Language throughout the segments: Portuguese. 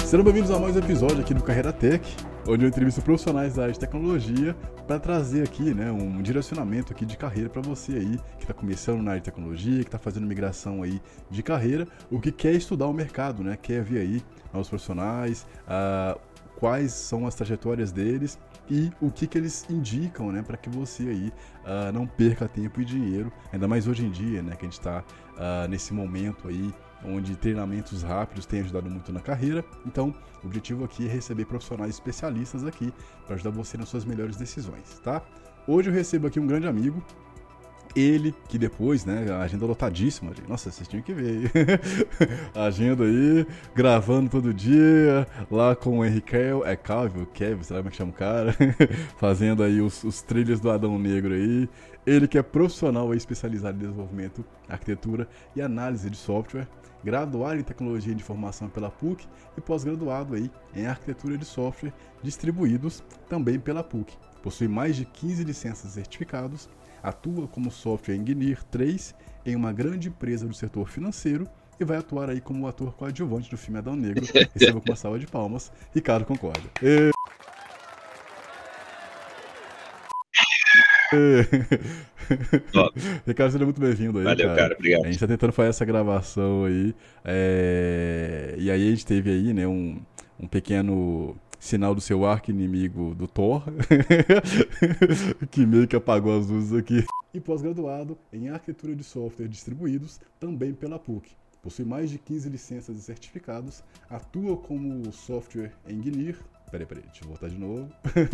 Sejam bem-vindos a mais um episódio aqui do Carreira Tech, onde eu entrevisto profissionais da área de tecnologia para trazer aqui, né, um direcionamento aqui de carreira para você aí que está começando na área de tecnologia, que está fazendo migração aí de carreira, ou que quer estudar o mercado, né, quer ver aí novos profissionais, quais são as trajetórias deles e o que eles indicam, né, para que você aí não perca tempo e dinheiro, ainda mais hoje em dia, né, que a gente está nesse momento aí onde treinamentos rápidos têm ajudado muito na carreira. Então, o objetivo aqui é receber profissionais especialistas aqui para ajudar você nas suas melhores decisões, tá? Hoje eu recebo aqui um grande amigo, ele que depois, né, a agenda lotadíssima, gente. Nossa, vocês tinham que ver aí. A agenda aí, gravando todo dia, lá com o Henrique Kevin, sei lá como é que chama o cara, fazendo aí os trilhos do Adão Negro aí. Ele que é profissional aí, especializado em desenvolvimento, arquitetura e análise de software, graduado em tecnologia de informação pela PUC e pós-graduado aí em arquitetura de software distribuídos também pela PUC. Possui mais de 15 licenças e certificados, atua como Software Engineer 3 em uma grande empresa do setor financeiro e vai atuar aí como ator coadjuvante do filme Adão Negro. Receba com uma salva de palmas, Ricardo Concórdia. Ricardo, seja muito bem-vindo aí. Valeu, cara, obrigado. A gente tá tentando fazer essa gravação aí. E aí a gente teve aí, né, um pequeno sinal do seu arqui-inimigo do Thor, que meio que apagou as luzes aqui. E pós-graduado em arquitetura de software distribuídos, também pela PUC. Possui mais de 15 licenças e certificados, atua como software engineer. Peraí, deixa eu voltar de novo.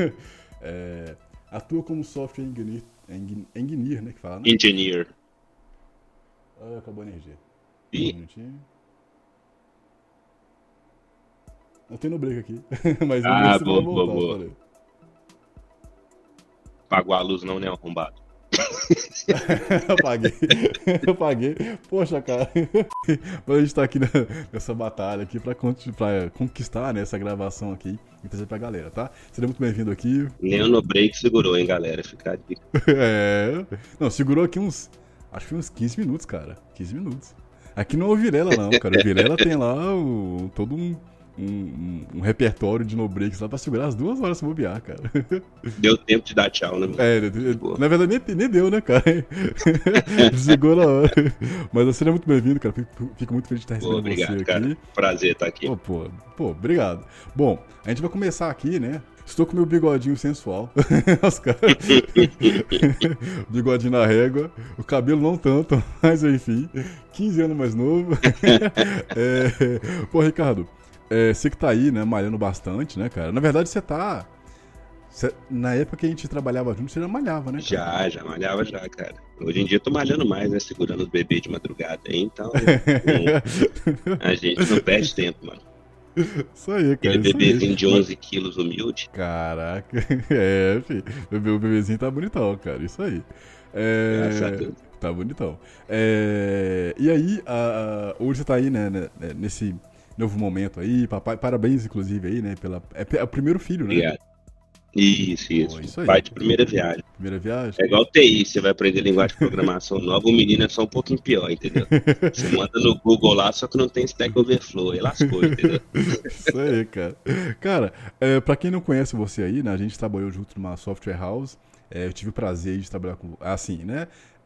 Atua como software engineer, né, que fala, né? Engineer. Acabou a energia. Ih. Um minutinho. Eu tenho no break aqui, mas eu não sei se vai voltar. Boa. Pagou a luz não, né, arrombado? Eu paguei. Poxa, cara. Mas a gente tá aqui nessa batalha aqui pra conquistar, né, essa gravação aqui e trazer pra galera, tá? Seja muito bem-vindo aqui. Nem no break segurou, hein, galera? Ficar de... Não, segurou aqui acho que uns 15 minutos, cara. 15 minutos. Aqui não é o Vilela, não, cara. O Vilela tem lá todo um repertório de no-breaks lá pra segurar as 2 horas se bobear, cara. Deu tempo de dar tchau, né? Na verdade nem deu, né, cara? Desligou na hora. Mas seja muito bem-vindo, cara. Fico muito feliz de estar recebendo obrigado, você cara. aqui. Prazer estar aqui. Pô, obrigado. Bom, a gente vai começar aqui, né? Estou com meu bigodinho sensual. Os caras... Bigodinho na régua. O cabelo não tanto, mas enfim. 15 anos mais novo. Pô, Ricardo, você que tá aí, né, malhando bastante, né, cara? Na verdade, na época que a gente trabalhava junto, você já malhava, né, cara? Já malhava já, cara. Hoje em dia eu tô malhando mais, né? Segurando os bebês de madrugada aí, então... a gente não perde tempo, mano. Isso aí, cara. Aquele bebezinho de 11 quilos humilde. Caraca. Filho. O bebezinho tá bonitão, cara. Isso aí. Graças a Deus. Tá bonitão. E aí, hoje você tá aí, né, nesse novo momento aí. Papai, parabéns, inclusive, aí, né? É o primeiro filho, né? Obrigado. Isso. Isso aí. Pai de primeira viagem. Primeira viagem? É igual TI, você vai aprender linguagem de programação nova, o menino é só um pouquinho pior, entendeu? Você manda no Google lá, só que não tem Stack Overflow, aí lascou, entendeu? Isso aí, cara. Cara, pra quem não conhece você aí, né, a gente trabalhou junto numa software house, eu tive o prazer de trabalhar com... Assim, né?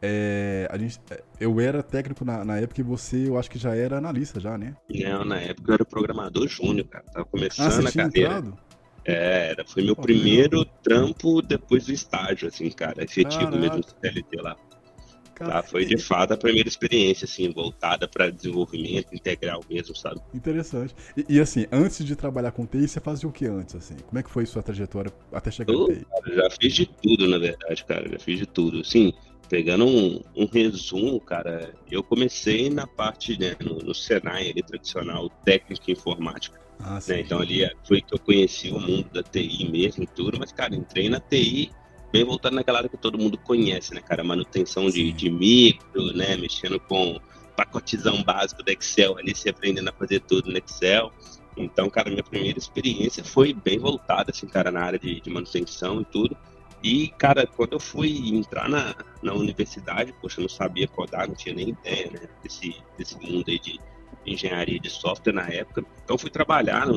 Eu era técnico na época e você, eu acho que já era analista já, né? Não, na época eu era programador júnior, cara, tava começando você a tinha carreira. entrado? Foi meu primeiro trampo depois do estágio, assim, cara, efetivo Caraca. mesmo, CLT lá. Cara, Foi de fato a primeira experiência, assim, voltada para desenvolvimento integral mesmo, sabe? Interessante. E assim, antes de trabalhar com TI, você fazia o que antes, assim? Como é que foi sua trajetória até chegar no TI? Cara, já fiz de tudo, na verdade, cara, já fiz de tudo. Assim, pegando um resumo, cara, eu comecei na parte, né, no Senai, ali, tradicional, técnico em informática. Né? Então ali foi que eu conheci o mundo da TI mesmo e tudo, mas, cara, entrei na TI bem voltado naquela área que todo mundo conhece, né, cara? Manutenção de micro, né? Mexendo com pacotizão básico do Excel, ali se aprendendo a fazer tudo no Excel. Então, cara, minha primeira experiência foi bem voltada, assim, cara, na área de manutenção e tudo. E, cara, quando eu fui entrar na universidade, poxa, eu não sabia codar, não tinha nem ideia, né, desse mundo aí de engenharia de software na época. Então fui trabalhar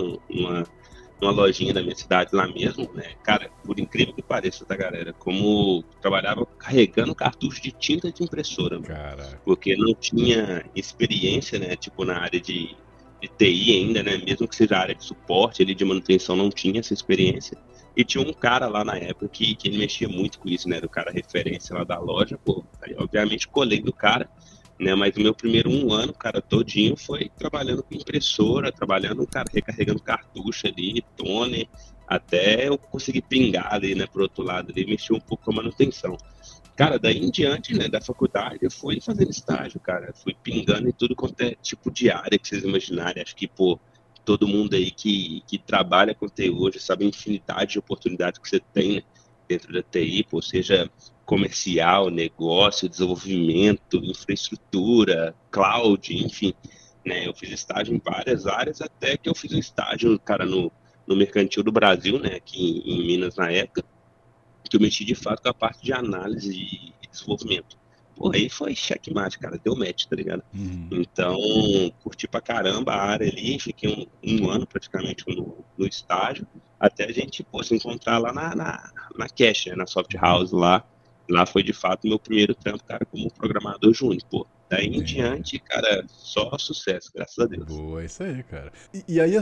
numa lojinha da minha cidade lá mesmo, né? Cara, por incrível que pareça, tá, galera? Como trabalhava carregando cartucho de tinta de impressora, mano. Caraca. Porque não tinha experiência, né? Tipo, na área de TI ainda, né? Mesmo que seja a área de suporte, ali de manutenção, não tinha essa experiência. E tinha um cara lá na época que ele mexia muito com isso, né? Era o cara referência lá da loja, pô. Aí, obviamente, colei do cara, né? Mas o meu primeiro 1 ano, cara, todinho foi trabalhando com impressora, trabalhando, cara, recarregando cartucho ali, toner, até eu conseguir pingar ali, né, pro outro lado ali, mexer um pouco com a manutenção. Cara, daí em diante, né, da faculdade, eu fui fazendo estágio, cara, fui pingando em tudo quanto é tipo de área que vocês imaginarem. Acho que, pô, todo mundo aí que trabalha com TI hoje sabe a infinidade de oportunidades que você tem, né, dentro da TI, pô, seja comercial, negócio, desenvolvimento, infraestrutura, cloud, enfim, né? Eu fiz estágio em várias áreas, até que eu fiz um estágio, cara, no Mercantil do Brasil, né, aqui em Minas na época, que eu mexi de fato com a parte de análise e desenvolvimento. Pô, aí foi checkmate, cara, deu match, tá ligado? Então, curti pra caramba a área ali, fiquei um ano praticamente no estágio, até a gente, pô, se encontrar lá na Cash, né, na Soft House lá. Lá foi de fato meu primeiro trampo, cara, como programador júnior, pô. Daí em diante, cara, só sucesso, graças a Deus. Boa, é isso aí, cara. E aí,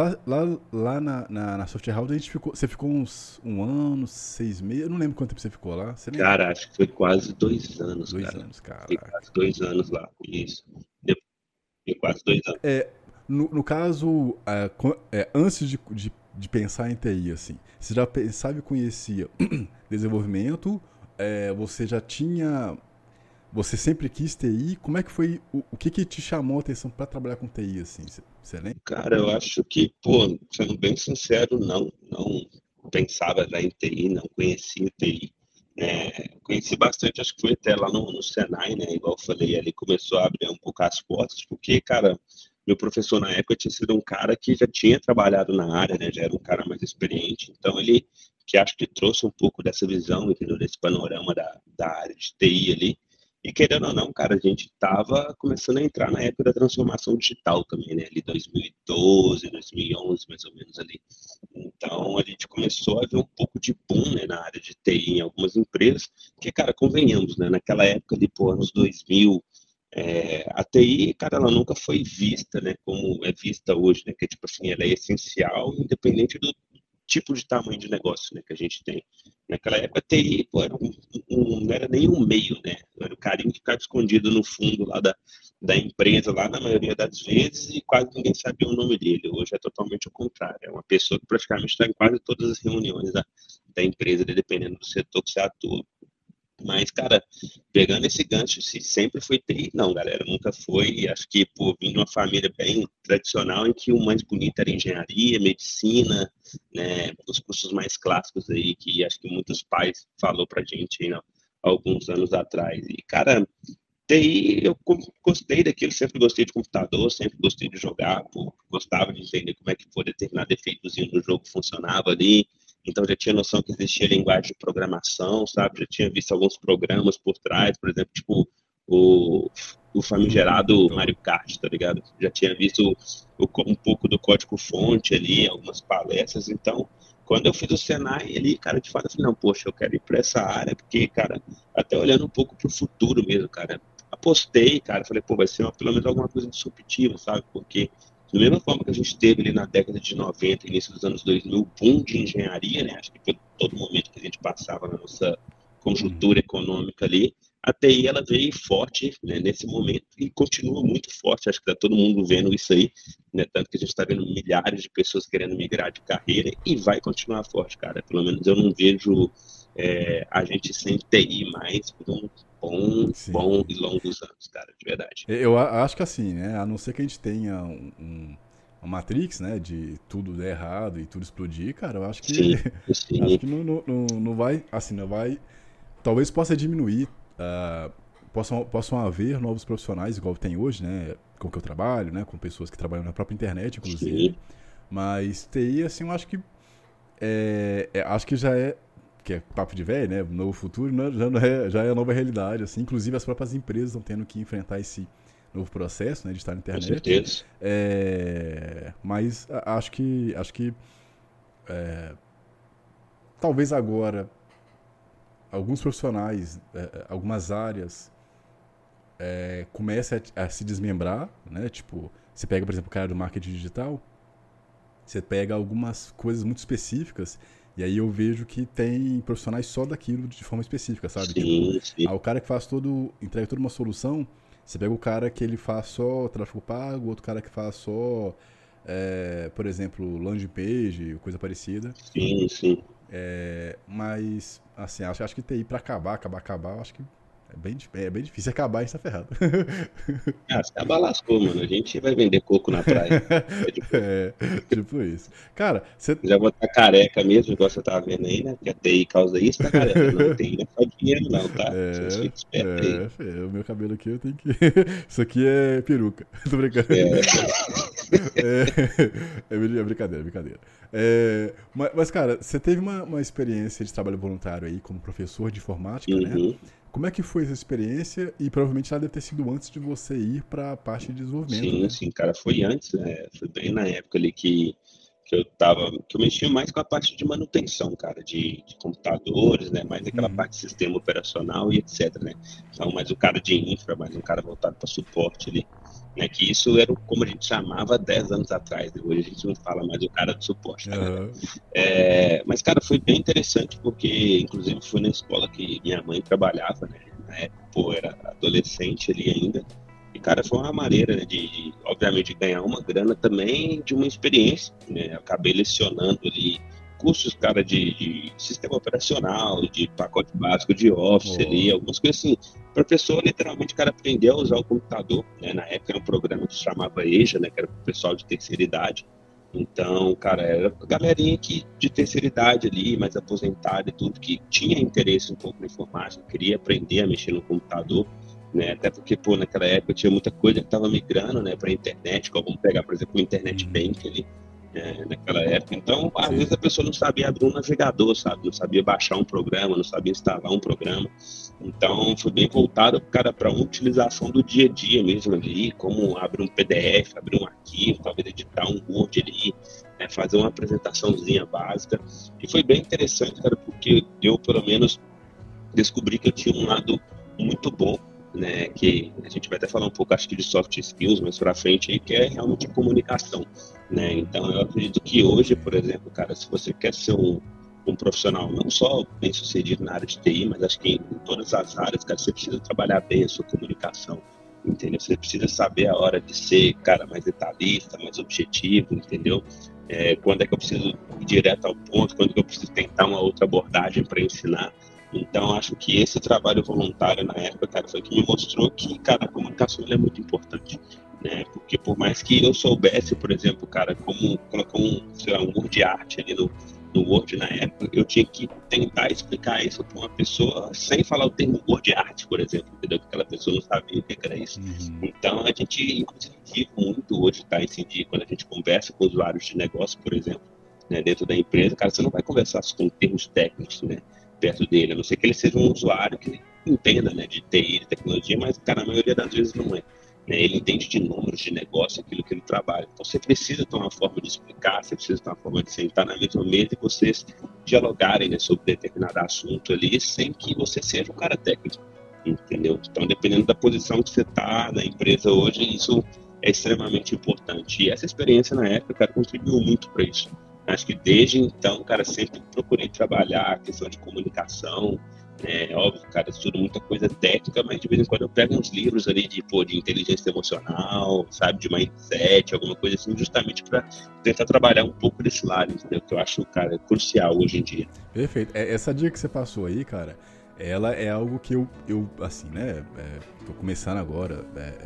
lá na Soft House, você ficou uns 1 ano, 6 meses, eu não lembro quanto tempo você ficou lá, você lembra? Cara, acho que foi quase 2 anos, 2 anos, Fiquei caraca. quase 2 anos lá, isso. Fiquei quase 2 anos. No caso, antes de pensar em TI, assim, você já pensava e conhecia desenvolvimento, você já tinha... Você sempre quis TI? Como é que foi? O que te chamou a atenção para trabalhar com TI, assim? Você lembra? Cara, eu acho que, pô, sendo bem sincero, não pensava já em TI, não conhecia TI. Conheci bastante, acho que foi até lá no Senai, né? Igual eu falei, ali começou a abrir um pouco as portas, porque, cara, meu professor na época tinha sido um cara que já tinha trabalhado na área, né? Já era um cara mais experiente, então ele que acho que trouxe um pouco dessa visão, entendeu? Desse panorama da área de TI ali. E querendo ou não, cara, a gente estava começando a entrar na época da transformação digital também, né? Ali 2012, 2011, mais ou menos ali. Então a gente começou a ver um pouco de boom, né, na área de TI em algumas empresas, que, cara, convenhamos, né? Naquela época ali, pô, anos 2000, a TI, cara, ela nunca foi vista, né, como é vista hoje, né? Que tipo assim, ela é essencial, independente do tipo de tamanho de negócio, né, que a gente tem. Naquela época, a TI, pô, não era nem um meio, né? Era o carinho que ficava escondido no fundo lá da empresa, lá na maioria das vezes, e quase ninguém sabia o nome dele. Hoje é totalmente o contrário. É uma pessoa que praticamente está em quase todas as reuniões da empresa, dependendo do setor que você atua. Mas, cara, pegando esse gancho, se sempre foi TI, não, galera, nunca foi. E acho que, pô, vim de uma família bem tradicional em que o mais bonito era engenharia, medicina, né, os cursos mais clássicos aí que acho que muitos pais falou pra gente aí, não, há alguns anos atrás. E, cara, TI, eu gostei daquilo, sempre gostei de computador, sempre gostei de jogar, pô, gostava de entender como é que por determinado efeitozinho do jogo funcionava ali, então já tinha noção que existia linguagem de programação, sabe? Já tinha visto alguns programas por trás, por exemplo, tipo o, o famigerado Mario Kart, tá ligado? Já tinha visto um pouco do código-fonte ali, algumas palestras, então quando eu fiz o Senai ali, cara, de fato eu falei, não, poxa, eu quero ir para essa área, porque, cara, até olhando um pouco para o futuro mesmo, cara, apostei, cara, falei, pô, vai ser pelo menos alguma coisa disruptiva, sabe? Porque da mesma forma que a gente teve ali na década de 90, início dos anos 2000, o boom de engenharia, né? Acho que foi todo momento que a gente passava na nossa conjuntura econômica ali, a TI ela veio forte, né, nesse momento e continua muito forte. Acho que está todo mundo vendo isso aí, né? Tanto que a gente está vendo milhares de pessoas querendo migrar de carreira e vai continuar forte, cara. Pelo menos eu não vejo a gente sem TI mais por um bom Sim. e longos anos, cara, de verdade. Eu acho que assim, né? A não ser que a gente tenha uma Matrix, né? De tudo der errado e tudo explodir, cara, eu acho que. Sim, Acho sim, que não vai. Assim, não vai. Talvez possa diminuir. Possam haver novos profissionais, igual tem hoje, né? Com que eu trabalho, né? Com pessoas que trabalham na própria internet, inclusive. sim. Mas TI, assim, eu acho que. Acho que já é. Que é papo de velho, né? Novo futuro, né? Já é a nova realidade, assim. Inclusive as próprias empresas estão tendo que enfrentar esse novo processo, né, de estar na internet. Com certeza. Mas acho que talvez agora alguns profissionais, algumas áreas comecem a se desmembrar, né? Tipo, você pega, por exemplo, o cara do marketing digital, você pega algumas coisas muito específicas e aí eu vejo que tem profissionais só daquilo de forma específica, sabe? Sim, Tipo, sim. o cara que entrega toda uma solução, você pega o cara que ele faz só tráfego pago, outro cara que faz só, por exemplo, landing page, coisa parecida. Sim, sim. Mas, assim, acho que TI pra acabar, eu acho que é bem difícil acabar e está ferrado. Ah, se acabar lascou, mano. A gente vai vender coco na praia. É de boa. É, tipo isso. Cara, você. Já vou estar careca mesmo, igual você tá vendo aí, né? Porque a TI causa isso, tá careca. Não, TI não é só dinheiro, não, tá? Vocês ficam espertos aí. O meu cabelo aqui eu tenho que. Isso aqui é peruca. Tô brincando. É, É brincadeira, brincadeira. Mas, cara, você teve uma experiência de trabalho voluntário aí como professor de informática, né? uhum. Como é que foi essa experiência? E provavelmente ela deve ter sido antes de você ir para a parte de desenvolvimento, Sim, né? sim, cara, foi antes, né? Foi bem na época ali que eu mexia mais com a parte de manutenção, cara, de computadores, né? Mais aquela Uhum. parte de sistema operacional e etc, né? Então, mais um cara de infra, mais um cara voltado para suporte ali, né? Que isso era como a gente chamava 10 anos atrás, né? Hoje a gente não fala mais o cara do suporte, tá ligado? Aham. Mas, cara, foi bem interessante porque, inclusive, foi na escola que minha mãe trabalhava, né? Na época, pô, era adolescente ali ainda. E, cara, foi uma maneira, né, obviamente, ganhar uma grana também de uma experiência, né? Eu acabei lecionando ali cursos, cara, de sistema operacional, de pacote básico de Office ali, Ó. algumas coisas assim. Para a pessoa, literalmente, cara, aprender a usar o computador, né? Na época era um programa que se chamava EJA, né? Que era para o pessoal de terceira idade. Então, cara, era a galerinha de terceira idade ali, mais aposentada e tudo, que tinha interesse um pouco na informática, queria aprender a mexer no computador, né? Até porque, pô, naquela época tinha muita coisa que estava migrando, né, para a internet, como vamos pegar, por exemplo, o Internet Uhum. Bank ali, naquela época. Então, às Sim. vezes a pessoa não sabia abrir um navegador, sabe? Não sabia baixar um programa, não sabia instalar um programa. Então, foi bem voltado, cara, para uma utilização do dia a dia mesmo ali, como abrir um PDF, abrir um arquivo, talvez editar um Word ali, né, fazer uma apresentaçãozinha básica. E foi bem interessante, cara, porque eu, pelo menos, descobri que eu tinha um lado muito bom, né, que a gente vai até falar um pouco, acho que de soft skills mais para frente, aí, que é realmente a comunicação, né? Então, eu acredito que hoje, por exemplo, cara, se você quer ser um profissional não só bem sucedido na área de TI, mas acho que em todas as áreas, cara, você precisa trabalhar bem a sua comunicação, entendeu? Você precisa saber a hora de ser, cara, mais detalhista, mais objetivo, entendeu? Quando é que eu preciso ir direto ao ponto, quando é que eu preciso tentar uma outra abordagem para ensinar. Então, acho que esse trabalho voluntário na época, cara, foi que me mostrou que, cara, a comunicação é muito importante, né? Porque por mais que eu soubesse, por exemplo, cara, como colocar sei lá, um word art ali no Word na época, eu tinha que tentar explicar isso para uma pessoa sem falar o termo word art, por exemplo, entendeu? Porque aquela pessoa não sabia o que era isso. Uhum. Então, a gente, inclusive, vive muito hoje, tá? Esse dia, quando a gente conversa com usuários de negócio, por exemplo, né, dentro da empresa, cara, você não vai conversar com termos técnicos, né, perto dele, a não ser que ele seja um usuário que entenda, né, de TI, de tecnologia, mas, cara, a maioria das vezes não é. Né, ele entende de números, de negócio, aquilo que ele trabalha. Então, você precisa ter uma forma de explicar, você precisa ter uma forma de sentar na mesma mesa e vocês dialogarem, né, sobre determinado assunto ali, sem que você seja um cara técnico, entendeu? Então, dependendo da posição que você está na empresa hoje, isso é extremamente importante. E essa experiência na época, cara, contribuiu muito para isso. Acho que desde então, cara, sempre procurei trabalhar a questão de comunicação. Óbvio, cara, estudo muita coisa técnica, mas de vez em quando eu pego uns livros ali de inteligência emocional, sabe, de mindset, alguma coisa assim, justamente para tentar trabalhar um pouco desse lado, entendeu? Que eu acho, cara, crucial hoje em dia. Perfeito. Essa dica que você passou aí, cara, ela é algo que eu assim, né, tô começando agora,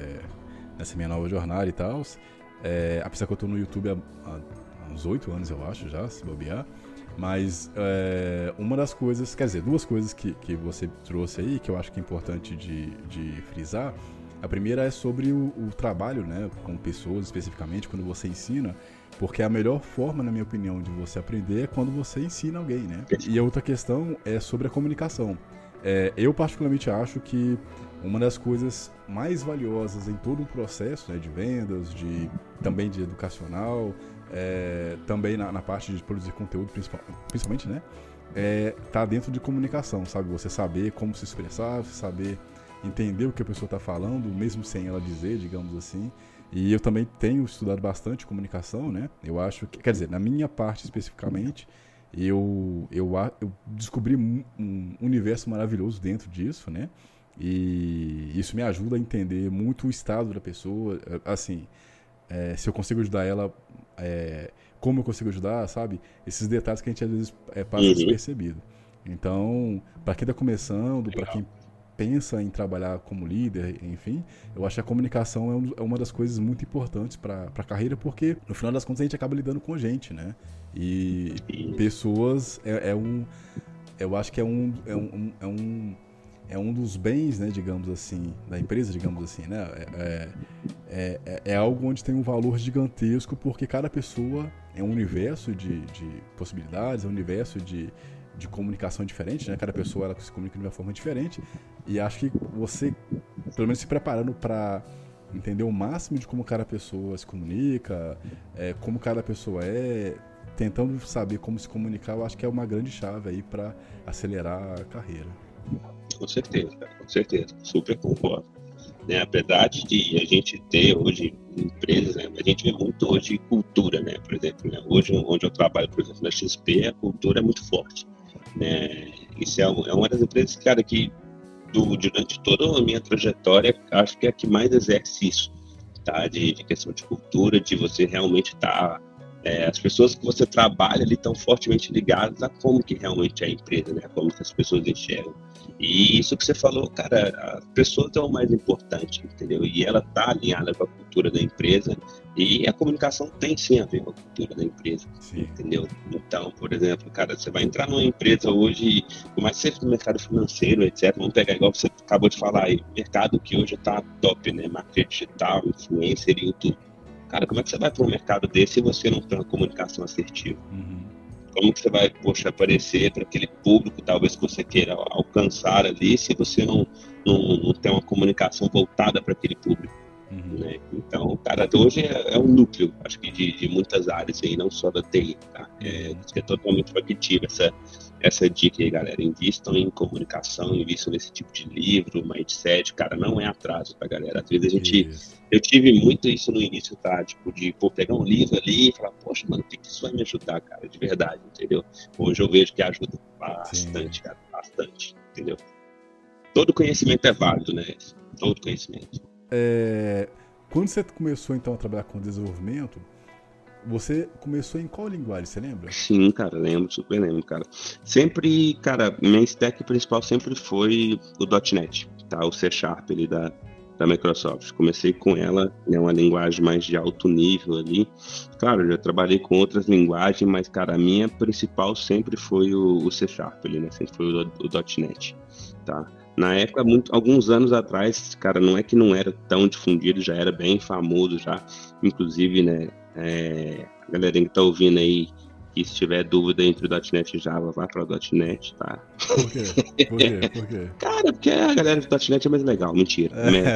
nessa minha nova jornada e tal, apesar que eu tô no YouTube há uns 8 anos, eu acho, já, se bobear. Mas uma das coisas, quer dizer, duas coisas que você trouxe aí, que eu acho que é importante de frisar. A primeira é sobre o trabalho, né, com pessoas especificamente, quando você ensina, porque a melhor forma, na minha opinião, de você aprender é quando você ensina alguém, né? E a outra questão é sobre a comunicação. Eu particularmente acho que uma das coisas mais valiosas em todo o processo, né, de vendas, também de educacional, também na parte de produzir conteúdo, principalmente, né, tá dentro de comunicação, sabe? Você saber como se expressar, você saber entender o que a pessoa está falando, mesmo sem ela dizer, digamos assim. E eu também tenho estudado bastante comunicação, né? Eu acho que, quer dizer, na minha parte especificamente, eu descobri um universo maravilhoso dentro disso, né? E isso me ajuda a entender muito o estado da pessoa, assim, se eu consigo ajudar ela, como eu consigo ajudar, sabe? Esses detalhes que a gente às vezes passa despercebido. Então, para quem está começando, para quem pensa em trabalhar como líder, enfim, eu acho que a comunicação é uma das coisas muito importantes para a carreira, porque no final das contas a gente acaba lidando com gente, né? E pessoas eu acho que é um dos bens, né, digamos assim, da empresa, digamos assim, né? É algo onde tem um valor gigantesco, porque cada pessoa é um universo de possibilidades, é um universo de comunicação diferente, né? Cada pessoa ela se comunica de uma forma diferente, e acho que você, pelo menos se preparando para entender o máximo de como cada pessoa se comunica, como cada pessoa tentando saber como se comunicar, eu acho que é uma grande chave aí para acelerar a carreira. Com certeza, cara, com certeza, super concordo. Né, apesar de a gente ter hoje empresas, né, a gente vê muito hoje cultura, né, por exemplo, né, hoje onde eu trabalho, por exemplo, na XP, a cultura é muito forte, né, isso é uma das empresas, cara, que durante toda a minha trajetória, acho que é a que mais exerce isso, tá, de questão de cultura, de você realmente estar as pessoas que você trabalha ali estão fortemente ligadas a como que realmente é a empresa, né? Como que as pessoas enxergam. E isso que você falou, cara, as pessoas é o mais importante, entendeu? E ela tá alinhada com a cultura da empresa, e a comunicação tem sim a ver com a cultura da empresa, sim, entendeu? Então, por exemplo, cara, você vai entrar numa empresa hoje, por mais que seja no mercado financeiro, etc., vamos pegar igual você acabou de falar aí, mercado que hoje tá top, né? Marketing digital, influencer e YouTube. Cara, como é que você vai para um mercado desse se você não tem uma comunicação assertiva? Como que você vai, aparecer para aquele público, talvez, que você queira alcançar ali, se você não tem uma comunicação voltada para aquele público? Né? Então, cara, hoje é um núcleo, acho que de muitas áreas aí, não só da TI, tá? É totalmente factível essa dica aí, galera. Invistam em comunicação, invistam nesse tipo de livro, mindset, cara, não é atraso, tá, galera? Às vezes eu tive muito isso no início, tá? Tipo, de pegar um livro ali e falar, poxa, mano, o que isso vai me ajudar, cara, de verdade, entendeu? Hoje eu vejo que ajuda bastante, cara, bastante, entendeu? Todo conhecimento é válido, né? Todo conhecimento. Quando você começou, então, a trabalhar com desenvolvimento, você começou em qual linguagem, você lembra? Sim, cara, lembro, super lembro, cara. Sempre, cara, minha stack principal sempre foi o .NET, tá? O C# ali da Microsoft. Comecei com ela, é uma linguagem mais de alto nível ali. Claro, eu já trabalhei com outras linguagens, mas, cara, a minha principal sempre foi o C# ali, né? Sempre foi o .NET, tá? Na época, alguns anos atrás, cara, não é que não era tão difundido, já era bem famoso já, inclusive, né, a galerinha que tá ouvindo aí, que se tiver dúvida entre o .NET e Java, vá para o .NET, tá? Por quê? Por quê? Cara, porque a galera do .NET é mais legal, mentira.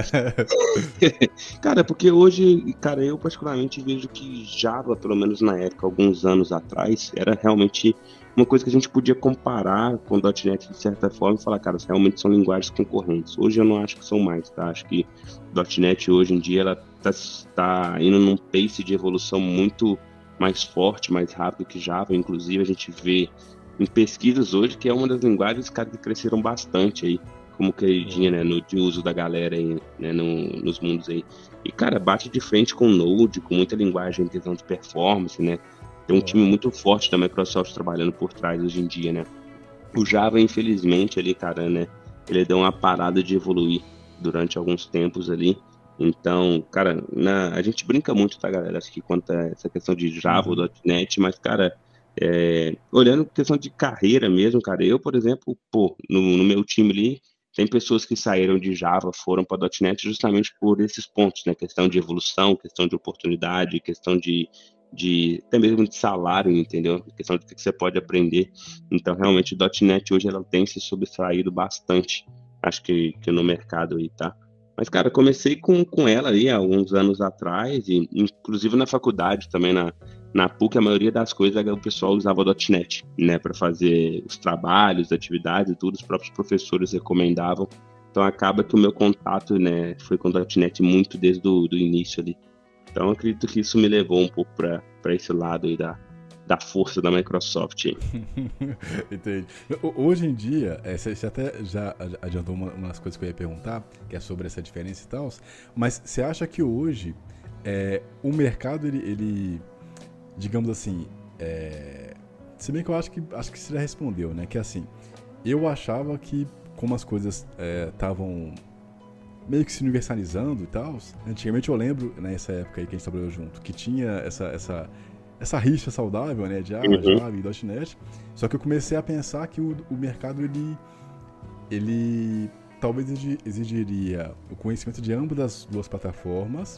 Cara, porque hoje, cara, eu particularmente vejo que Java, pelo menos na época, alguns anos atrás, era realmente uma coisa que a gente podia comparar com o .NET de certa forma e falar, cara, realmente são linguagens concorrentes. Hoje eu não acho que são mais, tá? Acho que o .NET hoje em dia ela tá indo num pace de evolução muito mais forte, mais rápido que Java. Inclusive a gente vê em pesquisas hoje que é uma das linguagens, cara, que cresceram bastante aí, como queridinha, né, de uso da galera aí, né, nos mundos aí. E, cara, bate de frente com o Node, com muita linguagem em questão de performance, né? Tem um time muito forte da Microsoft trabalhando por trás hoje em dia, né? O Java, infelizmente, ali, cara, né? Ele deu uma parada de evoluir durante alguns tempos ali. Então, cara, a gente brinca muito, tá, galera? Acho que quanto a essa questão de Java ou .NET, mas, cara, olhando questão de carreira mesmo, cara, eu, por exemplo, no meu time ali, tem pessoas que saíram de Java, foram para .NET justamente por esses pontos, né? Questão de evolução, questão de oportunidade, questão de até mesmo de salário, entendeu? Questão de que você pode aprender. Então, realmente, o .NET hoje ela tem se sobressaído bastante acho que no mercado aí, tá? Mas, cara, comecei com ela aí há alguns anos atrás, e inclusive na faculdade também, na PUC, a maioria das coisas o pessoal usava o .NET, né, para fazer os trabalhos, atividades e tudo, os próprios professores recomendavam. Então acaba que o meu contato, né, foi com o .NET muito desde do início ali. Então acredito que isso me levou um pouco para esse lado aí da força da Microsoft. Entendi. Hoje em dia, você até já adiantou umas coisas que eu ia perguntar, que é sobre essa diferença e tal, mas você acha que hoje o mercado, ele digamos assim, se bem que eu acho que você já respondeu, né? Que assim, eu achava que como as coisas estavam meio que se universalizando e tal, antigamente eu lembro, nessa época aí que a gente trabalhou junto, que tinha essa rixa saudável, né, de Java e .NET, só que eu comecei a pensar que o mercado, ele talvez exigiria o conhecimento de ambas das duas plataformas,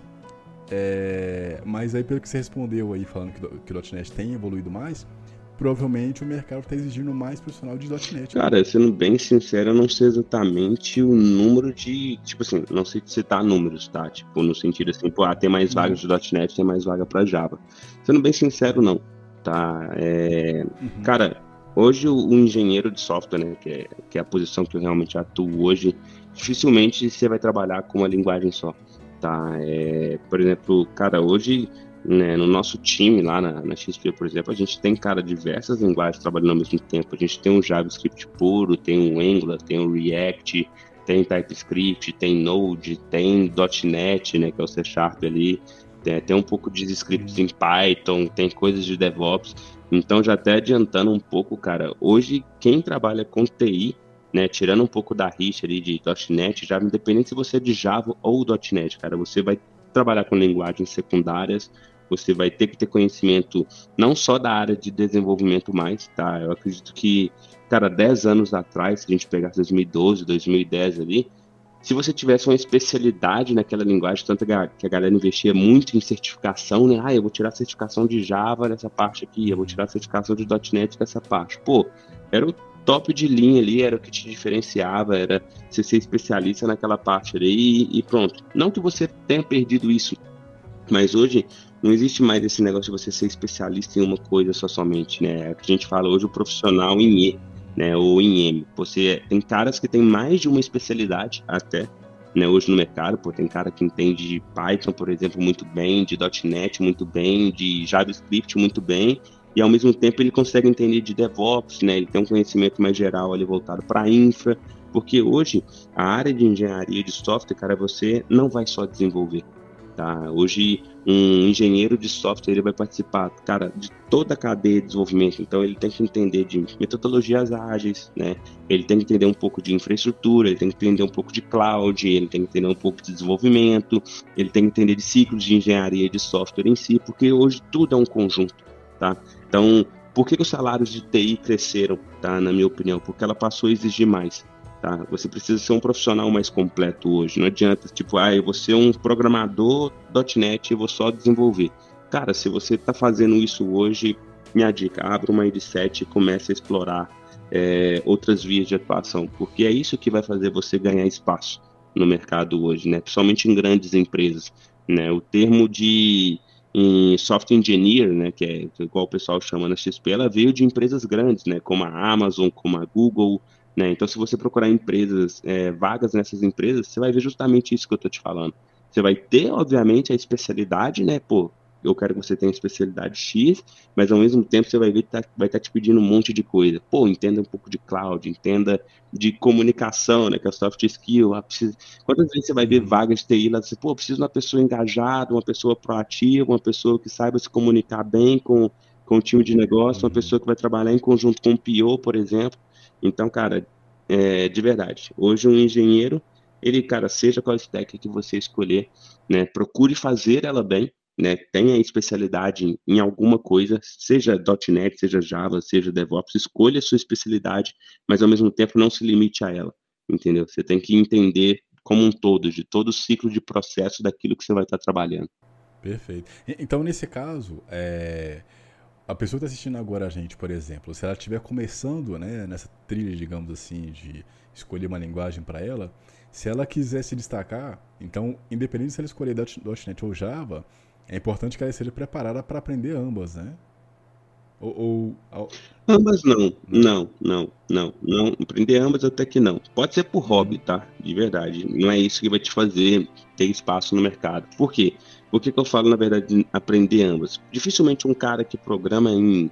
mas aí pelo que você respondeu aí, falando que o .NET tem evoluído mais, provavelmente o mercado está exigindo mais profissional de .NET. Cara, sendo bem sincero, eu não sei exatamente o número de. Tipo assim, não sei citar números, tá? Tipo, no sentido assim, pô, tem mais vagas de .NET, tem mais vaga para Java. Sendo bem sincero, não. Tá? Cara, hoje o engenheiro de software, né, que é a posição que eu realmente atuo hoje, dificilmente você vai trabalhar com uma linguagem só. Tá? Por exemplo, cara, hoje, né, no nosso time lá na XP, por exemplo, a gente tem, cara, diversas linguagens trabalhando ao mesmo tempo. A gente tem um JavaScript puro, tem um Angular, tem um React, tem TypeScript, tem Node, tem .NET, né, que é o C# ali, tem um pouco de scripts em Python, tem coisas de DevOps. Então, já até adiantando um pouco, cara, hoje quem trabalha com TI, né, tirando um pouco da rixa ali de .NET, já independente se você é de Java ou .NET, cara, você vai trabalhar com linguagens secundárias, você vai ter que ter conhecimento não só da área de desenvolvimento mais, tá? Eu acredito que, cara, 10 anos atrás, se a gente pegasse 2012, 2010 ali, se você tivesse uma especialidade naquela linguagem, tanto que a galera investia muito em certificação, né? Eu vou tirar a certificação de Java nessa parte aqui, eu vou tirar a certificação de .NET nessa parte. Pô, era o top de linha ali, era o que te diferenciava, era você ser especialista naquela parte ali e pronto. Não que você tenha perdido isso, mas hoje não existe mais esse negócio de você ser especialista em uma coisa só somente, né? É o que a gente fala hoje, o profissional em E, né? Ou em M. Você tem caras que tem mais de uma especialidade até, né? Hoje no mercado, pô, tem cara que entende de Python, por exemplo, muito bem, de .NET muito bem, de JavaScript muito bem, e ao mesmo tempo ele consegue entender de DevOps, né? Ele tem um conhecimento mais geral ali voltado para infra, porque hoje a área de engenharia de software, cara, você não vai só desenvolver. Tá? Hoje, um engenheiro de software ele vai participar, cara, de toda a cadeia de desenvolvimento. Então, ele tem que entender de metodologias ágeis, né? Ele tem que entender um pouco de infraestrutura, ele tem que entender um pouco de cloud, ele tem que entender um pouco de desenvolvimento, ele tem que entender de ciclos de engenharia de software em si, porque hoje tudo é um conjunto, tá? Então, por que os salários de TI cresceram, tá? Na minha opinião, porque ela passou a exigir mais. Tá? Você precisa ser um profissional mais completo hoje. Não adianta, tipo, eu vou ser um programador .NET e vou só desenvolver. Cara, se você está fazendo isso hoje, minha dica, abra uma ID7 e comece a explorar outras vias de atuação, porque é isso que vai fazer você ganhar espaço no mercado hoje, né? Principalmente em grandes empresas, né? O termo em software engineer, né, que é igual o pessoal chama na XP, ela veio de empresas grandes, né, como a Amazon, como a Google, né? Então, se você procurar empresas, vagas nessas empresas, você vai ver justamente isso que eu estou te falando. Você vai ter, obviamente, a especialidade, né? Pô, eu quero que você tenha a especialidade X, mas ao mesmo tempo você vai ver que vai estar te pedindo um monte de coisa. Pô, entenda um pouco de cloud, entenda de comunicação, né? Que é o soft skill. Quantas vezes você vai ver vagas de TI lá, você, pô, preciso de uma pessoa engajada, uma pessoa proativa, uma pessoa que saiba se comunicar bem com o time de negócio, uma pessoa que vai trabalhar em conjunto com o PO, por exemplo. Então, cara, de verdade, hoje um engenheiro, ele, cara, seja qual stack que você escolher, né, procure fazer ela bem, né, tenha especialidade em alguma coisa, seja .NET, seja Java, seja DevOps, escolha a sua especialidade, mas ao mesmo tempo não se limite a ela, entendeu? Você tem que entender como um todo, de todo o ciclo de processo daquilo que você vai estar trabalhando. Perfeito. Então, nesse caso, a pessoa que está assistindo agora a gente, por exemplo, se ela estiver começando, né, nessa trilha, digamos assim, de escolher uma linguagem para ela, se ela quiser se destacar, então, independente se ela escolher .NET ou Java, é importante que ela esteja preparada para aprender ambas, né? Ambas não. Aprender ambas até que não. Pode ser por hobby, tá? De verdade. Não é isso que vai te fazer ter espaço no mercado. Por quê? Por que eu falo, na verdade, de aprender ambas? Dificilmente um cara que programa em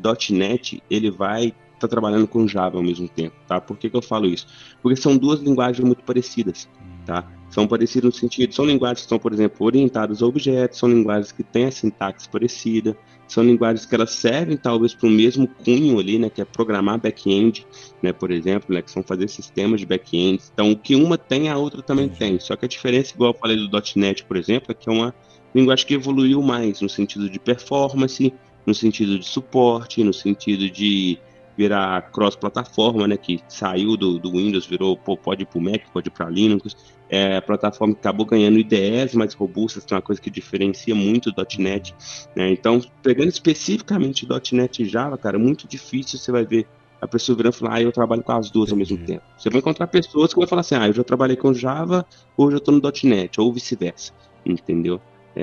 .NET, ele vai estar trabalhando com Java ao mesmo tempo, tá? Por que eu falo isso? Porque são duas linguagens muito parecidas, tá? São parecidas no sentido, são linguagens que são, por exemplo, orientadas a objetos, são linguagens que têm a sintaxe parecida, são linguagens que elas servem talvez para o mesmo cunho ali, né, que é programar back-end, né, por exemplo, né, que são fazer sistemas de back-end. Então, o que uma tem, a outra também tem. Só que a diferença, igual eu falei do .NET, por exemplo, é que é uma linguagem que evoluiu mais no sentido de performance, no sentido de suporte, no sentido de virar cross-plataforma, né, que saiu do Windows, virou, pode ir para o Mac, pode ir para Linux. É a plataforma que acabou ganhando IDEs mais robustas, que é uma coisa que diferencia muito do .NET, né? Então, pegando especificamente .NET e Java, cara, muito difícil você vai ver a pessoa virando e falar, eu trabalho com as duas ao mesmo tempo. Você vai encontrar pessoas que vão falar assim, eu já trabalhei com Java, hoje eu estou no .NET, ou vice-versa, entendeu?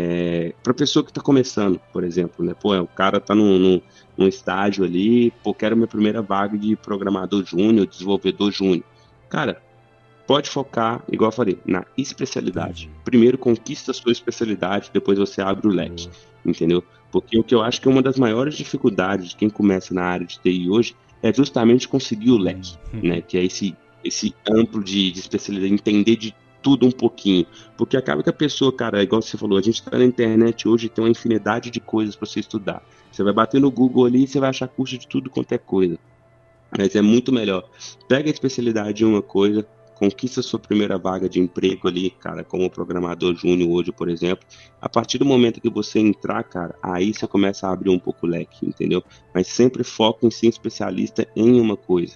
Para pessoa que está começando, por exemplo, né? O cara está num estágio ali, quero minha primeira vaga de programador júnior, desenvolvedor júnior. Cara, pode focar, igual eu falei, na especialidade. Primeiro conquista a sua especialidade, depois você abre o leque, entendeu? Porque o que eu acho que é uma das maiores dificuldades de quem começa na área de TI hoje é justamente conseguir o leque, né? Que é esse amplo de especialidade, entender de tudo um pouquinho. Porque acaba que a pessoa, cara, igual você falou, a gente tá na internet hoje e tem uma infinidade de coisas para você estudar. Você vai bater no Google ali e você vai achar curso de tudo quanto é coisa. Mas é muito melhor. Pega a especialidade em uma coisa, conquista sua primeira vaga de emprego ali, cara, como programador júnior hoje, por exemplo. A partir do momento que você entrar, cara, aí você começa a abrir um pouco o leque, entendeu? Mas sempre foca em ser especialista em uma coisa.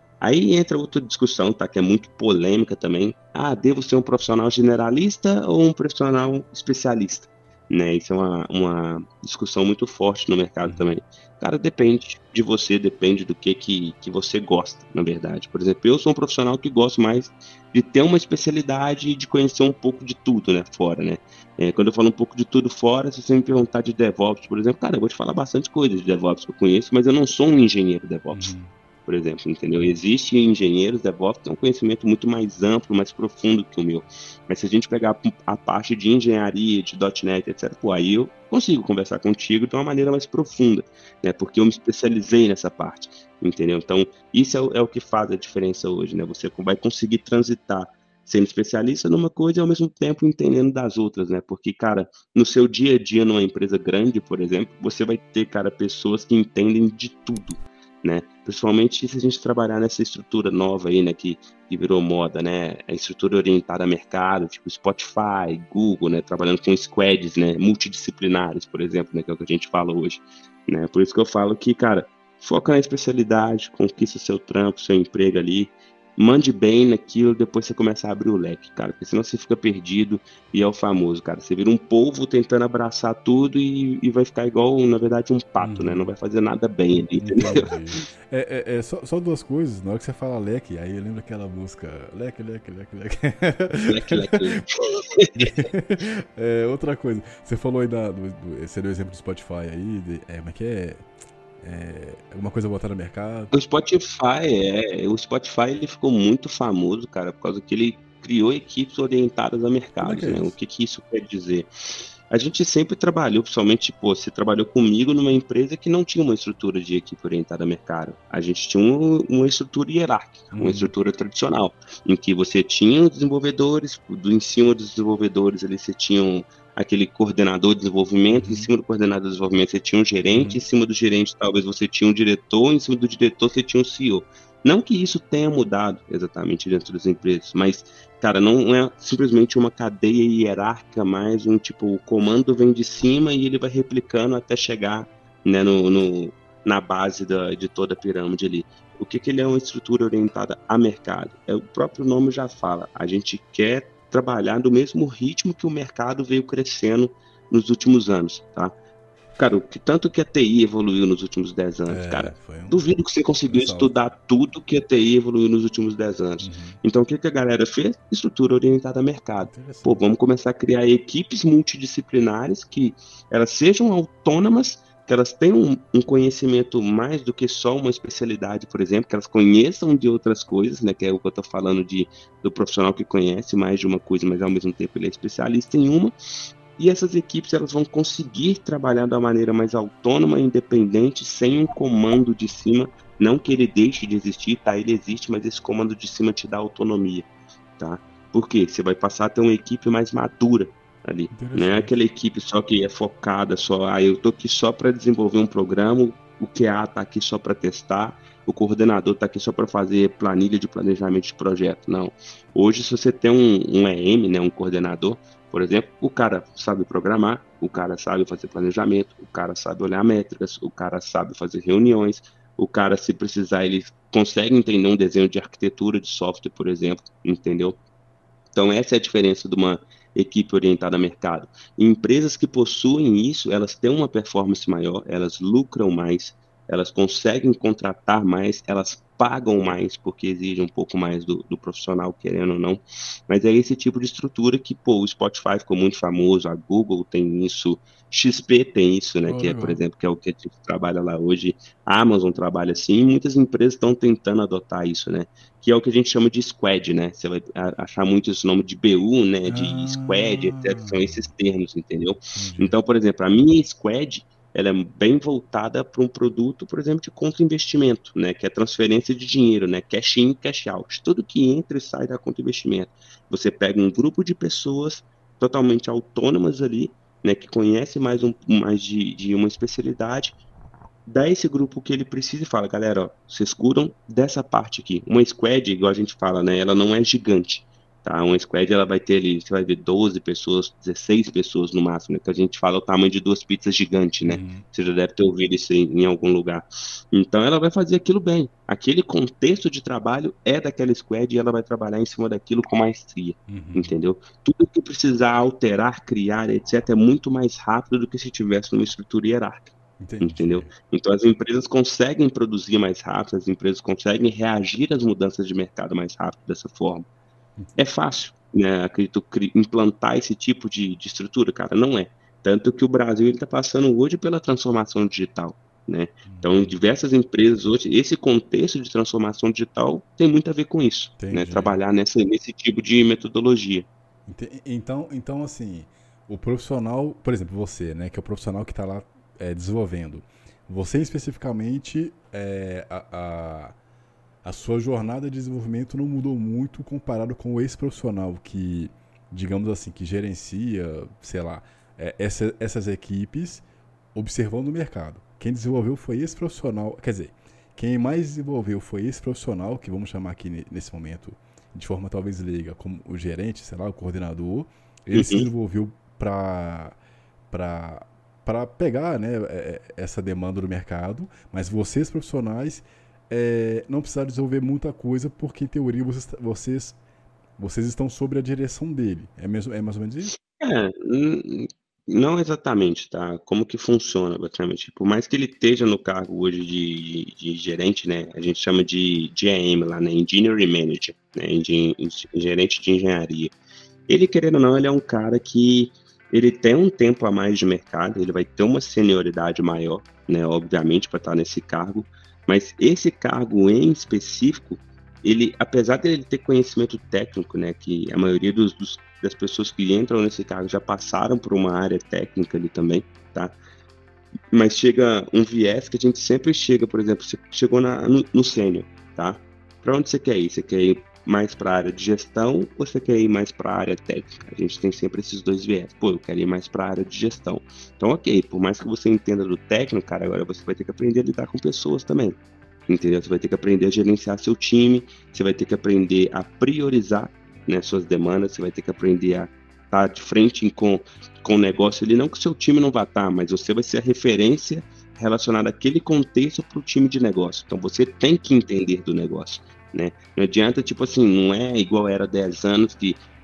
Aí entra outra discussão, tá, que é muito polêmica também. Devo ser um profissional generalista ou um profissional especialista? Né? Isso é uma discussão muito forte no mercado também. Cara, depende de você, depende do que você gosta, na verdade. Por exemplo, eu sou um profissional que gosto mais de ter uma especialidade e de conhecer um pouco de tudo, né, fora, né? Quando eu falo um pouco de tudo fora, se você me perguntar de DevOps, por exemplo, cara, eu vou te falar bastante coisa de DevOps que eu conheço, mas eu não sou um engenheiro DevOps. Por exemplo, entendeu? Existem engenheiros DevOps que têm um conhecimento muito mais amplo, mais profundo que o meu. Mas se a gente pegar a parte de engenharia, de .NET, etc., aí eu consigo conversar contigo de uma maneira mais profunda, né? Porque eu me especializei nessa parte, entendeu? Então, isso é o que faz a diferença hoje, né? Você vai conseguir transitar sendo especialista numa coisa e ao mesmo tempo entendendo das outras, né? Porque, cara, no seu dia a dia numa empresa grande, por exemplo, você vai ter, cara, pessoas que entendem de tudo, né? Principalmente se a gente trabalhar nessa estrutura nova aí, né, que virou moda, né, a estrutura orientada a mercado, tipo Spotify, Google, né, trabalhando com squads, né, multidisciplinares, por exemplo, né, que é o que a gente fala hoje, né? Por isso que eu falo que, cara, foca na especialidade, conquista seu trampo, seu emprego ali, mande bem naquilo, depois você começa a abrir o leque, cara, porque senão você fica perdido e é o famoso, cara, você vira um polvo tentando abraçar tudo e vai ficar igual, na verdade, um pato, né, não vai fazer nada bem ali, entendeu? Só duas coisas, na hora que você fala leque, aí eu lembro aquela música, leque. Leque. Outra coisa, você falou aí você deu o exemplo do Spotify aí, como é que é? Alguma coisa botar no mercado. O Spotify ele ficou muito famoso, cara, por causa que ele criou equipes orientadas a mercados, né? O que isso quer dizer? A gente sempre trabalhou, principalmente, você trabalhou comigo numa empresa que não tinha uma estrutura de equipe orientada a mercado. A gente tinha uma estrutura hierárquica, uma estrutura tradicional, em que você tinha os desenvolvedores, em cima dos desenvolvedores ali você tinha aquele coordenador de desenvolvimento, em cima do coordenador de desenvolvimento você tinha um gerente, em cima do gerente talvez você tinha um diretor, em cima do diretor você tinha um CEO. Não que isso tenha mudado exatamente dentro das empresas, mas, cara, não é simplesmente uma cadeia hierárquica, mais o comando vem de cima e ele vai replicando até chegar, né, na base de toda a pirâmide ali. O que ele é uma estrutura orientada a mercado? O próprio nome já fala, a gente quer trabalhar do mesmo ritmo que o mercado veio crescendo nos últimos anos, tá? Cara, tanto que a TI evoluiu nos últimos 10 anos, cara. Duvido que você conseguiu estudar tudo que a TI evoluiu nos últimos 10 anos. Então, o que a galera fez? Estrutura orientada a mercado. Pô, vamos começar a criar equipes multidisciplinares que elas sejam autônomas, que elas tenham um conhecimento mais do que só uma especialidade, por exemplo, que elas conheçam de outras coisas, né? Que é o que eu tô falando do profissional que conhece mais de uma coisa, mas ao mesmo tempo ele é especialista em uma. E essas equipes elas vão conseguir trabalhar da maneira mais autônoma, independente, sem um comando de cima. Não que ele deixe de existir, tá? Ele existe, mas esse comando de cima te dá autonomia, tá? Por quê? Você vai passar a ter uma equipe mais madura ali. Não é aquela equipe só que é focada só, eu tô aqui só para desenvolver um programa, o QA tá aqui só para testar, o coordenador tá aqui só para fazer planilha de planejamento de projeto. Não. Hoje, se você tem um EM, né, um coordenador, por exemplo, o cara sabe programar, o cara sabe fazer planejamento, o cara sabe olhar métricas, o cara sabe fazer reuniões, o cara, se precisar, ele consegue entender um desenho de arquitetura de software, por exemplo, entendeu? Então, essa é a diferença de uma equipe orientada a mercado. Empresas que possuem isso, elas têm uma performance maior, elas lucram mais, elas conseguem contratar mais, elas pagam mais, porque exigem um pouco mais do profissional, querendo ou não. Mas é esse tipo de estrutura que, pô, o Spotify ficou muito famoso, a Google tem isso, XP tem isso, né, que é, por exemplo, que é o que a gente trabalha lá hoje, a Amazon trabalha assim, e muitas empresas estão tentando adotar isso, né, que é o que a gente chama de squad, né, você vai achar muito esse nome de BU, né, de squad, etc, são esses termos, entendeu? Então, por exemplo, a minha squad, ela é bem voltada para um produto, por exemplo, de contra-investimento, né, que é transferência de dinheiro, né, cash in, cash out, tudo que entra e sai da contra-investimento. Você pega um grupo de pessoas totalmente autônomas ali, né, que conhece mais de uma especialidade, dá esse grupo que ele precisa e fala, galera, ó, vocês cuidam dessa parte aqui. Uma squad, igual a gente fala, né, ela não é gigante, tá? Uma squad, ela vai ter ali, você vai ver 12 pessoas, 16 pessoas no máximo, né, que a gente fala o tamanho de 2 pizzas gigantes, né? Você já deve ter ouvido isso em algum lugar. Então, ela vai fazer aquilo bem. Aquele contexto de trabalho é daquela squad e ela vai trabalhar em cima daquilo com maestria, entendeu? Tudo que precisar alterar, criar, etc., é muito mais rápido do que se tivesse numa estrutura hierárquica. Entendeu? Então as empresas conseguem produzir mais rápido, as empresas conseguem reagir às mudanças de mercado mais rápido dessa forma. É fácil, né? Acredito, implantar esse tipo de estrutura, cara, não é. Tanto que o Brasil está passando hoje pela transformação digital, né? Então, em diversas empresas hoje, esse contexto de transformação digital tem muito a ver com isso, né? Trabalhar nesse tipo de metodologia. Então, assim, o profissional, por exemplo, você, né, que é o profissional que está lá desenvolvendo, você especificamente, a sua jornada de desenvolvimento não mudou muito comparado com o ex-profissional que, digamos assim, que gerencia, sei lá, essas equipes observando o mercado. Quem desenvolveu foi esse profissional, quer dizer, quem mais desenvolveu foi esse profissional, que vamos chamar aqui nesse momento, de forma talvez leiga, como o gerente, sei lá, o coordenador, ele se desenvolveu para pegar, né, essa demanda do mercado, mas vocês profissionais não precisaram desenvolver muita coisa, porque em teoria vocês estão sob a direção dele. É mais ou menos isso? Não exatamente, tá? Como que funciona, basicamente? Por mais que ele esteja no cargo hoje de gerente, né? A gente chama de GM lá, né? Engineering Manager, né? Gerente de engenharia. Ele, querendo ou não, ele é um cara que ele tem um tempo a mais de mercado, ele vai ter uma senioridade maior, né? Obviamente, para estar nesse cargo. Mas esse cargo em específico, ele, apesar de ele ter conhecimento técnico, né? Que a maioria das pessoas que entram nesse cargo já passaram por uma área técnica ali também, tá? Mas chega um viés que a gente sempre chega, por exemplo, você chegou no sênior, tá? Para onde você quer ir? Você quer ir mais para a área de gestão ou você quer ir mais para a área técnica? A gente tem sempre esses dois viés. Pô, eu quero ir mais para a área de gestão. Então, ok, por mais que você entenda do técnico, cara, agora você vai ter que aprender a lidar com pessoas também. Entendeu? Você vai ter que aprender a gerenciar seu time, você vai ter que aprender a priorizar, né, suas demandas, você vai ter que aprender a estar de frente com o negócio ali, não que o seu time não vá estar, mas você vai ser a referência relacionada àquele contexto para o time de negócio. Então você tem que entender do negócio, né? Não adianta, tipo assim, não é igual era 10 anos que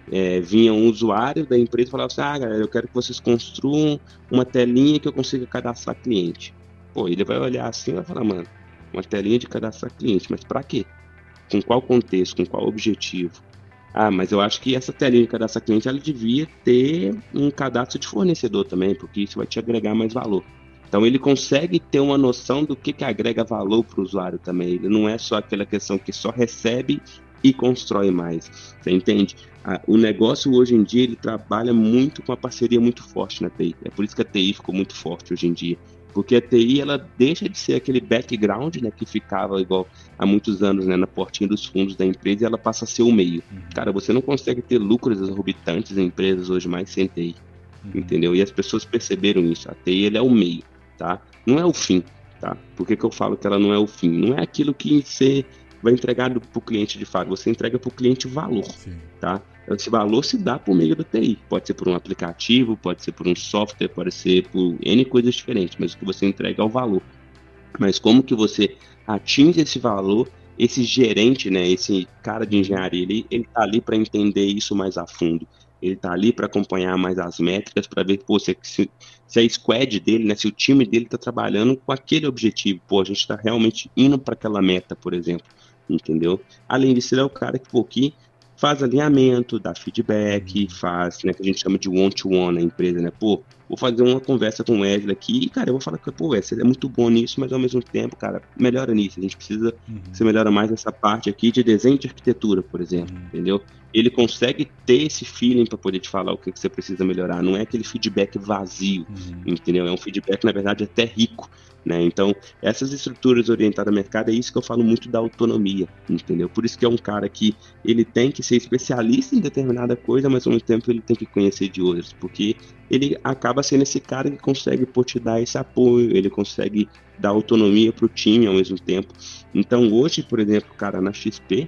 vinha um usuário da empresa e falava assim, galera, eu quero que vocês construam uma telinha que eu consiga cadastrar cliente. Pô, ele vai olhar assim e vai falar, mano, uma telinha de cadastrar cliente, mas para quê? Com qual contexto, com qual objetivo? Mas eu acho que essa telinha de cadastrar cliente, ela devia ter um cadastro de fornecedor também, porque isso vai te agregar mais valor. Então ele consegue ter uma noção do que agrega valor para o usuário também. Ele não é só aquela questão que só recebe e constrói mais. Você entende? O negócio hoje em dia ele trabalha muito com uma parceria muito forte na TI. É por isso que a TI ficou muito forte hoje em dia. Porque a TI ela deixa de ser aquele background, né, que ficava igual há muitos anos, né, na portinha dos fundos da empresa, e ela passa a ser o meio. Cara, você não consegue ter lucros exorbitantes em empresas hoje mais sem TI. Entendeu? E as pessoas perceberam isso. A TI ele é o meio. Tá? Não é o fim, tá? Por que eu falo que ela não é o fim? Não é aquilo que você vai entregar para o cliente de fato, você entrega para o cliente valor, tá? Esse valor se dá por meio da TI, pode ser por um aplicativo, pode ser por um software, pode ser por N coisas diferentes, mas o que você entrega é o valor. Mas como que você atinge esse valor? Esse gerente, né, esse cara de engenharia, ele tá ali para entender isso mais a fundo. Ele tá ali para acompanhar mais as métricas, para ver, pô, se a squad dele, né, se o time dele tá trabalhando com aquele objetivo, pô, a gente tá realmente indo para aquela meta, por exemplo, entendeu? Além disso, ele é o cara que faz alinhamento, dá feedback, faz, né, que a gente chama de one-to-one na empresa, né, pô, vou fazer uma conversa com o Wesley aqui e, cara, eu vou falar que, pô, Wesley, é muito bom nisso, mas ao mesmo tempo, cara, melhora nisso, a gente precisa que você melhora mais essa parte aqui de desenho de arquitetura, por exemplo, entendeu? Ele consegue ter esse feeling para poder te falar o que você precisa melhorar, não é aquele feedback vazio, entendeu? É um feedback, na verdade, até rico, né? Então, essas estruturas orientadas ao mercado, é isso que eu falo muito da autonomia, entendeu? Por isso que é um cara que ele tem que ser especialista em determinada coisa, mas ao mesmo tempo ele tem que conhecer de outras, porque ele acaba sendo esse cara que consegue te dar esse apoio, ele consegue dar autonomia para o time ao mesmo tempo. Então, hoje, por exemplo, cara, na XP,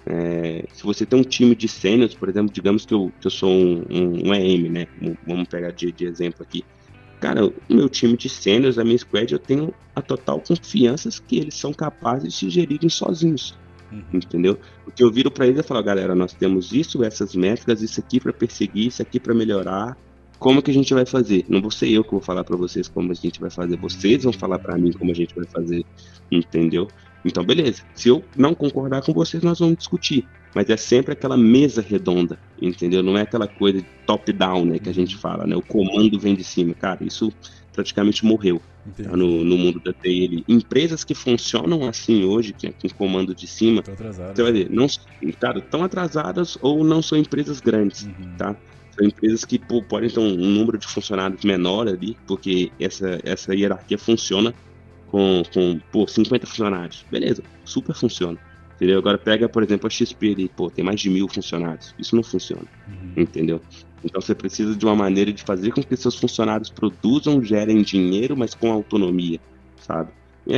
se você tem um time de sêniors, por exemplo, digamos que eu sou um EM, né? Vamos pegar de exemplo aqui. Cara, o meu time de sêniors, a minha squad, eu tenho a total confiança que eles são capazes de se gerirem sozinhos. Entendeu? O que eu viro para eles é falar, galera, nós temos isso, essas métricas, isso aqui para perseguir, isso aqui para melhorar. Como que a gente vai fazer? Não vou ser eu que vou falar para vocês como a gente vai fazer, vocês vão falar para mim como a gente vai fazer, entendeu? Então, beleza. Se eu não concordar com vocês, nós vamos discutir. Mas é sempre aquela mesa redonda, entendeu? Não é aquela coisa top-down, né, que a gente fala, né? O comando vem de cima. Cara, isso praticamente morreu, tá? No mundo da TI. Empresas que funcionam assim hoje, que é com comando de cima, você vai ver, não, cara, estão atrasadas ou não são empresas grandes, tá? São empresas que podem ter um número de funcionários menor ali, porque essa hierarquia funciona com 50 funcionários. Beleza, super funciona. Entendeu? Agora pega, por exemplo, a XP ali, tem mais de 1.000 funcionários. Isso não funciona, entendeu? Então você precisa de uma maneira de fazer com que seus funcionários produzam, gerem dinheiro, mas com autonomia, sabe?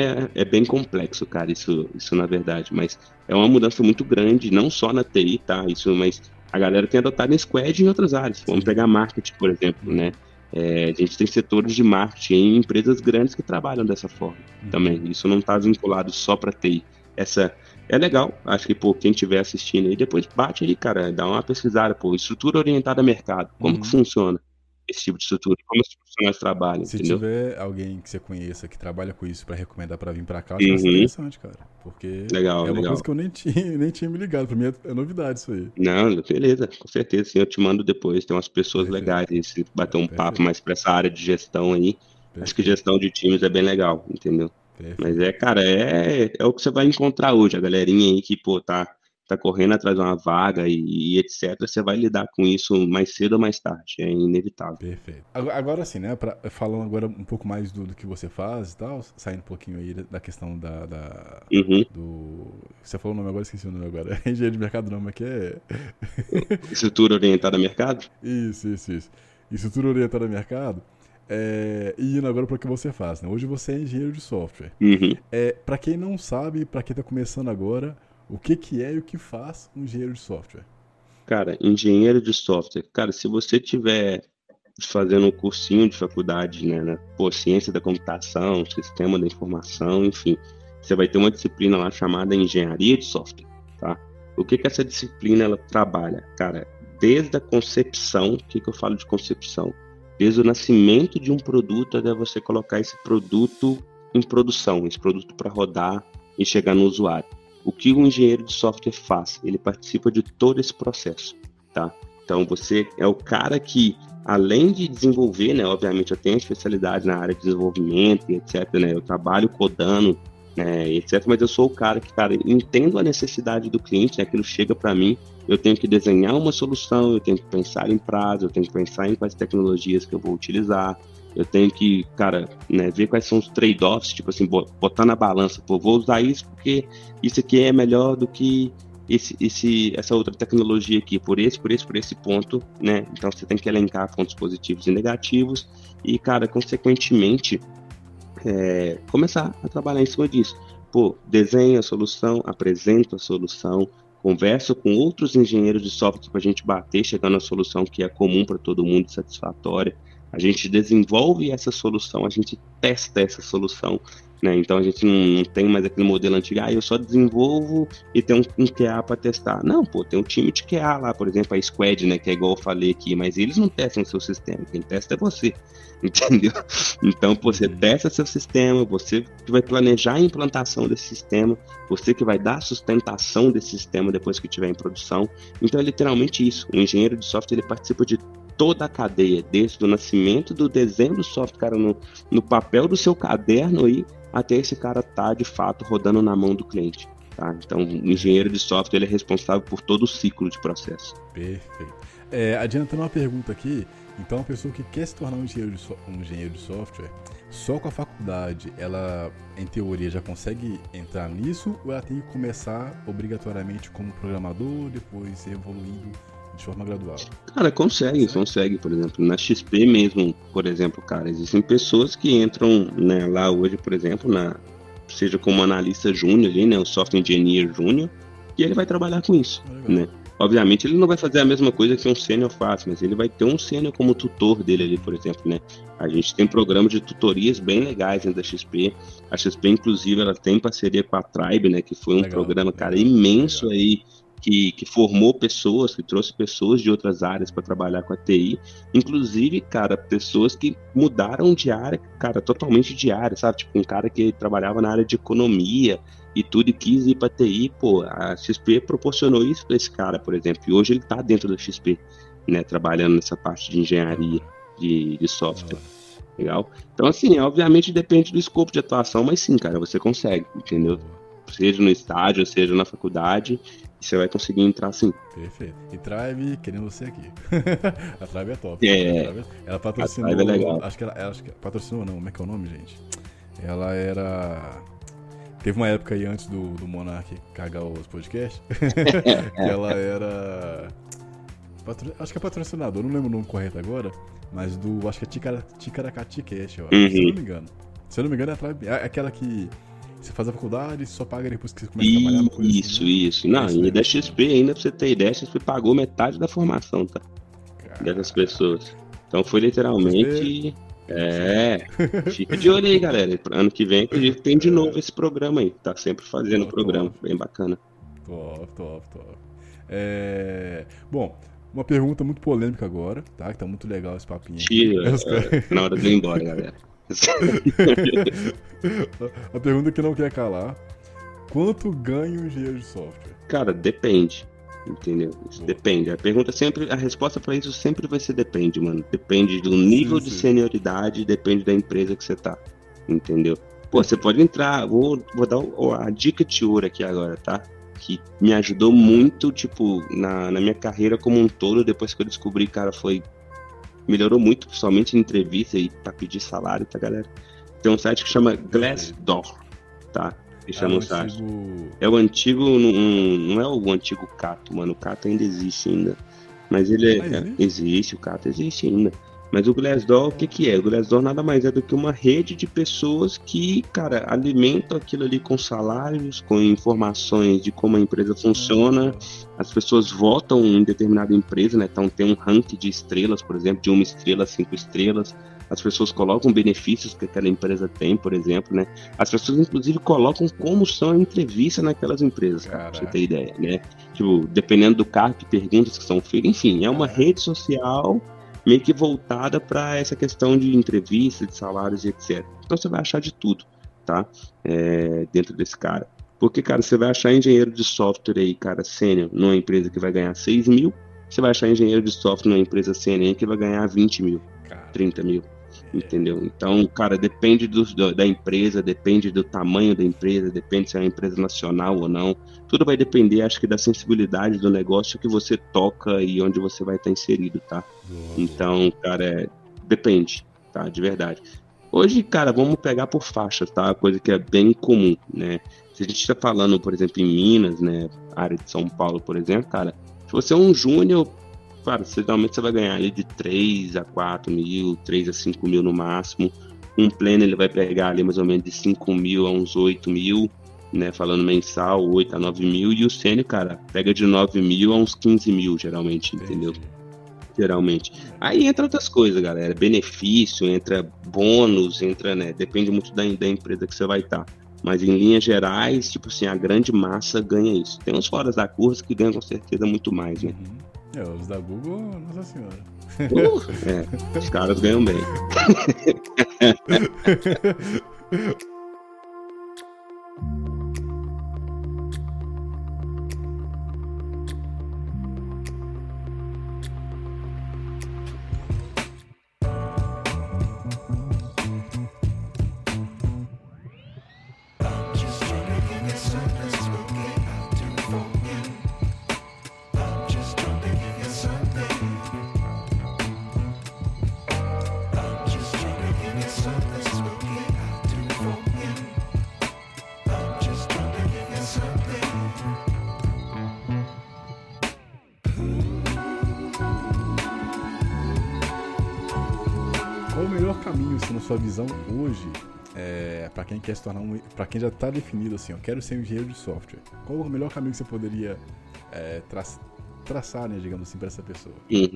É bem complexo, cara, isso na verdade, mas é uma mudança muito grande, não só na TI, tá? Mas a galera tem adotado em squad em outras áreas. Vamos pegar marketing, por exemplo, né? A gente tem setores de marketing em empresas grandes que trabalham dessa forma também. Isso não está vinculado só para TI. Essa é legal, acho que quem estiver assistindo aí, depois bate aí, cara, dá uma pesquisada, estrutura orientada a mercado, como que funciona esse tipo de estrutura, como os profissionais trabalham, se entendeu? tiver alguém que você conheça que trabalha com isso para recomendar para vir para cá, acho que vai ser interessante, cara, porque é uma coisa que eu nem tinha me ligado, para mim é novidade isso aí. Não, beleza, com certeza, sim, eu te mando depois, tem umas pessoas legais aí, se bater um papo mais para essa área de gestão aí, acho que gestão de times é bem legal, entendeu? Mas cara, é o que você vai encontrar hoje, a galerinha aí que, tá correndo atrás de uma vaga e etc, você vai lidar com isso mais cedo ou mais tarde, é inevitável. Perfeito. Agora sim, né, falando agora um pouco mais do que você faz e tal, saindo um pouquinho aí da questão do... Você falou o nome agora, esqueci o nome agora. Engenheiro de mercado não, mas que é... Estrutura orientada a mercado? Isso. Estrutura orientada a mercado. E indo agora para o que você faz, né? Hoje você é engenheiro de software. Para quem não sabe, para quem está começando agora, o que é e o que faz um engenheiro de software? Cara, engenheiro de software. Cara, se você tiver fazendo um cursinho de faculdade, né, ciência da computação, sistema da informação, enfim, você vai ter uma disciplina lá chamada engenharia de software, tá? O que essa disciplina ela trabalha? Cara, desde a concepção. O que eu falo de concepção? Desde o nascimento de um produto até você colocar esse produto em produção, esse produto para rodar e chegar no usuário. O que o engenheiro de software faz? Ele participa de todo esse processo, tá? Então, você é o cara que, além de desenvolver, né, obviamente eu tenho especialidade na área de desenvolvimento e etc, né, eu trabalho codando, né, etc, mas eu sou o cara que, cara, entendo a necessidade do cliente, né, aquilo chega para mim, eu tenho que desenhar uma solução, eu tenho que pensar em prazo, eu tenho que pensar em quais tecnologias que eu vou utilizar, eu tenho que, cara, né, ver quais são os trade-offs, tipo assim, botar na balança, pô, vou usar isso porque isso aqui é melhor do que essa outra tecnologia aqui, por esse ponto, né? Então você tem que elencar pontos positivos e negativos e, cara, consequentemente, começar a trabalhar em cima disso. Pô, desenho a solução, apresento a solução, converso com outros engenheiros de software para a gente bater, chegando à solução que é comum para todo mundo, satisfatória. A gente desenvolve essa solução, a gente testa essa solução, né? Então a gente não tem mais aquele modelo antigo, eu só desenvolvo e tem um QA para testar. Não, pô, tem um time de QA lá, por exemplo, a Squad, né, que é igual eu falei aqui, mas eles não testam o seu sistema, quem testa é você, entendeu? Então, pô, você testa seu sistema, você que vai planejar a implantação desse sistema, você que vai dar a sustentação desse sistema depois que estiver em produção. Então é literalmente isso, o engenheiro de software, ele participa de toda a cadeia, desde o nascimento do desenho do software, cara, no papel do seu caderno aí, até esse cara tá, de fato, rodando na mão do cliente, tá? Então, o engenheiro de software, ele é responsável por todo o ciclo de processo. Perfeito. Adiantando uma pergunta aqui, então a pessoa que quer se tornar um engenheiro de software, só com a faculdade, ela, em teoria, já consegue entrar nisso, ou ela tem que começar obrigatoriamente como programador, depois ir evoluindo de forma gradual? Cara, consegue, por exemplo, na XP mesmo, por exemplo, cara, existem pessoas que entram, né, lá hoje, por exemplo, seja como analista júnior ali, né, o software engineer júnior, e ele vai trabalhar com isso, né? Obviamente ele não vai fazer a mesma coisa que um sênior faz, mas ele vai ter um sênior como tutor dele ali, por exemplo, né? A gente tem programas de tutorias bem legais dentro da XP. A XP, inclusive, ela tem parceria com a Tribe, né, que foi um programa, cara, imenso aí, que formou pessoas, que trouxe pessoas de outras áreas para trabalhar com a TI, inclusive, cara, pessoas que mudaram de área, cara, totalmente de área, sabe? Tipo, um cara que trabalhava na área de economia e tudo, e quis ir para TI, pô, a XP proporcionou isso para esse cara, por exemplo, e hoje ele tá dentro da XP, né, trabalhando nessa parte de engenharia de software. Legal? Então, assim, obviamente depende do escopo de atuação, mas sim, cara, você consegue, entendeu? Seja no estágio, seja na faculdade, você vai conseguir entrar sim. Perfeito. E Tribe, querendo você aqui. A Tribe é top. Ela patrocinou. A Tribe é legal. Acho que patrocinou, não. Como é que é o nome, gente? Ela era. Teve uma época aí antes do Monark cagar os podcasts. Que ela era. Acho que é patrocinador, não lembro o nome correto agora. Mas acho que é Ticaracati Cash, ó. Se eu não me engano, é a Tribe. É aquela que. Você faz a faculdade e só paga depois que você começa a trabalhar uma coisa Isso. Não, e da XP ainda, pra você ter ideia, a XP pagou metade da formação, tá? Dessas pessoas. Então foi literalmente... Fica de olho aí, galera. Ano que vem, acredito que tem de novo esse programa aí. Tá sempre fazendo o programa, bem bacana. Top. Bom, uma pergunta muito polêmica agora, tá? Que tá muito legal esse papinho aqui. Na hora de ir embora, galera. A pergunta que não quer calar: quanto ganha um engenheiro de software? Cara, depende, entendeu? Depende. A resposta pra isso sempre vai ser depende, mano. Depende do nível de senioridade, depende da empresa que você tá, entendeu? Pô, você pode entrar, vou dar a dica de ouro aqui agora, tá? Que me ajudou muito, tipo, na minha carreira como um todo, depois que eu descobri, cara, melhorou muito, principalmente em entrevista e pra pedir salário, tá, galera? Tem um site que chama Glassdoor, tá? Deixa no site. É o antigo, não é o antigo Cato, mano. O Cato ainda existe ainda. Mas ele existe, o Cato existe ainda. Mas o Glassdoor, o que é? O Glassdoor nada mais é do que uma rede de pessoas que, cara, alimentam aquilo ali com salários, com informações de como a empresa funciona. As pessoas votam em determinada empresa, né? Então tem um ranking de estrelas, por exemplo, de 1 estrela a 5 estrelas. As pessoas colocam benefícios que aquela empresa tem, por exemplo, né? As pessoas, inclusive, colocam como são a entrevista naquelas empresas, pra você ter ideia, né? tipo, dependendo do cargo, perguntas que são feitas, enfim, é uma rede social meio que voltada para essa questão de entrevistas, de salários e etc. Então você vai achar de tudo, tá? Dentro desse cara. Porque, cara, você vai achar engenheiro de software aí, cara, sênior, numa empresa que vai ganhar 6 mil, você vai achar engenheiro de software numa empresa sênior que vai ganhar 20 mil, 30 mil. Entendeu? Então, cara, depende da empresa, depende do tamanho da empresa, depende se é uma empresa nacional ou não. Tudo vai depender, acho que, da sensibilidade do negócio que você toca e onde você vai estar inserido, tá? Então, cara, depende, tá? De verdade. Hoje, cara, vamos pegar por faixas, tá? Coisa que é bem comum, né? Se a gente está falando, por exemplo, em Minas, né? Área de São Paulo, por exemplo, cara, se você é um júnior, claro, geralmente você vai ganhar ali de 3 a 4 mil, 3 a 5 mil no máximo. Um pleno ele vai pegar ali mais ou menos de 5 mil a uns 8 mil, né? Falando mensal, 8 a 9 mil. E o sênior, cara, pega de 9 mil a uns 15 mil, geralmente, entendeu? Geralmente. Aí entra outras coisas, galera. Benefício, entra bônus, entra, né? Depende muito da empresa que você vai estar. Mas em linhas gerais, tipo assim, a grande massa ganha isso. Tem uns fora da curva que ganham com certeza muito mais, né? Os da Google, nossa senhora. Os caras ganham bem. Qual o melhor caminho, assim, na sua visão hoje, para quem quer se tornar para quem já está definido assim, eu quero ser um engenheiro de software? Qual o melhor caminho que você poderia traçar, né, digamos assim, para essa pessoa?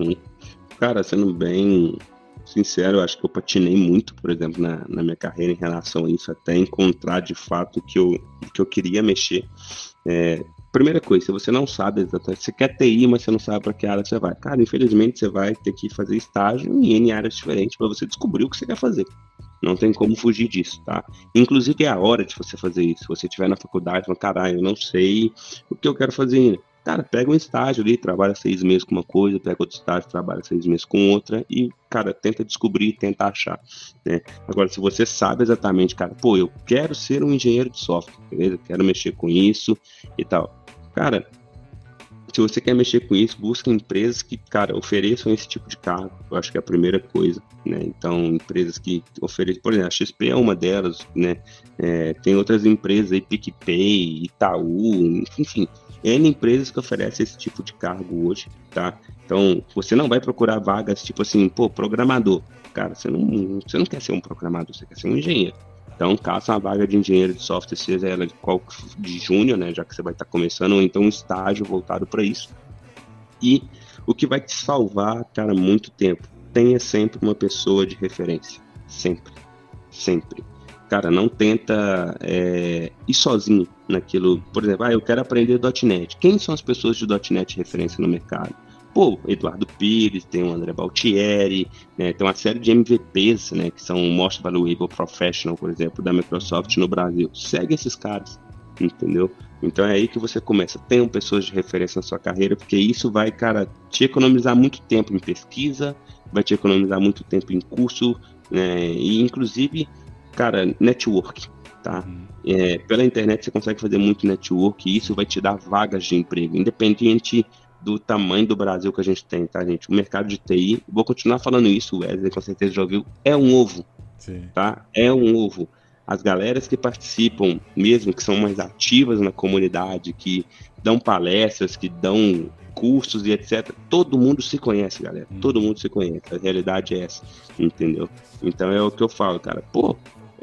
Cara, sendo bem sincero, eu acho que eu patinei muito, por exemplo, na minha carreira em relação a isso, até encontrar de fato o que eu queria mexer. Primeira coisa, se você não sabe exatamente, você quer TI, mas você não sabe para que área você vai. Cara, infelizmente você vai ter que fazer estágio em N áreas diferentes para você descobrir o que você quer fazer. Não tem como fugir disso, tá? Inclusive é a hora de você fazer isso. Se você estiver na faculdade, fala, caralho, eu não sei o que eu quero fazer ainda. Cara, pega um estágio ali, trabalha 6 meses com uma coisa, pega outro estágio, trabalha 6 meses com outra e, cara, tenta descobrir, tenta achar, né? Agora, se você sabe exatamente, cara, pô, eu quero ser um engenheiro de software, beleza? Quero mexer com isso e tal. Cara, se você quer mexer com isso, busca empresas que, cara, ofereçam esse tipo de cargo. Eu acho que é a primeira coisa, né? Então, empresas que oferecem, por exemplo, a XP é uma delas, né? Tem outras empresas aí, PicPay, Itaú, enfim, N empresas que oferecem esse tipo de cargo hoje, tá? Então, você não vai procurar vagas tipo assim, pô, programador. Cara, você não quer ser um programador, você quer ser um engenheiro. Então, caça uma vaga de engenheiro de software, seja ela de júnior, né, já que você vai estar começando, ou então um estágio voltado para isso. E o que vai te salvar, cara, muito tempo, tenha sempre uma pessoa de referência. Sempre. Sempre. Cara, não tenta ir sozinho naquilo. Por exemplo, eu quero aprender .NET. Quem são as pessoas de .NET referência no mercado? Pô, Eduardo Pires, tem o André Baltieri, né, tem uma série de MVPs, né, que são o Most Valuable Professional, por exemplo, da Microsoft no Brasil. Segue esses caras, entendeu? Então é aí que você começa. Tenham pessoas de referência na sua carreira, porque isso vai, cara, te economizar muito tempo em pesquisa, vai te economizar muito tempo em curso, né, e inclusive, cara, network, tá? Pela internet você consegue fazer muito network e isso vai te dar vagas de emprego, independente do tamanho do Brasil que a gente tem, tá, gente? O mercado de TI, vou continuar falando isso, o Wesley com certeza já ouviu, é um ovo, Sim. Tá? É um ovo. As galeras que participam, mesmo que são mais ativas na comunidade, que dão palestras, que dão cursos e etc, todo mundo se conhece, galera. Todo mundo se conhece. A realidade é essa, entendeu? Então é o que eu falo, cara. Pô,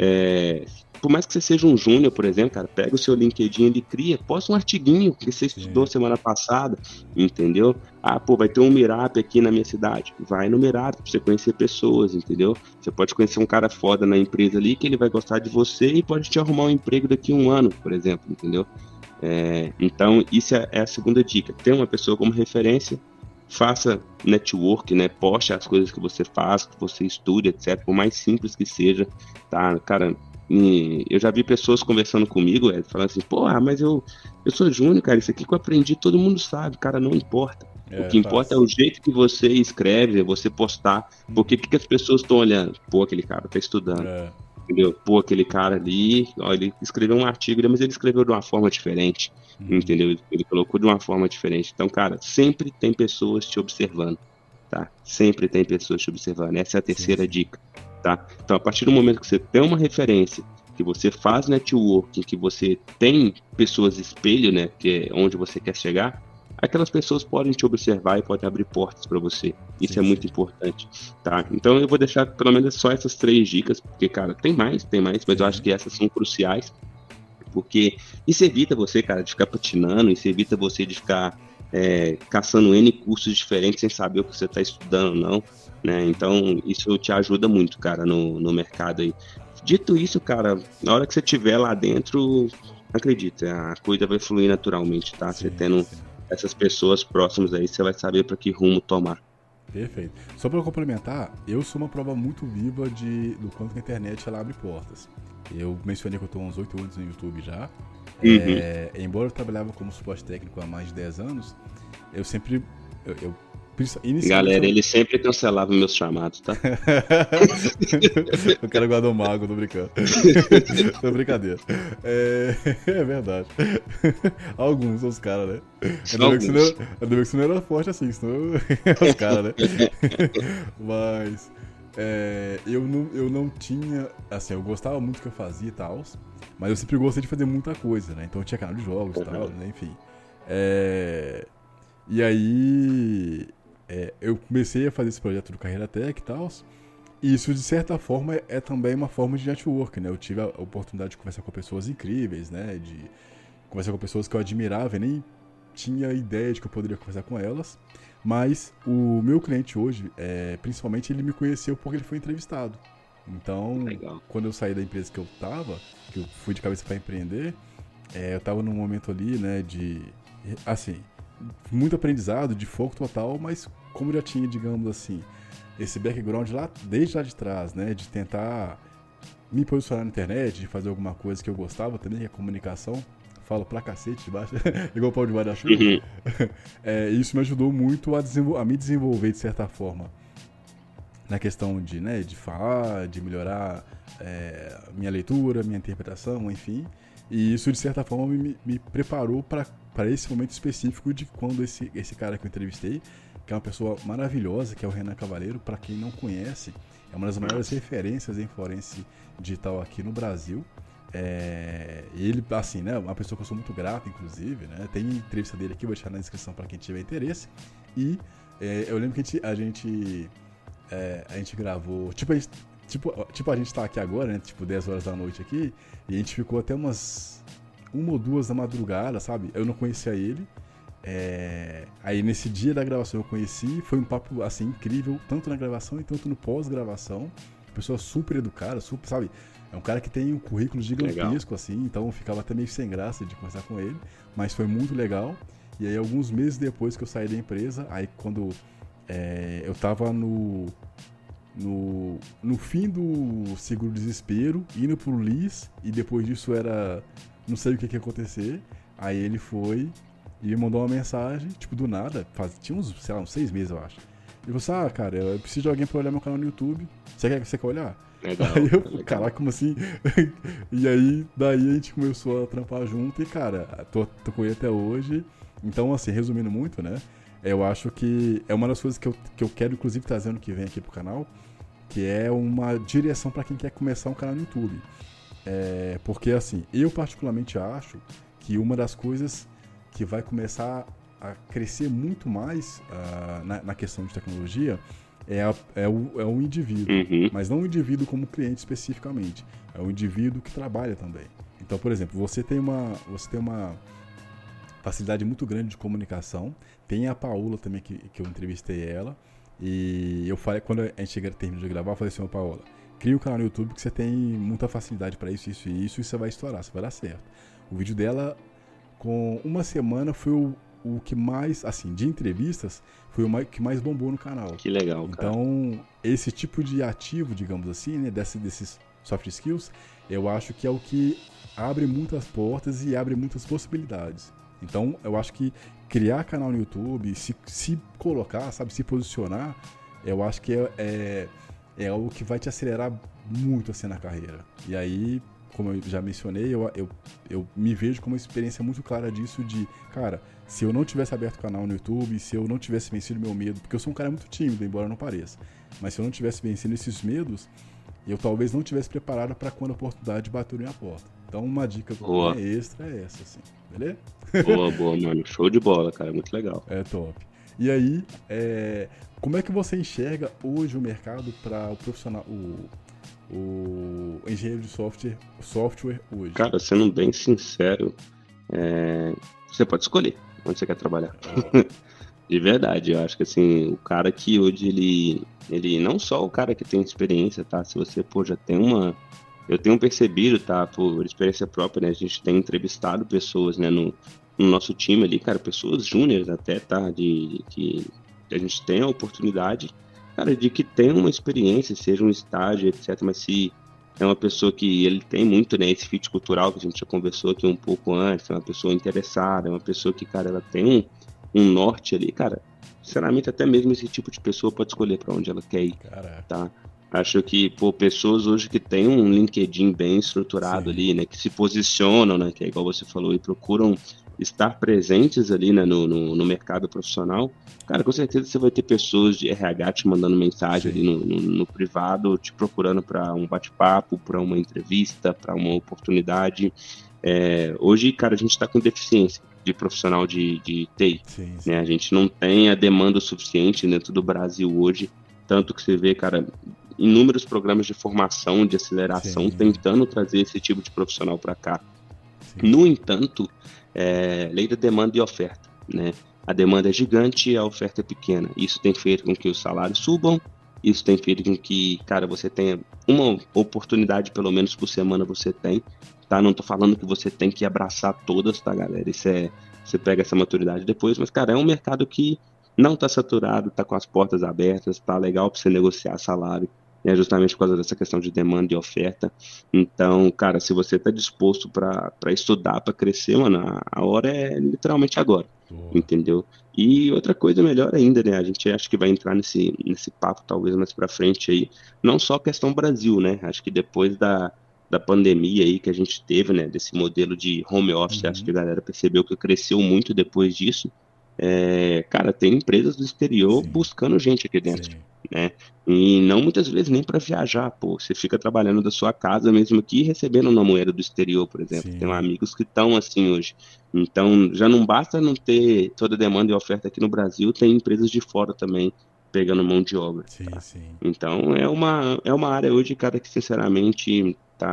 por mais que você seja um júnior, por exemplo, cara, pega o seu LinkedIn e cria, posta um artiguinho que você estudou semana passada, entendeu? Vai ter um meetup aqui na minha cidade. Vai no meetup pra você conhecer pessoas, entendeu? Você pode conhecer um cara foda na empresa ali que ele vai gostar de você e pode te arrumar um emprego daqui a um ano, por exemplo, entendeu? Então, isso é a segunda dica. Ter uma pessoa como referência, faça network, né? Poste as coisas que você faz, que você estuda, etc. Por mais simples que seja, tá? Cara, eu já vi pessoas conversando comigo, falando assim, pô, mas eu sou júnior, cara, isso aqui que eu aprendi, todo mundo sabe, cara, não importa. O que importa é o jeito que você escreve, é você postar, porque o que as pessoas estão olhando? Pô, aquele cara tá estudando. Entendeu? Pô, aquele cara ali, ó, ele escreveu um artigo, mas ele escreveu de uma forma diferente, entendeu? Ele colocou de uma forma diferente. Então, cara, sempre tem pessoas te observando, tá? Sempre tem pessoas te observando. Essa é a terceira dica, tá? Então, a partir do momento que você tem uma referência, que você faz networking, que você tem pessoas espelho, né, que é onde você quer chegar, aquelas pessoas podem te observar e podem abrir portas para você. Isso é muito importante, tá? Então eu vou deixar pelo menos só essas 3 dicas, porque, cara, tem mais, mas eu acho que essas são cruciais, porque isso evita você, cara, de ficar patinando, isso evita você de ficar caçando N cursos diferentes sem saber o que você está estudando, não, né? Então isso te ajuda muito, cara, no mercado aí. Dito isso, cara, na hora que você estiver lá dentro, acredita, a coisa vai fluir naturalmente, tá? Você tendo essas pessoas próximas aí, você vai saber para que rumo tomar. Perfeito. Só para complementar, eu sou uma prova muito viva do quanto que a internet ela abre portas. Eu mencionei que eu estou há uns 8 anos no YouTube já. Embora eu trabalhava como suporte técnico há mais de 10 anos, eu sempre... Galera, ele sempre cancelava meus chamados, tá? O cara guardou mago, tô brincando. Tô brincadeira. É verdade. Alguns são os caras, né? Ainda bem que você não era forte assim, senão os caras, né? Mas eu não tinha... Assim, eu gostava muito do que eu fazia e tal, mas eu sempre gostei de fazer muita coisa, né? Então eu tinha canal de jogos e tal, né? Enfim. E aí... eu comecei a fazer esse projeto do Carreira Tech e tal, e isso de certa forma é também uma forma de network, né? Eu tive a oportunidade de conversar com pessoas incríveis, né? De conversar com pessoas que eu admirava e nem tinha ideia de que eu poderia conversar com elas, mas o meu cliente hoje, principalmente, ele me conheceu porque ele foi entrevistado. Então, quando eu saí da empresa que eu fui de cabeça para empreender, eu tava num momento ali, né, de, assim, muito aprendizado, de foco total, mas como já tinha, digamos assim, esse background desde lá de trás, né, de tentar me posicionar na internet, de fazer alguma coisa que eu gostava também, que é comunicação, falo pra cacete de baixo, igual o pau de baixo da chuva, isso me ajudou muito a me desenvolver de certa forma, na questão de falar, de melhorar minha leitura, minha interpretação, enfim, e isso de certa forma me preparou para esse momento específico de quando esse cara que eu entrevistei, que é uma pessoa maravilhosa, que é o Renan Cavaleiro, para quem não conhece, é uma das maiores referências em forense digital aqui no Brasil. Ele, assim, né, uma pessoa que eu sou muito grato, inclusive, né, tem entrevista dele aqui, vou deixar na descrição para quem tiver interesse. E eu lembro que a gente gravou, tipo a gente tá aqui agora, né, tipo 10 horas da noite aqui, e a gente ficou até umas 1 ou 2 da madrugada, sabe? Eu não conhecia ele. Aí nesse dia da gravação eu conheci, foi um papo assim incrível, tanto na gravação e tanto no pós-gravação. Pessoa super educada, super, sabe? É um cara que tem um currículo gigantesco, assim, então eu ficava até meio sem graça de conversar com ele, mas foi muito legal. E aí alguns meses depois que eu saí da empresa, aí quando eu tava no fim do seguro-desespero, indo pro LIS, e depois disso não sei o que ia acontecer, aí ele foi e me mandou uma mensagem, tipo, do nada, tinha uns 6 meses, eu acho. Ele falou assim, cara, eu preciso de alguém pra olhar meu canal no YouTube, você quer olhar? Legal, aí eu, caraca, como assim? E aí, daí a gente começou a trampar junto e, cara, tô com ele até hoje. Então, assim, resumindo muito, né, eu acho que é uma das coisas que eu quero, inclusive, trazer ano que vem aqui pro canal, que é uma direção pra quem quer começar um canal no YouTube. Porque, assim, eu particularmente acho que uma das coisas que vai começar a crescer muito mais na questão de tecnologia é o indivíduo, mas não o indivíduo como cliente especificamente, é o indivíduo que trabalha também. Então, por exemplo, você tem uma facilidade muito grande de comunicação, tem a Paola também, que eu entrevistei ela, e eu falei, quando a gente terminou de gravar, eu falei assim, Paola, cria um canal no YouTube que você tem muita facilidade para isso e você vai estourar, você vai dar certo. O vídeo dela com uma semana foi o que mais, assim, de entrevistas, foi o que mais bombou no canal. Que legal, cara. Então, esse tipo de ativo, digamos assim, né, desses soft skills, eu acho que é o que abre muitas portas e abre muitas possibilidades. Então, eu acho que criar canal no YouTube, se colocar, sabe, se posicionar, eu acho que é algo que vai te acelerar muito assim na carreira. E aí, como eu já mencionei, eu me vejo com uma experiência muito clara disso de, cara, se eu não tivesse aberto o canal no YouTube, se eu não tivesse vencido meu medo, porque eu sou um cara muito tímido, embora não pareça, mas se eu não tivesse vencido esses medos, eu talvez não tivesse preparado para quando a oportunidade bateu na minha porta. Então, uma dica extra é essa, assim, beleza? Boa, mano. Show de bola, cara. Muito legal. É top. E aí, como é que você enxerga hoje o mercado para o profissional, o engenheiro de software hoje? Cara, sendo bem sincero, você pode escolher onde você quer trabalhar. De verdade, eu acho que assim, o cara que hoje ele não só o cara que tem experiência, tá? Se você, já tem eu tenho percebido, tá, por experiência própria, né? A gente tem entrevistado pessoas, né, no nosso time ali, cara, pessoas júniores até, tá? Que a gente tem a oportunidade, cara, de que tem uma experiência, seja um estágio, etc. Mas se é uma pessoa que ele tem muito, né, esse fit cultural que a gente já conversou aqui um pouco antes, é uma pessoa interessada, é uma pessoa que, cara, ela tem um norte ali, cara, sinceramente, até mesmo esse tipo de pessoa pode escolher para onde ela quer ir, tá? Acho que, pessoas hoje que têm um LinkedIn bem estruturado ali, né, que se posicionam, né, que é igual você falou, e procuram estar presentes ali, né, no mercado profissional, cara, com certeza você vai ter pessoas de RH te mandando mensagem ali no privado, te procurando para um bate-papo, para uma entrevista, para uma oportunidade. Hoje, cara, a gente está com deficiência de profissional de TI, né, a gente não tem a demanda suficiente dentro do Brasil hoje, tanto que você vê, cara, inúmeros programas de formação, de aceleração, tentando trazer esse tipo de profissional para cá. No entanto, lei da demanda e oferta, né? A demanda é gigante e a oferta é pequena. Isso tem feito com que os salários subam, isso tem feito com que, cara, você tenha uma oportunidade, pelo menos por semana você tem, tá? Não tô falando que você tem que abraçar todas, tá, galera? Isso você pega essa maturidade depois, mas, cara, é um mercado que não tá saturado, tá com as portas abertas, tá legal para você negociar salário, né, justamente por causa dessa questão de demanda e oferta. Então, cara, se você tá disposto para estudar, para crescer, mano, a hora é literalmente agora, entendeu? E outra coisa melhor ainda, né, a gente acha que vai entrar nesse papo talvez mais para frente aí, não só questão Brasil, né, acho que depois da pandemia aí que a gente teve, né, desse modelo de home office, acho que a galera percebeu que cresceu muito depois disso. Cara, tem empresas do exterior buscando gente aqui dentro, né? E não muitas vezes nem para viajar, você fica trabalhando da sua casa mesmo aqui, recebendo uma moeda do exterior, por exemplo. Tenho amigos que estão assim hoje. Então, já não basta não ter toda a demanda e oferta aqui no Brasil, tem empresas de fora também pegando mão de obra. Tá? Então, é uma área hoje, cara, que sinceramente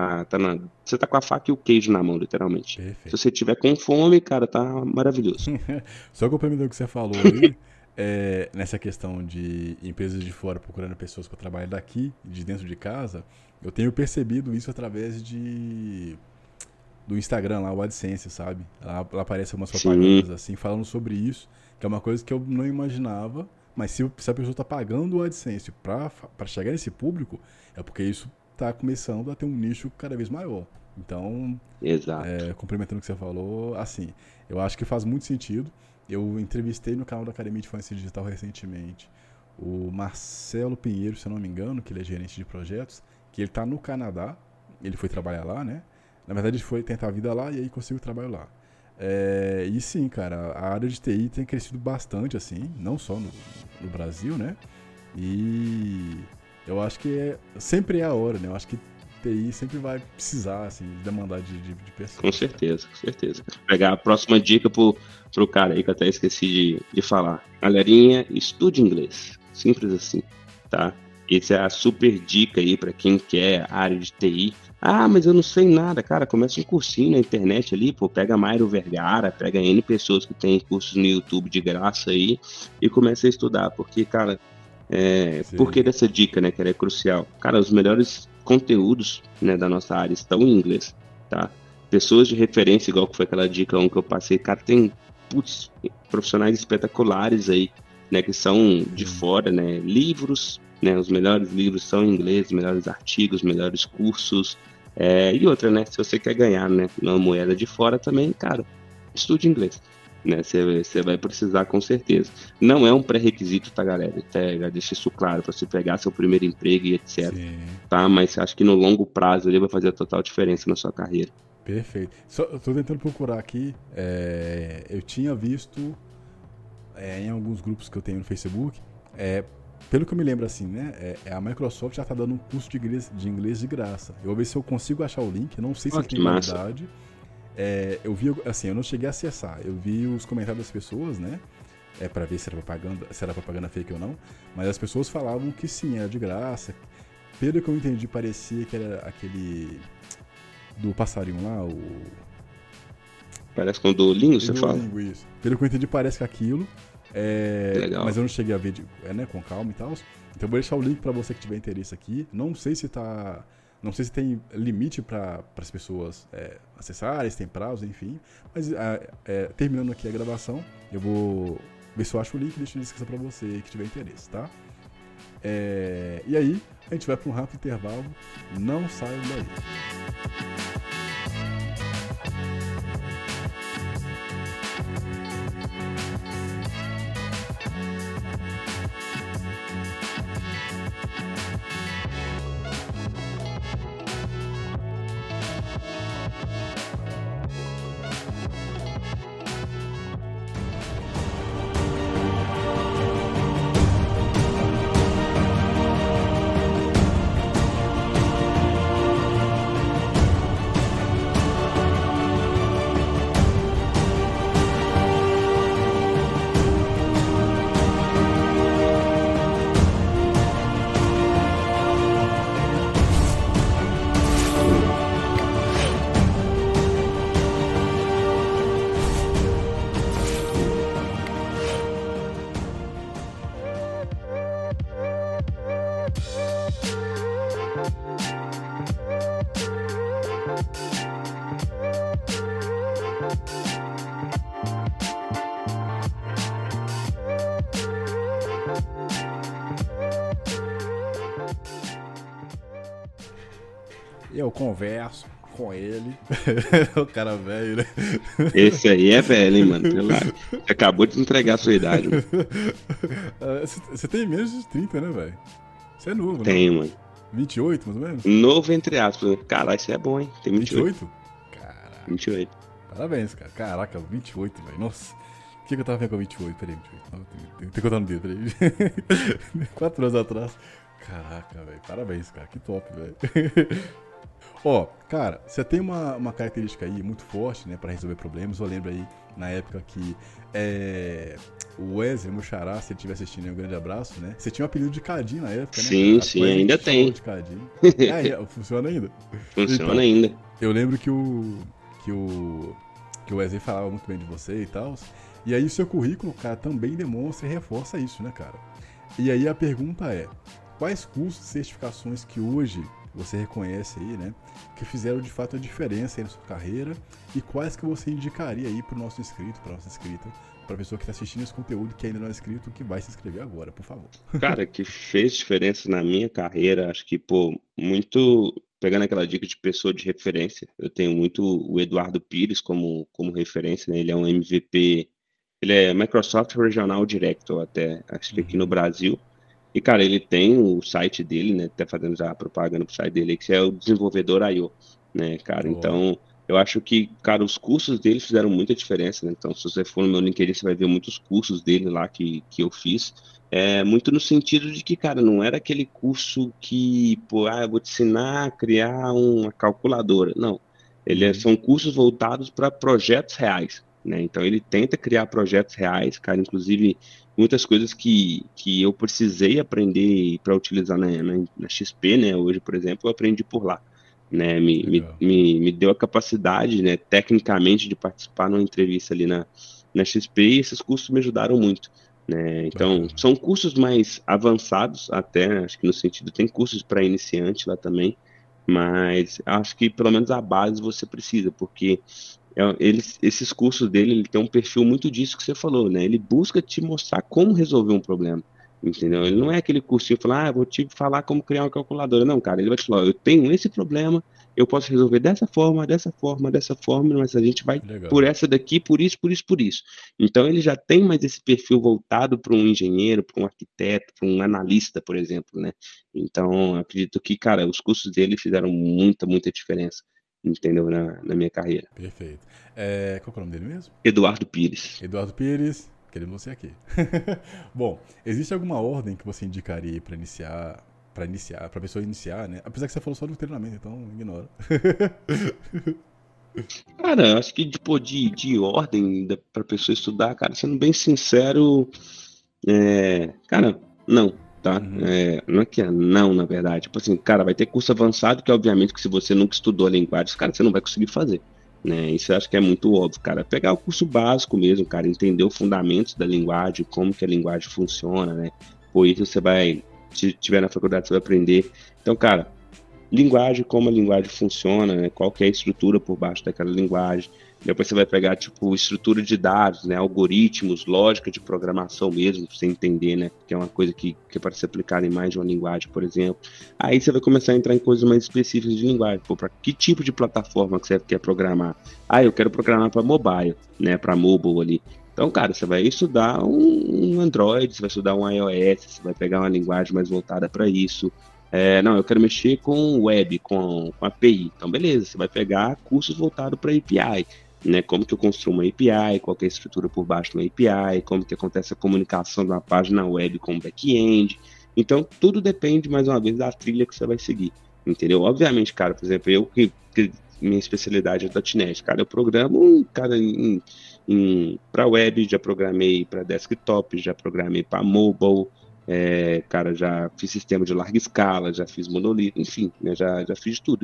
você tá com a faca e o queijo na mão, literalmente. Perfeito. Se você tiver com fome, cara, tá maravilhoso. Só complementando o que você falou aí, nessa questão de empresas de fora procurando pessoas para trabalhar daqui, de dentro de casa, eu tenho percebido isso através do Instagram lá, o AdSense, sabe? Lá aparecem umas propagandas assim, falando sobre isso, que é uma coisa que eu não imaginava, mas se a pessoa está pagando o AdSense para chegar nesse público, é porque isso está começando a ter um nicho cada vez maior. Então, complementando o que você falou, assim, eu acho que faz muito sentido. Eu entrevistei no canal da Academia de Fluência Digital recentemente o Marcelo Pinheiro, se eu não me engano, que ele é gerente de projetos, que ele está no Canadá, ele foi trabalhar lá, né? Na verdade, ele foi tentar a vida lá e aí conseguiu trabalho lá. E sim, cara, a área de TI tem crescido bastante, assim, não só no Brasil, né? E eu acho que sempre é a hora, né? Eu acho que TI sempre vai precisar, assim, demandar de pessoas. Com certeza, com certeza. Vou pegar a próxima dica pro cara aí que eu até esqueci de falar. Galerinha, estude inglês. Simples assim, tá? Essa é a super dica aí para quem quer a área de TI. Ah, mas eu não sei nada, cara. Começa um cursinho na internet ali, pega Mairo Vergara, pega N pessoas que tem cursos no YouTube de graça aí e começa a estudar, porque, cara, por que dessa dica, né, que ela é crucial? Cara, os melhores conteúdos, né, da nossa área estão em inglês, tá? pessoas de referência, igual que foi aquela dica que eu passei, cara, tem, putz, profissionais espetaculares aí, né, que são de fora, né, livros, né, os melhores livros são em inglês, os melhores artigos, os melhores cursos, e outra, né, se você quer ganhar, né, uma moeda de fora também, cara, estude inglês, né, você vai precisar com certeza. Não é um pré-requisito, tá, galera? Até já deixa isso claro, para você pegar seu primeiro emprego e etc, Sim. tá? Mas acho que no longo prazo ele vai fazer a total diferença na sua carreira. Perfeito. Eu tô tentando procurar aqui, eu tinha visto em alguns grupos que eu tenho no Facebook, pelo que eu me lembro assim, né, a Microsoft já tá dando um curso de inglês de graça. Eu vou ver se eu consigo achar o link, não sei se ele tem validade. Eu vi, assim, eu não cheguei a acessar, eu vi os comentários das pessoas, né, para ver se era propaganda fake ou não, mas as pessoas falavam que sim, era de graça. Pelo que eu entendi, parecia que era aquele do passarinho lá, Parece com o Duolingo, você fala? Isso. Pelo que eu entendi, parece que aquilo, Legal. mas eu não cheguei a ver né, com calma e tal. Então eu vou deixar o link para você que tiver interesse aqui. Não sei se tem limite para as pessoas acessarem, se tem prazo, enfim. Mas terminando aqui a gravação, eu vou ver se eu acho o link e deixo na descrição para você que tiver interesse, tá? E aí, a gente vai para um rápido intervalo. Não saiam daí. Eu converso com ele. O cara velho, né? Esse aí é velho, hein, mano? Você acabou de entregar a sua idade, mano. Você tem menos de 30, né, velho? Você é novo, né? Tenho, mano. 28, mais ou menos? Novo, entre aspas. Caralho, isso é bom, hein? Tem 28. Caraca. 28. Parabéns, cara. Caraca, 28, velho. Nossa. O que eu tava vendo com 28? Peraí, 28. Não, tem que contar no dedo, peraí. 4 anos atrás. Caraca, velho. Parabéns, cara. Que top, velho. Ó, cara, você tem uma característica aí muito forte, né, pra resolver problemas. Eu lembro aí, na época que o Wesley, meu xará, se ele estiver assistindo aí, um grande abraço, né? Você tinha um apelido de Cadinho na época, né? Sim, sim, ainda tem. De Cadinho. Funciona ainda? Funciona então, ainda. Eu lembro que o Wesley falava muito bem de você e tal. E aí o seu currículo, cara, também demonstra e reforça isso, né, cara? E aí a pergunta é, quais cursos e certificações que hoje você reconhece aí, né, que fizeram de fato a diferença aí na sua carreira e quais que você indicaria aí pro nosso inscrito, pra nossa inscrita, pra pessoa que tá assistindo esse conteúdo que ainda não é inscrito, que vai se inscrever agora, por favor. Cara, que fez diferença na minha carreira, acho que, pô, muito pegando aquela dica de pessoa de referência, eu tenho muito o Eduardo Pires como referência, né? Ele é um MVP, ele é Microsoft Regional Director até, acho que aqui no Brasil. E, cara, ele tem o site dele, né? Até fazendo já propaganda pro site dele, que é o Desenvolvedor.io, né, cara? Então, eu acho que, cara, os cursos dele fizeram muita diferença, né? Então, se você for no meu LinkedIn, você vai ver muitos cursos dele lá que eu fiz. Muito no sentido de que, cara, não era aquele curso que, pô, eu vou te ensinar a criar uma calculadora. Não. São cursos voltados para projetos reais, né? Então, ele tenta criar projetos reais, cara, inclusive muitas coisas que eu precisei aprender para utilizar na XP, né? Hoje, por exemplo, eu aprendi por lá, né? Me deu a capacidade, né, tecnicamente, de participar numa entrevista ali na XP, e esses cursos me ajudaram muito, né? Então, são cursos mais avançados até, acho que no sentido, tem cursos para iniciante lá também, Mas acho que pelo menos a base você precisa, porque esses cursos dele, ele tem um perfil muito disso que você falou, né? Ele busca te mostrar como resolver um problema, entendeu? Ele não é aquele cursinho que fala, vou te falar como criar uma calculadora. Não, cara, ele vai te falar, eu tenho esse problema, eu posso resolver dessa forma, dessa forma, dessa forma, mas a gente vai por Legal. essa daqui, por isso, por isso, por isso. Então ele já tem mais esse perfil voltado para um engenheiro, para um arquiteto, para um analista, por exemplo, né? Então, acredito que, cara, os cursos dele fizeram muita, muita diferença, entendeu? Na minha carreira. Perfeito. Qual que é o nome dele mesmo? Eduardo Pires. Eduardo Pires. Queremos você aqui. Bom, existe alguma ordem que você indicaria aí pra pessoa iniciar, né? Apesar que você falou só do treinamento, então ignora. Cara, acho que tipo, de ordem pra pessoa estudar, cara, sendo bem sincero, cara, não, tá? Uhum. Não é que é não, na verdade. Tipo assim, cara, vai ter curso avançado que, obviamente, que se você nunca estudou a linguagem, cara, você não vai conseguir fazer, né? Isso eu acho que é muito óbvio, cara. Pegar o curso básico mesmo, cara, entender os fundamentos da linguagem, como que a linguagem funciona, né? Por isso você vai, se tiver na faculdade, você vai aprender. Então, cara, linguagem, como a linguagem funciona, né? Qual que é a estrutura por baixo daquela linguagem. Depois você vai pegar, tipo, estrutura de dados, né? Algoritmos, lógica de programação mesmo, pra você entender, né? Que é uma coisa que é para ser aplicada em mais de uma linguagem, por exemplo. Aí você vai começar a entrar em coisas mais específicas de linguagem. Pô, para que tipo de plataforma que você quer programar? Eu quero programar para mobile, né? Para mobile ali. Então, cara, você vai estudar um Android, você vai estudar um iOS, você vai pegar uma linguagem mais voltada para isso. Não, eu quero mexer com web, com API. Então, beleza, você vai pegar cursos voltados para API, né? Como que eu construo uma API, qual que é a estrutura por baixo de uma API, como que acontece a comunicação de uma página web com o back-end. Então, tudo depende, mais uma vez, da trilha que você vai seguir, entendeu? Obviamente, cara, por exemplo, eu que minha especialidade é .NET, cara, eu programo, cara, para web, já programei para desktop, já programei para mobile, cara, já fiz sistema de larga escala, já fiz monolito, enfim, né, já fiz tudo.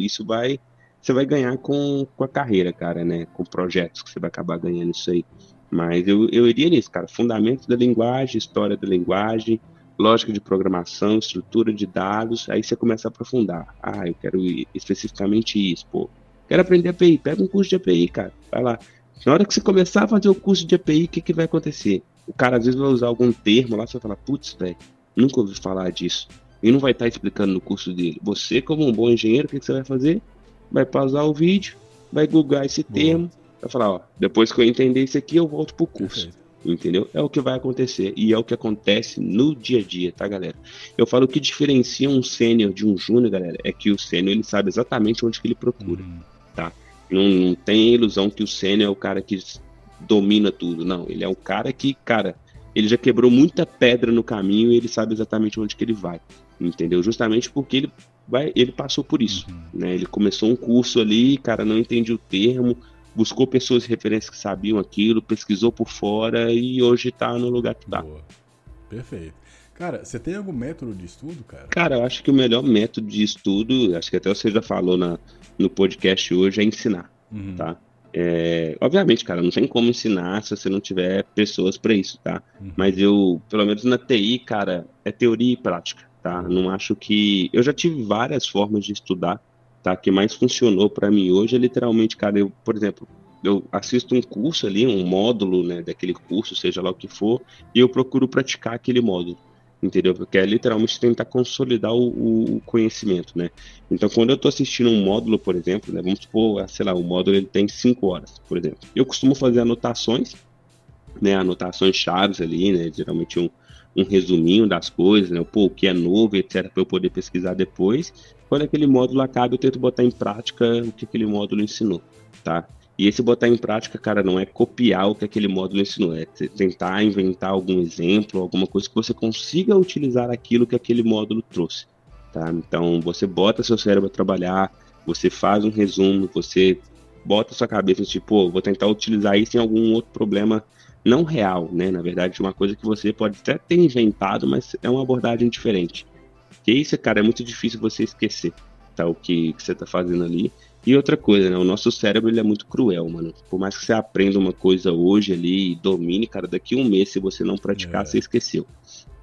Você vai ganhar com a carreira, cara, né? Com projetos que você vai acabar ganhando isso aí. Mas eu iria nisso, cara. Fundamentos da linguagem, história da linguagem, lógica de programação, estrutura de dados. Aí você começa a aprofundar. Eu quero ir especificamente isso, pô. Quero aprender API. Pega um curso de API, cara. Vai lá. Na hora que você começar a fazer o curso de API, o que vai acontecer? O cara às vezes vai usar algum termo lá, você vai falar, putz, velho, nunca ouvi falar disso. E não vai estar explicando no curso dele. Você, como um bom engenheiro, o que você vai fazer? Vai pausar o vídeo, vai googar esse Boa. termo, vai falar, depois que eu entender isso aqui, eu volto pro curso. Perfeito. Entendeu? É o que vai acontecer. E é o que acontece no dia a dia, tá, galera? Eu falo que diferencia um sênior de um júnior, galera, é que o sênior ele sabe exatamente onde que ele procura, tá? Não tem ilusão que o sênior é o cara que domina tudo. Não, ele é o cara que, cara, ele já quebrou muita pedra no caminho e ele sabe exatamente onde que ele vai. Entendeu? Justamente porque ele passou por isso, né? Ele começou um curso ali, cara, não entendia o termo, buscou pessoas de referência que sabiam aquilo, pesquisou por fora e hoje tá no lugar que tá. Boa. Perfeito. Cara, você tem algum método de estudo, cara? Cara, eu acho que o melhor método de estudo, acho que até você já falou no podcast hoje, é ensinar, tá? Obviamente, cara, não tem como ensinar se você não tiver pessoas para isso, tá? Mas pelo menos na TI, cara, é teoria e prática, tá? Não acho que... Eu já tive várias formas de estudar, tá? Que mais funcionou para mim hoje é literalmente, cara, por exemplo, eu assisto um curso ali, um módulo, né, daquele curso, seja lá o que for, e eu procuro praticar aquele módulo. Entendeu? Porque é literalmente tentar consolidar o conhecimento, né? Então, quando eu estou assistindo um módulo, por exemplo, né, vamos supor, sei lá, o módulo ele tem 5 horas, por exemplo. Eu costumo fazer anotações, né? Anotações chaves ali, né? Geralmente um resuminho das coisas, né? Pô, o que é novo, etc., para eu poder pesquisar depois. Quando aquele módulo acaba, eu tento botar em prática o que aquele módulo ensinou, tá? E esse botar em prática, cara, não é copiar o que aquele módulo ensinou, é tentar inventar algum exemplo, alguma coisa que você consiga utilizar aquilo que aquele módulo trouxe, tá? Então, você bota seu cérebro a trabalhar, você faz um resumo, você bota sua cabeça, tipo, vou tentar utilizar isso em algum outro problema não real, né? Na verdade, uma coisa que você pode até ter inventado, mas é uma abordagem diferente. Que isso, cara, é muito difícil você esquecer, tá? O que você tá fazendo ali. E outra coisa, né? O nosso cérebro, ele é muito cruel, mano. Por mais que você aprenda uma coisa hoje ali e domine, cara, daqui a um mês, se você não praticar, você esqueceu, tá?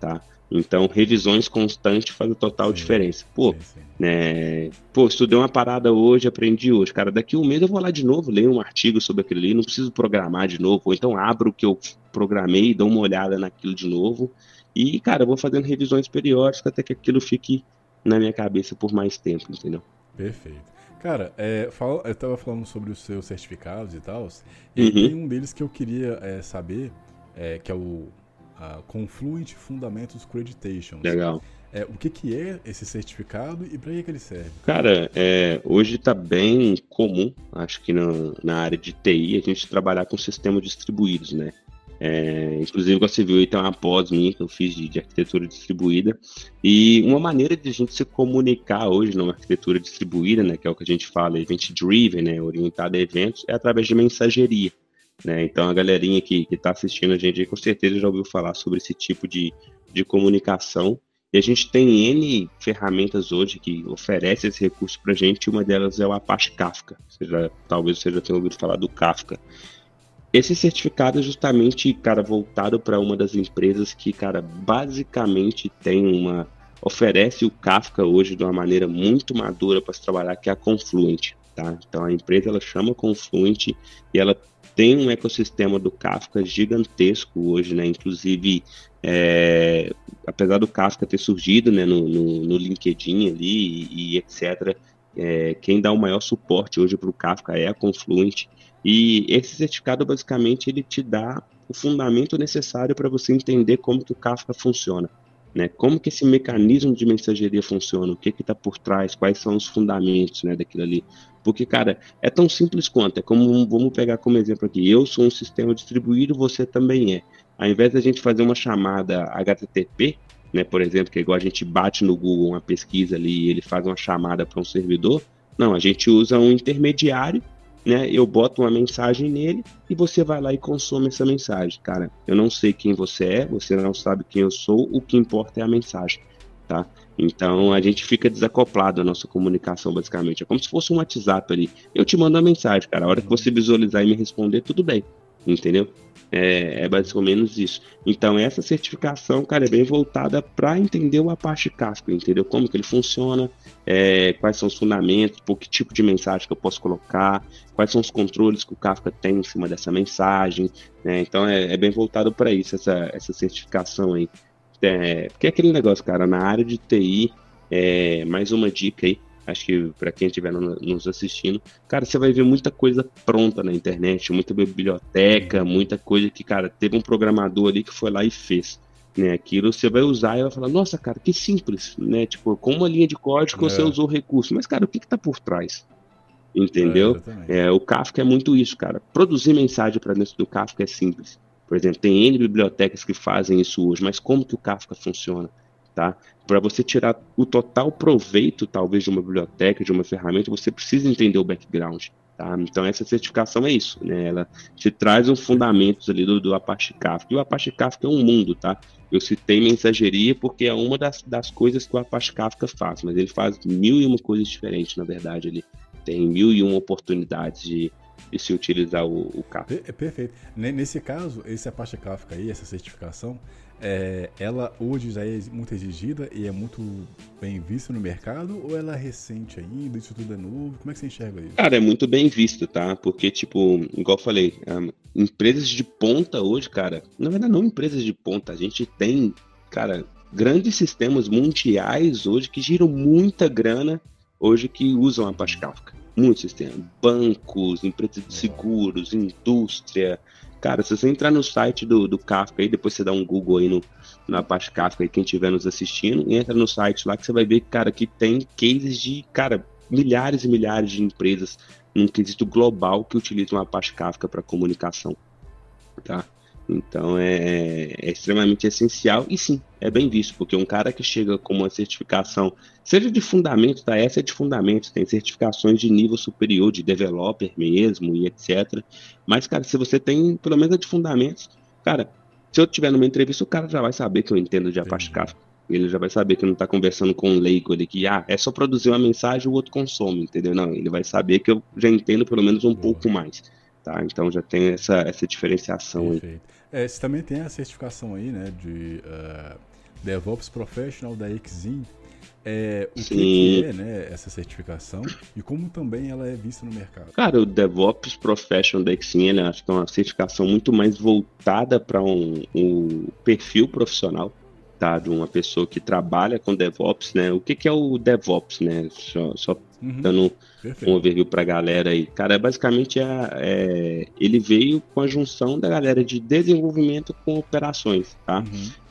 Então, revisões constantes fazem total diferença. Pô, sim. né? Pô, estudei uma parada hoje, aprendi hoje. Cara, daqui um mês eu vou lá de novo, leio um artigo sobre aquilo ali, não preciso programar de novo. Ou então abro o que eu programei, dou uma olhada naquilo de novo. E, cara, eu vou fazendo revisões periódicas até que aquilo fique na minha cabeça por mais tempo, entendeu? Perfeito. Cara, eu tava falando sobre os seus certificados e tal, e aí tem Uhum, um deles que eu queria saber, que é o Confluent Fundamentals Accreditations. legal. O que que é esse certificado e para que ele serve? Cara, hoje está bem comum, acho que na área de TI, a gente trabalhar com sistemas distribuídos, né? Inclusive, você viu aí, tem uma pós minha que eu fiz de arquitetura distribuída. E uma maneira de a gente se comunicar hoje numa arquitetura distribuída, né, que é o que a gente fala, event-driven, né, orientada a eventos, é através de mensageria. Né? Então, a galerinha que está assistindo a gente aí, com certeza já ouviu falar sobre esse tipo de comunicação. E a gente tem N ferramentas hoje que oferecem esse recurso para a gente, e uma delas é o Apache Kafka. Talvez você já tenha ouvido falar do Kafka. Esse certificado é justamente, cara, voltado para uma das empresas que, cara, basicamente oferece o Kafka hoje de uma maneira muito madura para se trabalhar, que é a Confluent, tá? Então a empresa ela chama Confluent e ela tem um ecossistema do Kafka gigantesco hoje, né? Inclusive, apesar do Kafka ter surgido, né, no LinkedIn ali e etc., quem dá o maior suporte hoje para o Kafka é a Confluent. E esse certificado, basicamente, ele te dá o fundamento necessário para você entender como que o Kafka funciona, né? Como que esse mecanismo de mensageria funciona, o que está por trás, quais são os fundamentos, né, daquilo ali. Porque, cara, é tão simples quanto, vamos pegar como exemplo aqui, eu sou um sistema distribuído, você também é. Ao invés da gente fazer uma chamada HTTP, né, por exemplo, que é igual a gente bate no Google uma pesquisa ali e ele faz uma chamada para um servidor, não, a gente usa um intermediário, né? Eu boto uma mensagem nele e você vai lá e consome essa mensagem, cara. Eu não sei quem você não sabe quem eu sou, o que importa é a mensagem, tá? Então a gente fica desacoplado a nossa comunicação, basicamente. É como se fosse um WhatsApp ali. Eu te mando uma mensagem, cara. A hora que você visualizar e me responder, tudo bem, entendeu? É mais ou menos isso. Então, essa certificação, cara, é bem voltada para entender o Apache Kafka, entendeu? Como que ele funciona, quais são os fundamentos, por que tipo de mensagem que eu posso colocar, quais são os controles que o Kafka tem em cima dessa mensagem, né? Então, é bem voltado para isso, essa certificação aí. Porque é aquele negócio, cara, na área de TI, mais uma dica aí, acho que para quem estiver nos assistindo, cara, você vai ver muita coisa pronta na internet, muita biblioteca, muita coisa que, cara, teve um programador ali que foi lá e fez, né? Aquilo você vai usar e vai falar, nossa, cara, que simples, né? Tipo, com uma linha de código você É, usou o recurso, mas, cara, o que que tá por trás? Entendeu? exatamente. O Kafka é muito isso, cara. Produzir mensagem para dentro do Kafka é simples. Por exemplo, tem N bibliotecas que fazem isso hoje, mas como que o Kafka funciona? Tá? Para você tirar o total proveito, talvez, de uma biblioteca, de uma ferramenta, você precisa entender o background. Tá? Então, essa certificação é isso, né? Ela te traz os Perfeito. fundamentos ali do Apache Kafka. E o Apache Kafka é um mundo, tá? Eu citei mensageria porque é uma das coisas que o Apache Kafka faz, mas ele faz mil e uma coisas diferentes, na verdade, ali. Tem mil e uma oportunidades de se utilizar o Kafka. Perfeito. Nesse caso, esse Apache Kafka aí, essa certificação, ela hoje já é muito exigida e é muito bem vista no mercado ou ela é recente ainda, isso tudo é novo? Como é que você enxerga isso? Cara, é muito bem visto, tá? Porque, tipo, igual eu falei, empresas de ponta hoje, cara, na verdade não empresas de ponta, a gente tem, cara, grandes sistemas mundiais hoje que giram muita grana hoje que usam a Apache Kafka. Muito sistema. Bancos, empresas de Legal. seguros, indústria. Cara, se você entrar no site do Kafka aí, depois você dá um Google aí no Apache Kafka aí, quem estiver nos assistindo, entra no site lá que você vai ver, cara, que tem cases de, cara, milhares e milhares de empresas num quesito global que utilizam a Apache Kafka para comunicação, tá? Então é extremamente essencial e sim, é bem visto, porque um cara que chega com uma certificação, seja de fundamento, tá? Essa é de fundamento, tem certificações de nível superior, de developer mesmo e etc. Mas, cara, se você tem pelo menos a de fundamentos, cara, se eu tiver numa entrevista, o cara já vai saber que eu entendo de Apache Entendi. Kafka. Ele já vai saber que não está conversando com um leigo ali, que é só produzir uma mensagem e o outro consome, entendeu? Não, ele vai saber que eu já entendo pelo menos um Boa. pouco mais, tá? Então já tem essa diferenciação aí. Perfeito. Você também tem a certificação aí, né, de DevOps Professional da Exim. O que é, né, essa certificação e como também ela é vista no mercado? Cara, o DevOps Professional da Exim, acho que é uma certificação muito mais voltada para um perfil profissional, tá? De uma pessoa que trabalha com DevOps, né? O que é o DevOps, né? Só dando um overview para a galera aí. Cara, basicamente ele veio com a junção da galera de desenvolvimento com operações, tá?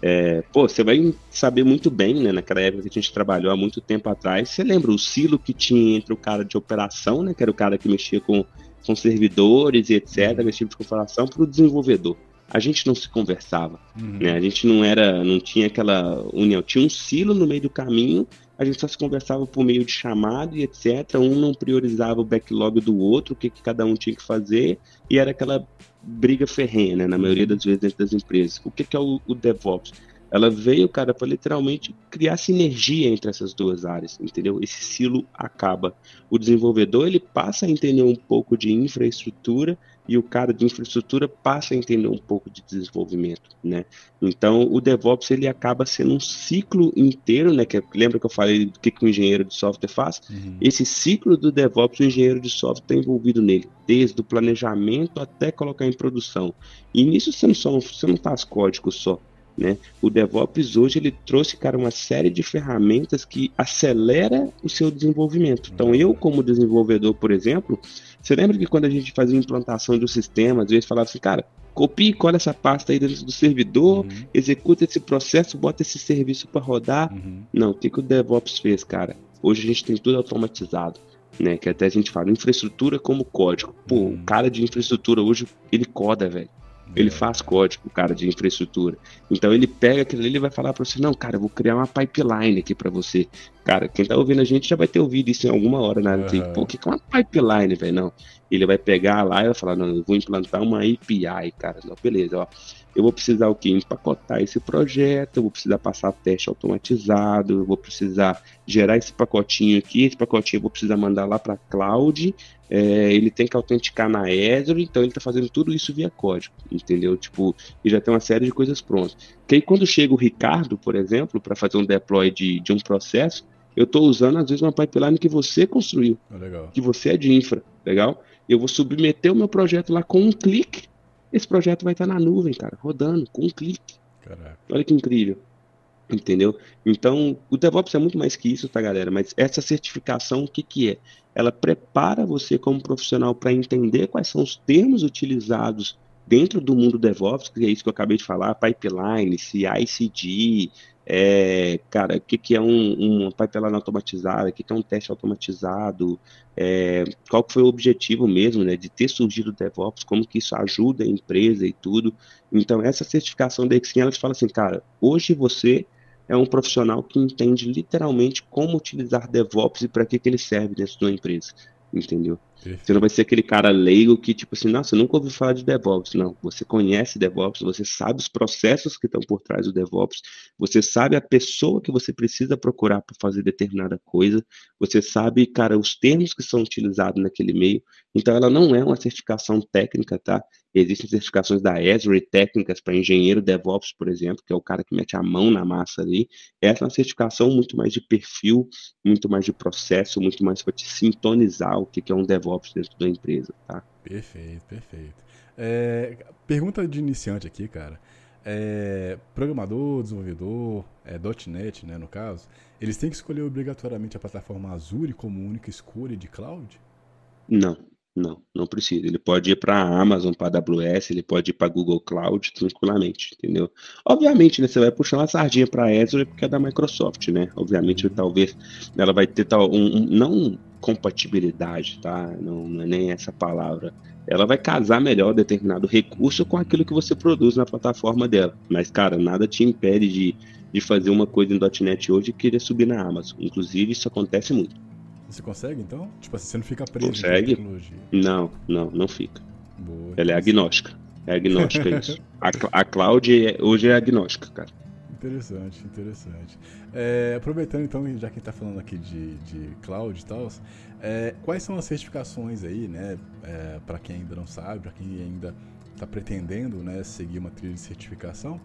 Você vai saber muito bem, né? Naquela época que a gente trabalhou há muito tempo atrás, você lembra o silo que tinha entre o cara de operação, né? Que era o cara que mexia com servidores e etc., esse tipo de comparação, para o desenvolvedor. A gente não se conversava, né? A gente não tinha aquela união. Tinha um silo no meio do caminho, a gente só se conversava por meio de chamado e etc. Um não priorizava o backlog do outro, o que cada um tinha que fazer, e era aquela briga ferrenha, né? Na maioria das vezes dentro das empresas. O que é o DevOps? Ela veio, cara, para literalmente criar sinergia entre essas duas áreas, entendeu? Esse silo acaba. O desenvolvedor, ele passa a entender um pouco de infraestrutura e o cara de infraestrutura passa a entender um pouco de desenvolvimento, né? Então, o DevOps, ele acaba sendo um ciclo inteiro, né? Lembra que eu falei do que o engenheiro de software faz? Esse ciclo do DevOps, o engenheiro de software está envolvido nele, desde o planejamento até colocar em produção. E nisso você não faz código só, né? O DevOps hoje ele trouxe, cara, uma série de ferramentas que acelera o seu desenvolvimento. Então, eu como desenvolvedor, por exemplo, você lembra que quando a gente fazia implantação de um sistema, às vezes falava assim, cara, copia e cola essa pasta aí dentro do servidor, executa esse processo, bota esse serviço para rodar. Não, o que o DevOps fez, cara? Hoje a gente tem tudo automatizado, né? Que até a gente fala, infraestrutura como código. O cara de infraestrutura hoje, ele coda, velho. Ele faz código, o cara de infraestrutura. Então ele pega aquilo ali e vai falar para você, não, cara, eu vou criar uma pipeline aqui para você. Cara, quem tá ouvindo a gente já vai ter ouvido isso em alguma hora, né? Pô, o que é uma pipeline, velho? Não. Ele vai pegar lá e vai falar, não, eu vou implantar uma API, cara. Não, beleza, ó. Eu vou precisar o quê? Empacotar esse projeto, eu vou precisar passar teste automatizado, eu vou precisar gerar esse pacotinho aqui, esse pacotinho eu vou precisar mandar lá para a cloud, ele tem que autenticar na Azure, então ele está fazendo tudo isso via código, entendeu? Tipo, e já tem uma série de coisas prontas. Que aí quando chega o Ricardo, por exemplo, para fazer um deploy de um processo, eu estou usando às vezes uma pipeline que você construiu, que você é de infra, legal? Eu vou submeter o meu projeto lá com um clique, esse projeto vai estar na nuvem, cara, rodando com um clique. Caraca. Olha que incrível. Entendeu? Então, o DevOps é muito mais que isso, tá, galera? Mas essa certificação, o que é? Ela prepara você como profissional para entender quais são os termos utilizados dentro do mundo DevOps, que é isso que eu acabei de falar, pipeline, CI/CD, cara, o que é uma pipeline automatizada, o que é um teste automatizado, qual que foi o objetivo mesmo, né, de ter surgido o DevOps, como que isso ajuda a empresa e tudo. Então, essa certificação da Exim, ela te fala assim, cara, hoje você é um profissional que entende literalmente como utilizar DevOps e para que ele serve dentro de uma empresa, entendeu? Você não vai ser aquele cara leigo que, tipo assim, nossa, eu nunca ouvi falar de DevOps. Não, você conhece DevOps, você sabe os processos que estão por trás do DevOps, você sabe a pessoa que você precisa procurar para fazer determinada coisa, você sabe, cara, os termos que são utilizados naquele meio. Então, ela não é uma certificação técnica, tá? Existem certificações da Azure técnicas para engenheiro DevOps, por exemplo, que é o cara que mete a mão na massa ali. Essa é uma certificação muito mais de perfil, muito mais de processo, muito mais para te sintonizar o que é um DevOps dentro da empresa, tá? Perfeito, perfeito. Pergunta de iniciante aqui, cara. Programador, desenvolvedor, .NET, né, no caso, eles têm que escolher obrigatoriamente a plataforma Azure como única escolha de cloud? Não precisa. Ele pode ir para a Amazon, para a AWS, ele pode ir para Google Cloud tranquilamente, entendeu? Obviamente, né, você vai puxar uma sardinha para a Azure porque é da Microsoft, né? Obviamente, talvez ela vai ter não compatibilidade, tá? Não é nem essa palavra. Ela vai casar melhor determinado recurso com aquilo que você produz na plataforma dela. Mas, cara, nada te impede de fazer uma coisa em .NET hoje e querer subir na Amazon. Inclusive, isso acontece muito. Você consegue, então? Tipo assim, você não fica preso na tecnologia? Não fica. Boa, ela é agnóstica. É agnóstica isso. A cloud hoje é agnóstica, cara. Interessante. Aproveitando então, já que a gente tá falando aqui de cloud e tal, quais são as certificações aí, né? Para quem ainda não sabe, para quem ainda está pretendendo, né, seguir uma trilha de certificação,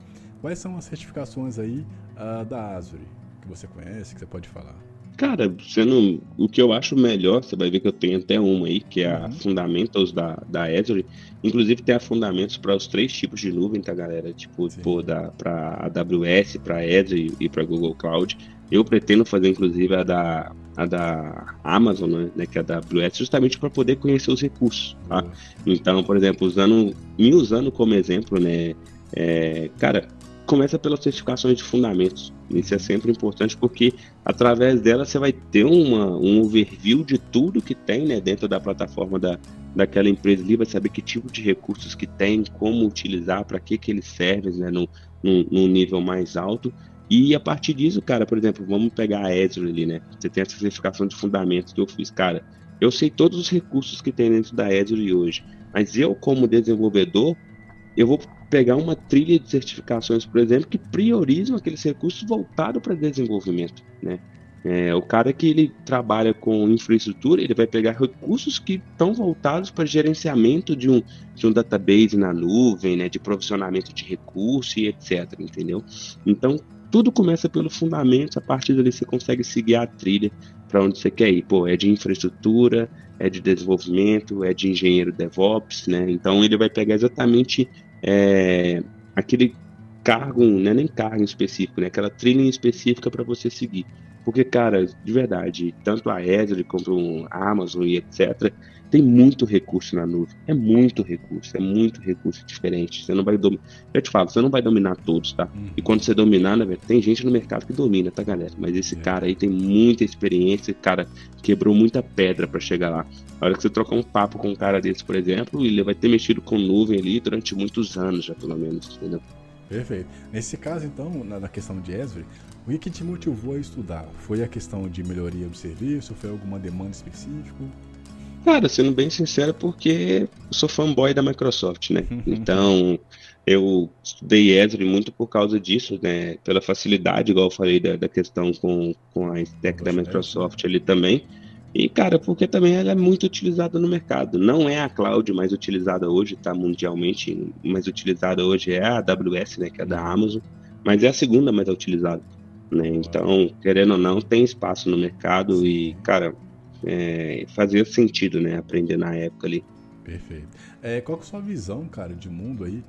quais são as certificações aí da Azure que você conhece, que você pode falar? Cara, o que eu acho melhor, você vai ver que eu tenho até uma aí, que é a Fundamentals da Azure. Inclusive tem a Fundamentos para os 3 tipos de nuvem, tá, galera? Tipo, para AWS, para Azure e para Google Cloud. Eu pretendo fazer, inclusive, a da Amazon, né, que é a AWS, justamente para poder conhecer os recursos, tá? Então, por exemplo, me usando como exemplo, né, cara, começa pelas certificações de fundamentos. Isso é sempre importante porque através dela você vai ter um overview de tudo que tem, né, dentro da plataforma daquela empresa ali, vai saber que tipo de recursos que tem, como utilizar, para que eles servem, né, num nível mais alto. E a partir disso, cara, por exemplo, vamos pegar a Azure ali, né? Você tem essa certificação de fundamentos que eu fiz, cara. Eu sei todos os recursos que tem dentro da Azure hoje, mas eu, como desenvolvedor, eu vou pegar uma trilha de certificações, por exemplo, que priorizam aqueles recursos voltados para desenvolvimento, né? O cara que ele trabalha com infraestrutura, ele vai pegar recursos que estão voltados para gerenciamento de um database na nuvem, né, de provisionamento de recursos e etc, entendeu? Então, tudo começa pelo fundamento, a partir dali você consegue seguir a trilha para onde você quer ir. Pô, é de infraestrutura, é de desenvolvimento, é de engenheiro DevOps, né? Então, ele vai pegar exatamente aquele cargo, não é nem cargo específico, né? Aquela trilha específica para você seguir. Porque, cara, de verdade, tanto a Azure como a Amazon e etc, tem muito recurso na nuvem. É muito recurso diferente. Você não vai dominar. Eu te falo, você não vai dominar todos, tá? E quando você dominar, né, tem gente no mercado que domina, tá, galera? Mas esse cara aí tem muita experiência, cara, quebrou muita pedra para chegar lá. A hora que você trocar um papo com um cara desse, por exemplo, ele vai ter mexido com nuvem ali durante muitos anos já, pelo menos, entendeu? Perfeito. Nesse caso, então, na questão de Azure, o que te motivou a estudar? Foi a questão de melhoria do serviço? Foi alguma demanda específica? Cara, sendo bem sincero, porque eu sou fanboy da Microsoft, né? Então, eu estudei Azure muito por causa disso, né? Pela facilidade, igual eu falei, da questão com a stack da Microsoft ali também. E, cara, porque também ela é muito utilizada no mercado. Não é a cloud mais utilizada hoje, tá? Mundialmente, mais utilizada hoje é a AWS, né? Que é da Amazon. Mas é a segunda mais utilizada, né? Então, querendo ou não, tem espaço no mercado e, cara, fazia sentido, né? Aprender na época ali. Perfeito. Qual que é a sua visão, cara, de mundo aí,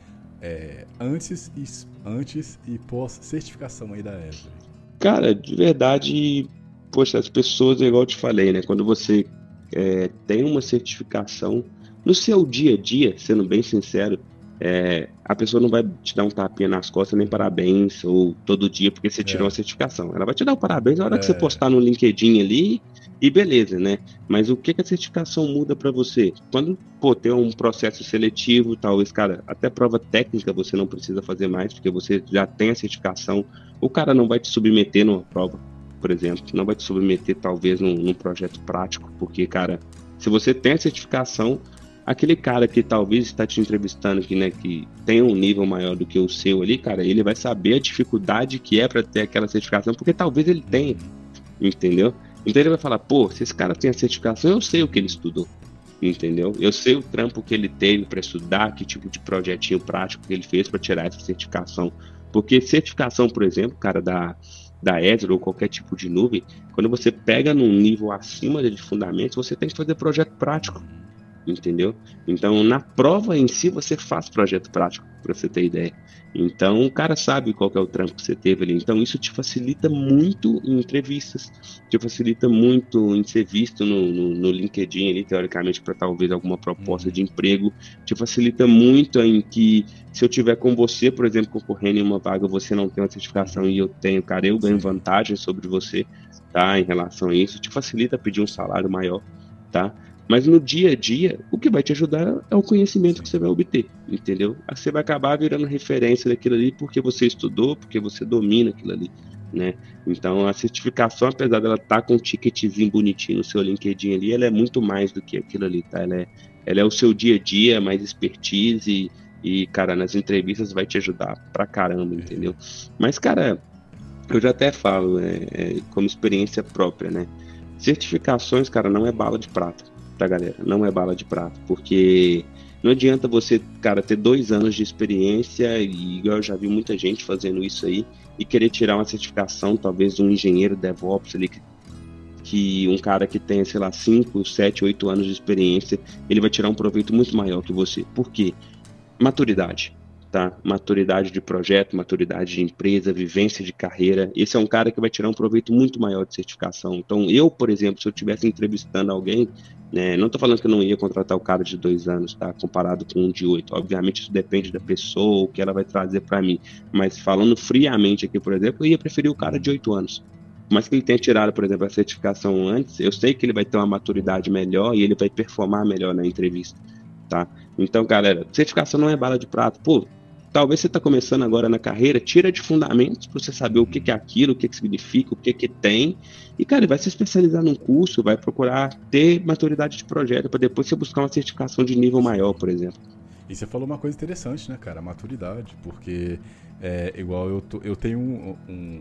antes e pós certificação aí da Azure? Cara, de verdade, poxa, as pessoas, igual eu te falei, né? Quando você tem uma certificação, no seu dia a dia, sendo bem sincero, a pessoa não vai te dar um tapinha nas costas, nem parabéns, ou todo dia porque você tirou uma certificação. Ela vai te dar um parabéns na hora que você postar no LinkedIn ali, e beleza, né? Mas o que a certificação muda para você? Quando, tem um processo seletivo, talvez, cara, até prova técnica você não precisa fazer mais, porque você já tem a certificação, o cara não vai te submeter numa prova, por exemplo, não vai te submeter talvez num projeto prático, porque, cara, se você tem a certificação, aquele cara que talvez está te entrevistando, que tem um nível maior do que o seu ali, cara, ele vai saber a dificuldade que é para ter aquela certificação, porque talvez ele tenha, entendeu? Então ele vai falar, se esse cara tem a certificação, eu sei o que ele estudou, entendeu? Eu sei o trampo que ele teve para estudar, que tipo de projetinho prático que ele fez para tirar essa certificação. Porque certificação, por exemplo, cara, da Azure ou qualquer tipo de nuvem, quando você pega num nível acima de fundamentos, você tem que fazer projeto prático, entendeu? Então, na prova em si, você faz projeto prático, para você ter ideia. Então, o cara sabe qual que é o trampo que você teve ali. Então, isso te facilita muito em entrevistas, te facilita muito em ser visto no LinkedIn ali, teoricamente, para talvez alguma proposta de emprego. Te facilita muito em que, se eu tiver com você, por exemplo, concorrendo em uma vaga, você não tem uma certificação e eu tenho, cara, eu ganho vantagem sobre você, tá? Em relação a isso, te facilita pedir um salário maior, tá? Mas no dia a dia, o que vai te ajudar é o conhecimento que você vai obter, entendeu? Você vai acabar virando referência daquilo ali porque você estudou, porque você domina aquilo ali, né? Então, a certificação, apesar dela estar com um ticketzinho bonitinho no seu LinkedIn ali, ela é muito mais do que aquilo ali, tá? Ela é o seu dia a dia, mais expertise e, cara, nas entrevistas vai te ajudar pra caramba, entendeu? Mas, cara, eu já até falo, como experiência própria, né? Certificações, cara, não é bala de prata, tá, galera? Não é bala de prata, porque Não adianta você, cara, ter 2 anos de experiência, e eu já vi muita gente fazendo isso aí, e querer tirar uma certificação, talvez um engenheiro DevOps ali, que um cara que tenha, sei lá, 5, 7, 8 anos de experiência, ele vai tirar um proveito muito maior que você. Por quê? Maturidade, tá? Maturidade de projeto, maturidade de empresa, vivência de carreira. Esse é um cara que vai tirar um proveito muito maior de certificação. Então, eu, por exemplo, se eu estivesse entrevistando alguém, né, não estou falando que eu não ia contratar o cara de 2 anos, tá? Comparado com um de 8. Obviamente, isso depende da pessoa, o que ela vai trazer para mim. Mas falando friamente aqui, por exemplo, eu ia preferir o cara de 8 anos. Mas que ele tenha tirado, por exemplo, a certificação antes, eu sei que ele vai ter uma maturidade melhor e ele vai performar melhor na entrevista, tá? Então, galera, certificação não é bala de prata. Pô, talvez você está começando agora na carreira, tira de fundamentos para você saber o que é aquilo, o que significa, o que tem. E, cara, vai se especializar num curso, vai procurar ter maturidade de projeto para depois você buscar uma certificação de nível maior, por exemplo. E você falou uma coisa interessante, né, cara? A maturidade, porque igual eu tenho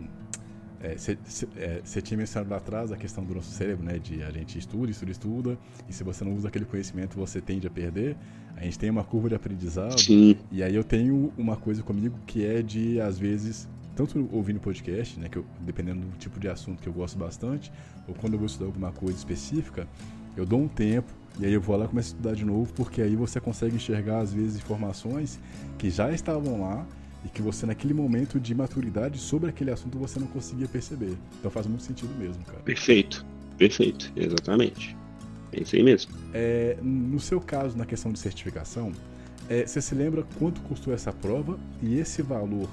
você tinha mencionado lá atrás a questão do nosso cérebro, né? De a gente estuda, e se você não usa aquele conhecimento, você tende a perder. A gente tem uma curva de aprendizado. Sim. E aí eu tenho uma coisa comigo que é de, às vezes, tanto ouvindo podcast, né? Que dependendo do tipo de assunto que eu gosto bastante, ou quando eu vou estudar alguma coisa específica, eu dou um tempo, e aí eu vou lá e começo a estudar de novo, porque aí você consegue enxergar, às vezes, informações que já estavam lá, e que você, naquele momento de maturidade sobre aquele assunto, você não conseguia perceber. Então faz muito sentido mesmo, cara. Perfeito, exatamente. É isso aí mesmo. No seu caso, na questão de certificação, você se lembra quanto custou essa prova? E esse valor,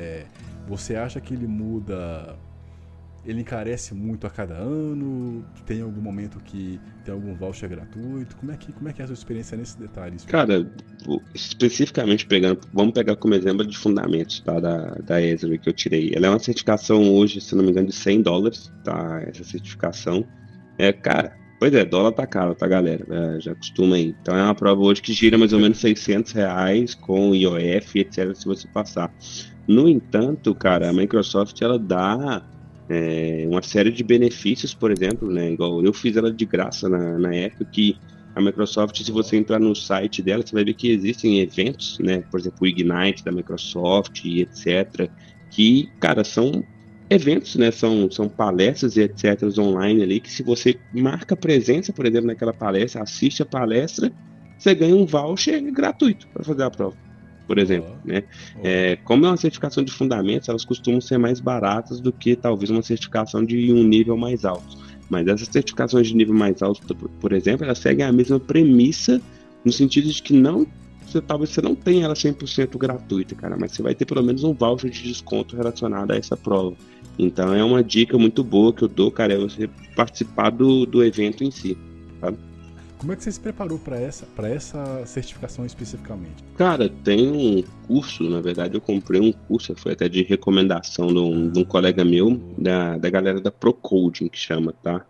você acha que ele muda, ele encarece muito a cada ano? Tem algum momento que tem algum voucher gratuito? Como é que é a sua experiência nesses detalhes? Cara, especificamente vamos pegar como exemplo de fundamentos, tá, da Esri que eu tirei. Ela é uma certificação hoje, se não me engano, de $100, tá, essa certificação. Cara, pois é, dólar tá caro, tá, galera? Já costuma aí. Então é uma prova hoje que gira mais ou menos R$600 com IOF, etc, se você passar. No entanto, cara, a Microsoft, ela dá uma série de benefícios, por exemplo, né? Igual eu fiz ela de graça na época, que a Microsoft, se você entrar no site dela, você vai ver que existem eventos, né? Por exemplo, o Ignite da Microsoft e etc. Que, cara, são eventos, né? São palestras e etc. online ali, que se você marca presença, por exemplo, naquela palestra, assiste a palestra, você ganha um voucher gratuito para fazer a prova, por exemplo, né? Como é uma certificação de fundamentos, elas costumam ser mais baratas do que talvez uma certificação de um nível mais alto. Mas essas certificações de nível mais alto, por exemplo, elas seguem a mesma premissa, no sentido de que talvez você não tenha ela 100% gratuita, cara, mas você vai ter pelo menos um voucher de desconto relacionado a essa prova. Então é uma dica muito boa que eu dou, cara, é você participar do evento em si, tá? Como é que você se preparou para essa certificação especificamente? Cara, tem um curso, na verdade eu comprei um curso, foi até de recomendação de um colega meu, da galera da ProCoding, que chama, tá?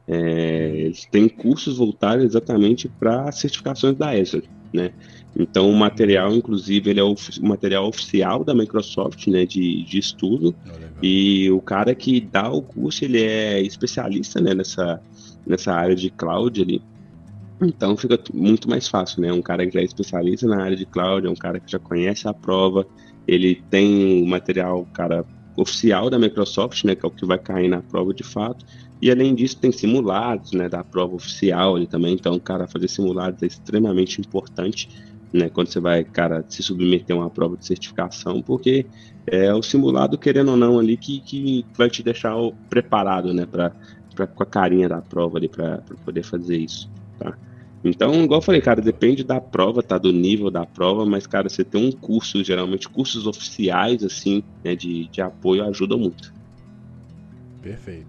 Eles têm cursos voltados exatamente para certificações da Azure, né? Então o material, inclusive, ele é o material oficial da Microsoft, né, de estudo, e o cara que dá o curso, ele é especialista, né, nessa área de cloud ali. Então fica muito mais fácil, né? Um cara que já é especialista na área de cloud, é um cara que já conhece a prova, ele tem o material, cara, oficial da Microsoft, né? Que é o que vai cair na prova de fato. E além disso, tem simulados, né? Da prova oficial ali também. Então, cara, fazer simulados é extremamente importante, né? Quando você vai, cara, se submeter a uma prova de certificação, porque é o simulado, querendo ou não, ali que vai te deixar preparado, né? Com a carinha da prova ali para poder fazer isso, tá? Então, igual eu falei, cara, depende da prova, tá? Do nível da prova, mas, cara, você tem um curso, geralmente cursos oficiais, assim, né, de apoio, ajuda muito. Perfeito.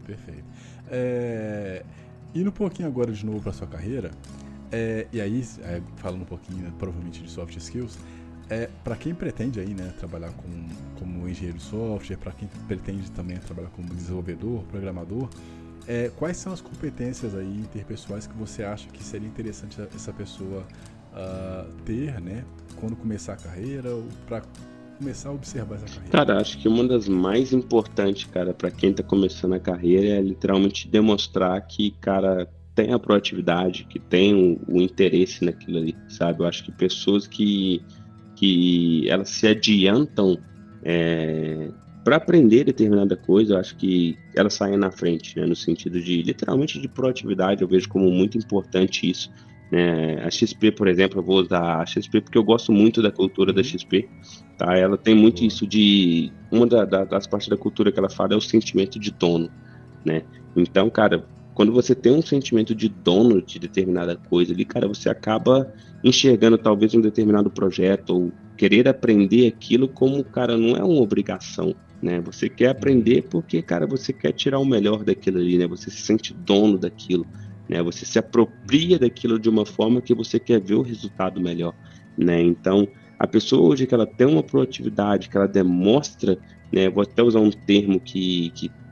Indo um pouquinho agora de novo para sua carreira, e aí, falando um pouquinho, né, provavelmente de soft skills, para quem pretende aí, né, trabalhar como engenheiro de software, para quem pretende também trabalhar como desenvolvedor, programador, quais são as competências aí interpessoais que você acha que seria interessante essa pessoa ter, né, quando começar a carreira, ou para começar a observar essa carreira? Cara, acho que uma das mais importantes, cara, para quem tá começando a carreira é literalmente demonstrar que, cara, tem a proatividade, que tem o interesse naquilo ali, sabe? Eu acho que pessoas que elas se adiantam para aprender determinada coisa, eu acho que elas saem na frente, né? No sentido de, literalmente, de proatividade, eu vejo como muito importante isso. Né? A XP, por exemplo, eu vou usar a XP porque eu gosto muito da cultura da XP, tá? Ela tem muito isso de... Uma das partes da cultura que ela fala é o sentimento de dono, né? Então, cara, quando você tem um sentimento de dono de determinada coisa ali, cara, você acaba enxergando talvez um determinado projeto ou querer aprender aquilo como, cara, não é uma obrigação, né? Você quer aprender porque, cara, você quer tirar o melhor daquilo ali, né? Você se sente dono daquilo, né? Você se apropria daquilo de uma forma que você quer ver o resultado melhor, né? Então, a pessoa hoje que ela tem uma proatividade, que ela demonstra, né? Vou até usar um termo que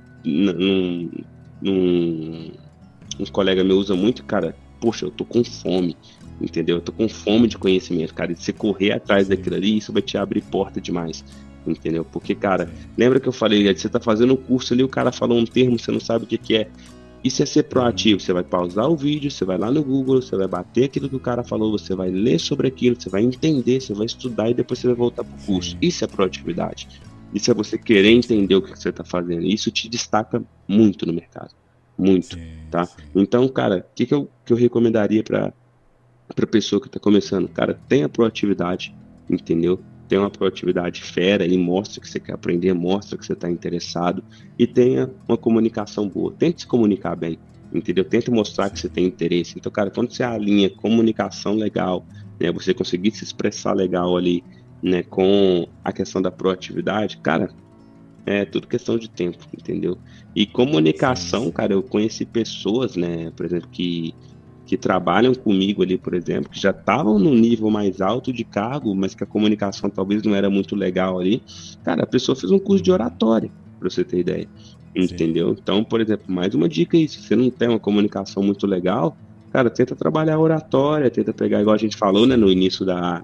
um colega meu usa muito, cara, poxa, eu tô com fome, entendeu? Eu tô com fome de conhecimento, cara, e você correr atrás daquilo ali, isso vai te abrir porta demais, entendeu? Porque, cara, lembra que eu falei, você tá fazendo um curso ali, o cara falou um termo, você não sabe o que é. Isso é ser proativo, você vai pausar o vídeo, você vai lá no Google, você vai bater aquilo que o cara falou, você vai ler sobre aquilo, você vai entender, você vai estudar e depois você vai voltar pro curso. Isso é proatividade. Isso é você querer entender o que você está fazendo. Isso te destaca muito no mercado. Muito, tá? Então, cara, o que eu recomendaria para pessoa que está começando? Cara, tenha proatividade, entendeu? Tenha uma proatividade fera e mostra que você quer aprender, mostra que você está interessado e tenha uma comunicação boa. Tente se comunicar bem, entendeu? Tente mostrar que você tem interesse. Então, cara, quando você alinha comunicação legal, né, você conseguir se expressar legal ali, né, com a questão da proatividade, cara, é tudo questão de tempo, entendeu? E comunicação, cara, eu conheci pessoas, né, por exemplo, que trabalham comigo ali, por exemplo, que já estavam no nível mais alto de cargo, mas que a comunicação talvez não era muito legal ali. Cara, a pessoa fez um curso de oratória, para você ter ideia, entendeu? Então, por exemplo, mais uma dica aí, se você não tem uma comunicação muito legal, cara, tenta trabalhar a oratória, tenta pegar, igual a gente falou, né, no início da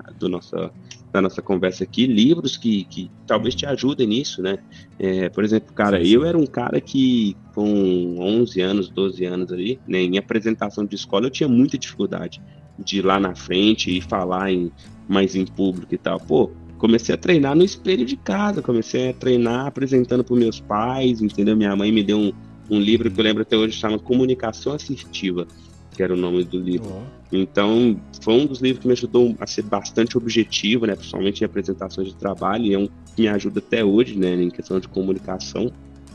nossa conversa aqui, livros que talvez te ajudem nisso, né? Por exemplo, cara, eu era um cara que com 11 anos, 12 anos ali, né, em apresentação de escola, eu tinha muita dificuldade de ir lá na frente e falar mais em público e tal. Pô, comecei a treinar no espelho de casa, comecei a treinar apresentando para meus pais, entendeu? Minha mãe me deu um livro que eu lembro até hoje, chama Comunicação Assertiva, que era o nome do livro. Então, foi um dos livros que me ajudou a ser bastante objetivo, né, principalmente em apresentações de trabalho, e é um que me ajuda até hoje, né, em questão de comunicação.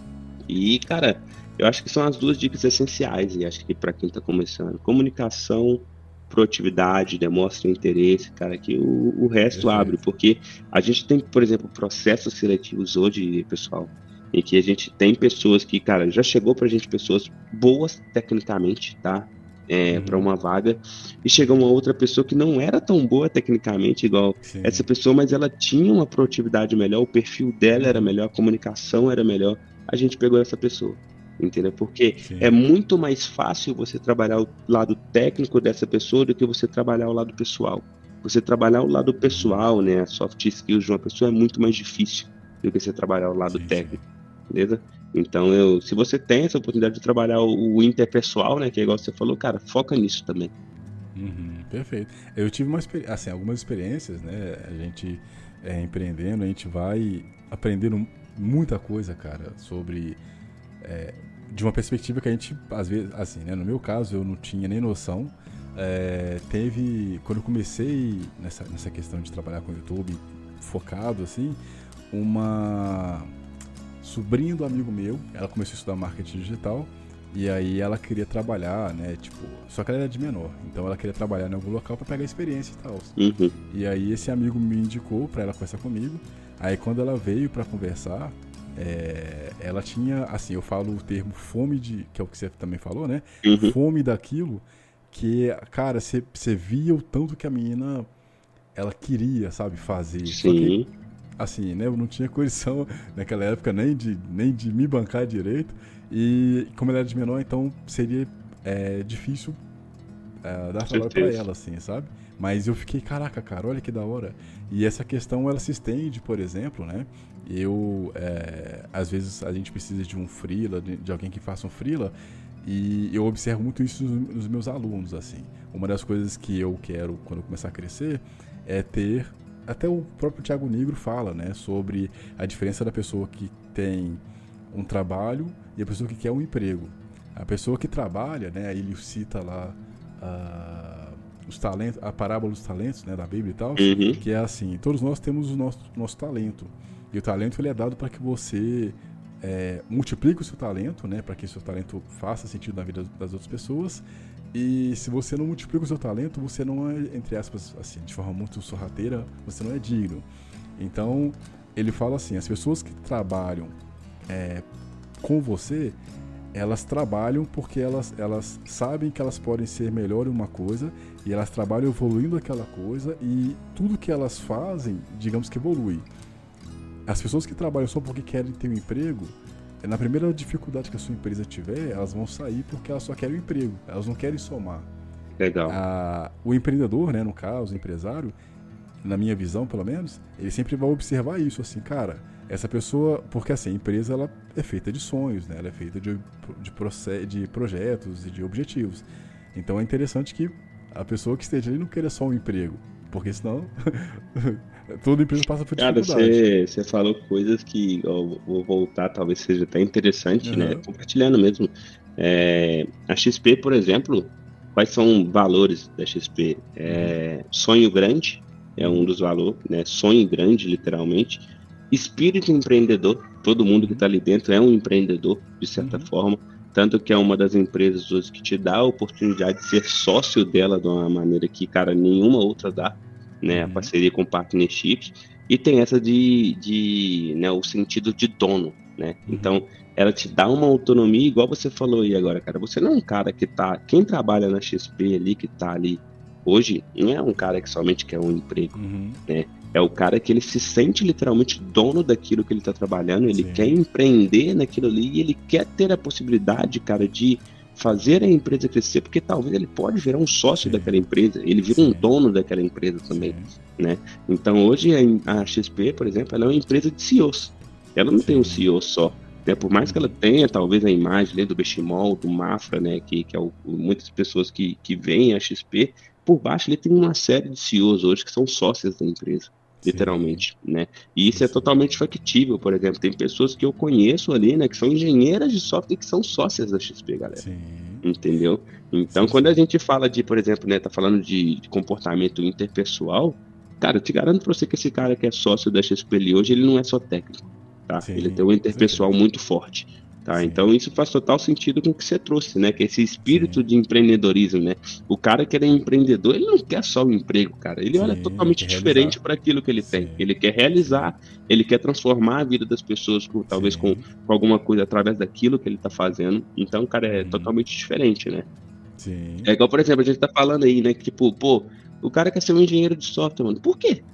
E, cara, eu acho que são as duas dicas essenciais, e acho que para quem está começando, comunicação, proatividade, demonstra interesse, cara, que o resto abre, porque a gente tem, por exemplo, processos seletivos hoje, pessoal, em que a gente tem pessoas que, cara, já chegou pra gente pessoas boas tecnicamente, tá? Para uma vaga, e chegou uma outra pessoa que não era tão boa tecnicamente igual essa pessoa, mas ela tinha uma proatividade melhor, o perfil dela era melhor, a comunicação era melhor, a gente pegou essa pessoa, entendeu? Porque é muito mais fácil você trabalhar o lado técnico dessa pessoa do que você trabalhar o lado pessoal. Você trabalhar o lado pessoal, né, as soft skills de uma pessoa é muito mais difícil do que você trabalhar o lado técnico, beleza? Então, se você tem essa oportunidade de trabalhar o interpessoal, né, que é igual você falou, cara, foca nisso também. Perfeito. Eu tive algumas experiências, né, a gente empreendendo, a gente vai aprendendo muita coisa, cara, sobre de uma perspectiva que a gente, às vezes, assim, né, no meu caso, eu não tinha nem noção. Quando eu comecei nessa questão de trabalhar com o YouTube focado, assim, uma sobrinha do amigo meu, ela começou a estudar marketing digital e aí ela queria trabalhar, né, tipo, só que ela era de menor, então ela queria trabalhar em algum local para pegar experiência e tal. E aí esse amigo me indicou para ela conversar comigo. Aí quando ela veio para conversar, ela tinha, assim, eu falo o termo fome que é o que você também falou, né? Fome daquilo que, cara, você via o tanto que a menina ela queria, sabe, fazer. Só que, assim, né, eu não tinha condição naquela época nem de me bancar direito, e como ela era de menor, então seria difícil dar trabalho pra ela, assim, sabe? Mas eu fiquei, caraca, cara, olha que da hora. E essa questão, ela se estende, por exemplo, né? Às vezes a gente precisa de um freela, de alguém que faça um freela, E eu observo muito isso nos meus alunos, assim. Uma das coisas que eu quero, quando eu começar a crescer, é ter... Até o próprio Thiago Nigro fala, né, sobre a diferença da pessoa que tem um trabalho e a pessoa que quer um emprego. A pessoa que trabalha, né, ele cita lá os talentos, a parábola dos talentos, né, da Bíblia e tal, que é assim, todos nós temos o nosso talento. E o talento ele é dado para que você multiplique o seu talento, né, para que o seu talento faça sentido na vida das outras pessoas. E se você não multiplica o seu talento, você não é, entre aspas, assim, de forma muito sorrateira, você não é digno. Então, ele fala assim, as pessoas que trabalham com você, elas trabalham porque elas sabem que elas podem ser melhor em uma coisa e elas trabalham evoluindo aquela coisa e tudo que elas fazem, digamos que evolui. As pessoas que trabalham só porque querem ter um emprego, na primeira dificuldade que a sua empresa tiver, elas vão sair porque elas só querem um emprego, elas não querem somar. Legal. O empreendedor, né, no caso, o empresário, na minha visão pelo menos, ele sempre vai observar isso, assim, cara, essa pessoa, porque assim, a empresa ela é feita de sonhos, né, ela é feita de projetos e de objetivos. Então é interessante que a pessoa que esteja ali não queira só um emprego, porque senão toda empresa passa por dificuldade. Cara, você falou coisas que eu vou voltar, talvez seja até interessante, né? Compartilhando mesmo. A XP, por exemplo, quais são valores da XP? Sonho grande é um dos valores, né? Sonho grande, literalmente. Espírito empreendedor, todo mundo que está ali dentro é um empreendedor, de certa forma. Tanto que é uma das empresas hoje que te dá a oportunidade de ser sócio dela de uma maneira que, cara, nenhuma outra dá, né? A parceria com partnerships. E tem essa né, o sentido de dono, né? Então, ela te dá uma autonomia, igual você falou aí agora, cara. Você não é um cara que tá... Quem trabalha na XP ali, que tá ali hoje, não é um cara que somente quer um emprego, né? É o cara que ele se sente literalmente dono daquilo que ele está trabalhando, ele quer empreender naquilo ali e ele quer ter a possibilidade, cara, de fazer a empresa crescer, porque talvez ele pode virar um sócio daquela empresa, ele vira um dono daquela empresa também, né? Então hoje a XP, por exemplo, ela é uma empresa de CEOs, ela não tem um CEO só, né? Por mais que ela tenha talvez a imagem, né, do Bechimol, do Mafra, né, que é muitas pessoas que veem a XP, por baixo ele tem uma série de CEOs hoje que são sócios da empresa, literalmente, né? E isso é totalmente factível, por exemplo, tem pessoas que eu conheço ali, né, que são engenheiras de software que são sócias da XP, galera. Entendeu? Então, quando a gente fala de, por exemplo, né, tá falando de comportamento interpessoal, cara, eu te garanto pra você que esse cara que é sócio da XP ali hoje, ele não é só técnico, tá? Ele tem um interpessoal muito forte. Tá, então isso faz total sentido com o que você trouxe, né? Que é esse espírito de empreendedorismo, né? O cara que é empreendedor, ele não quer só o emprego, cara. Ele olha totalmente diferente para aquilo que ele tem. Ele quer realizar, ele quer transformar a vida das pessoas, talvez com alguma coisa através daquilo que ele tá fazendo. Então, cara, é totalmente diferente, né? É igual, por exemplo, a gente tá falando aí, né? Que tipo, pô, o cara quer ser um engenheiro de software, mano. Por quê?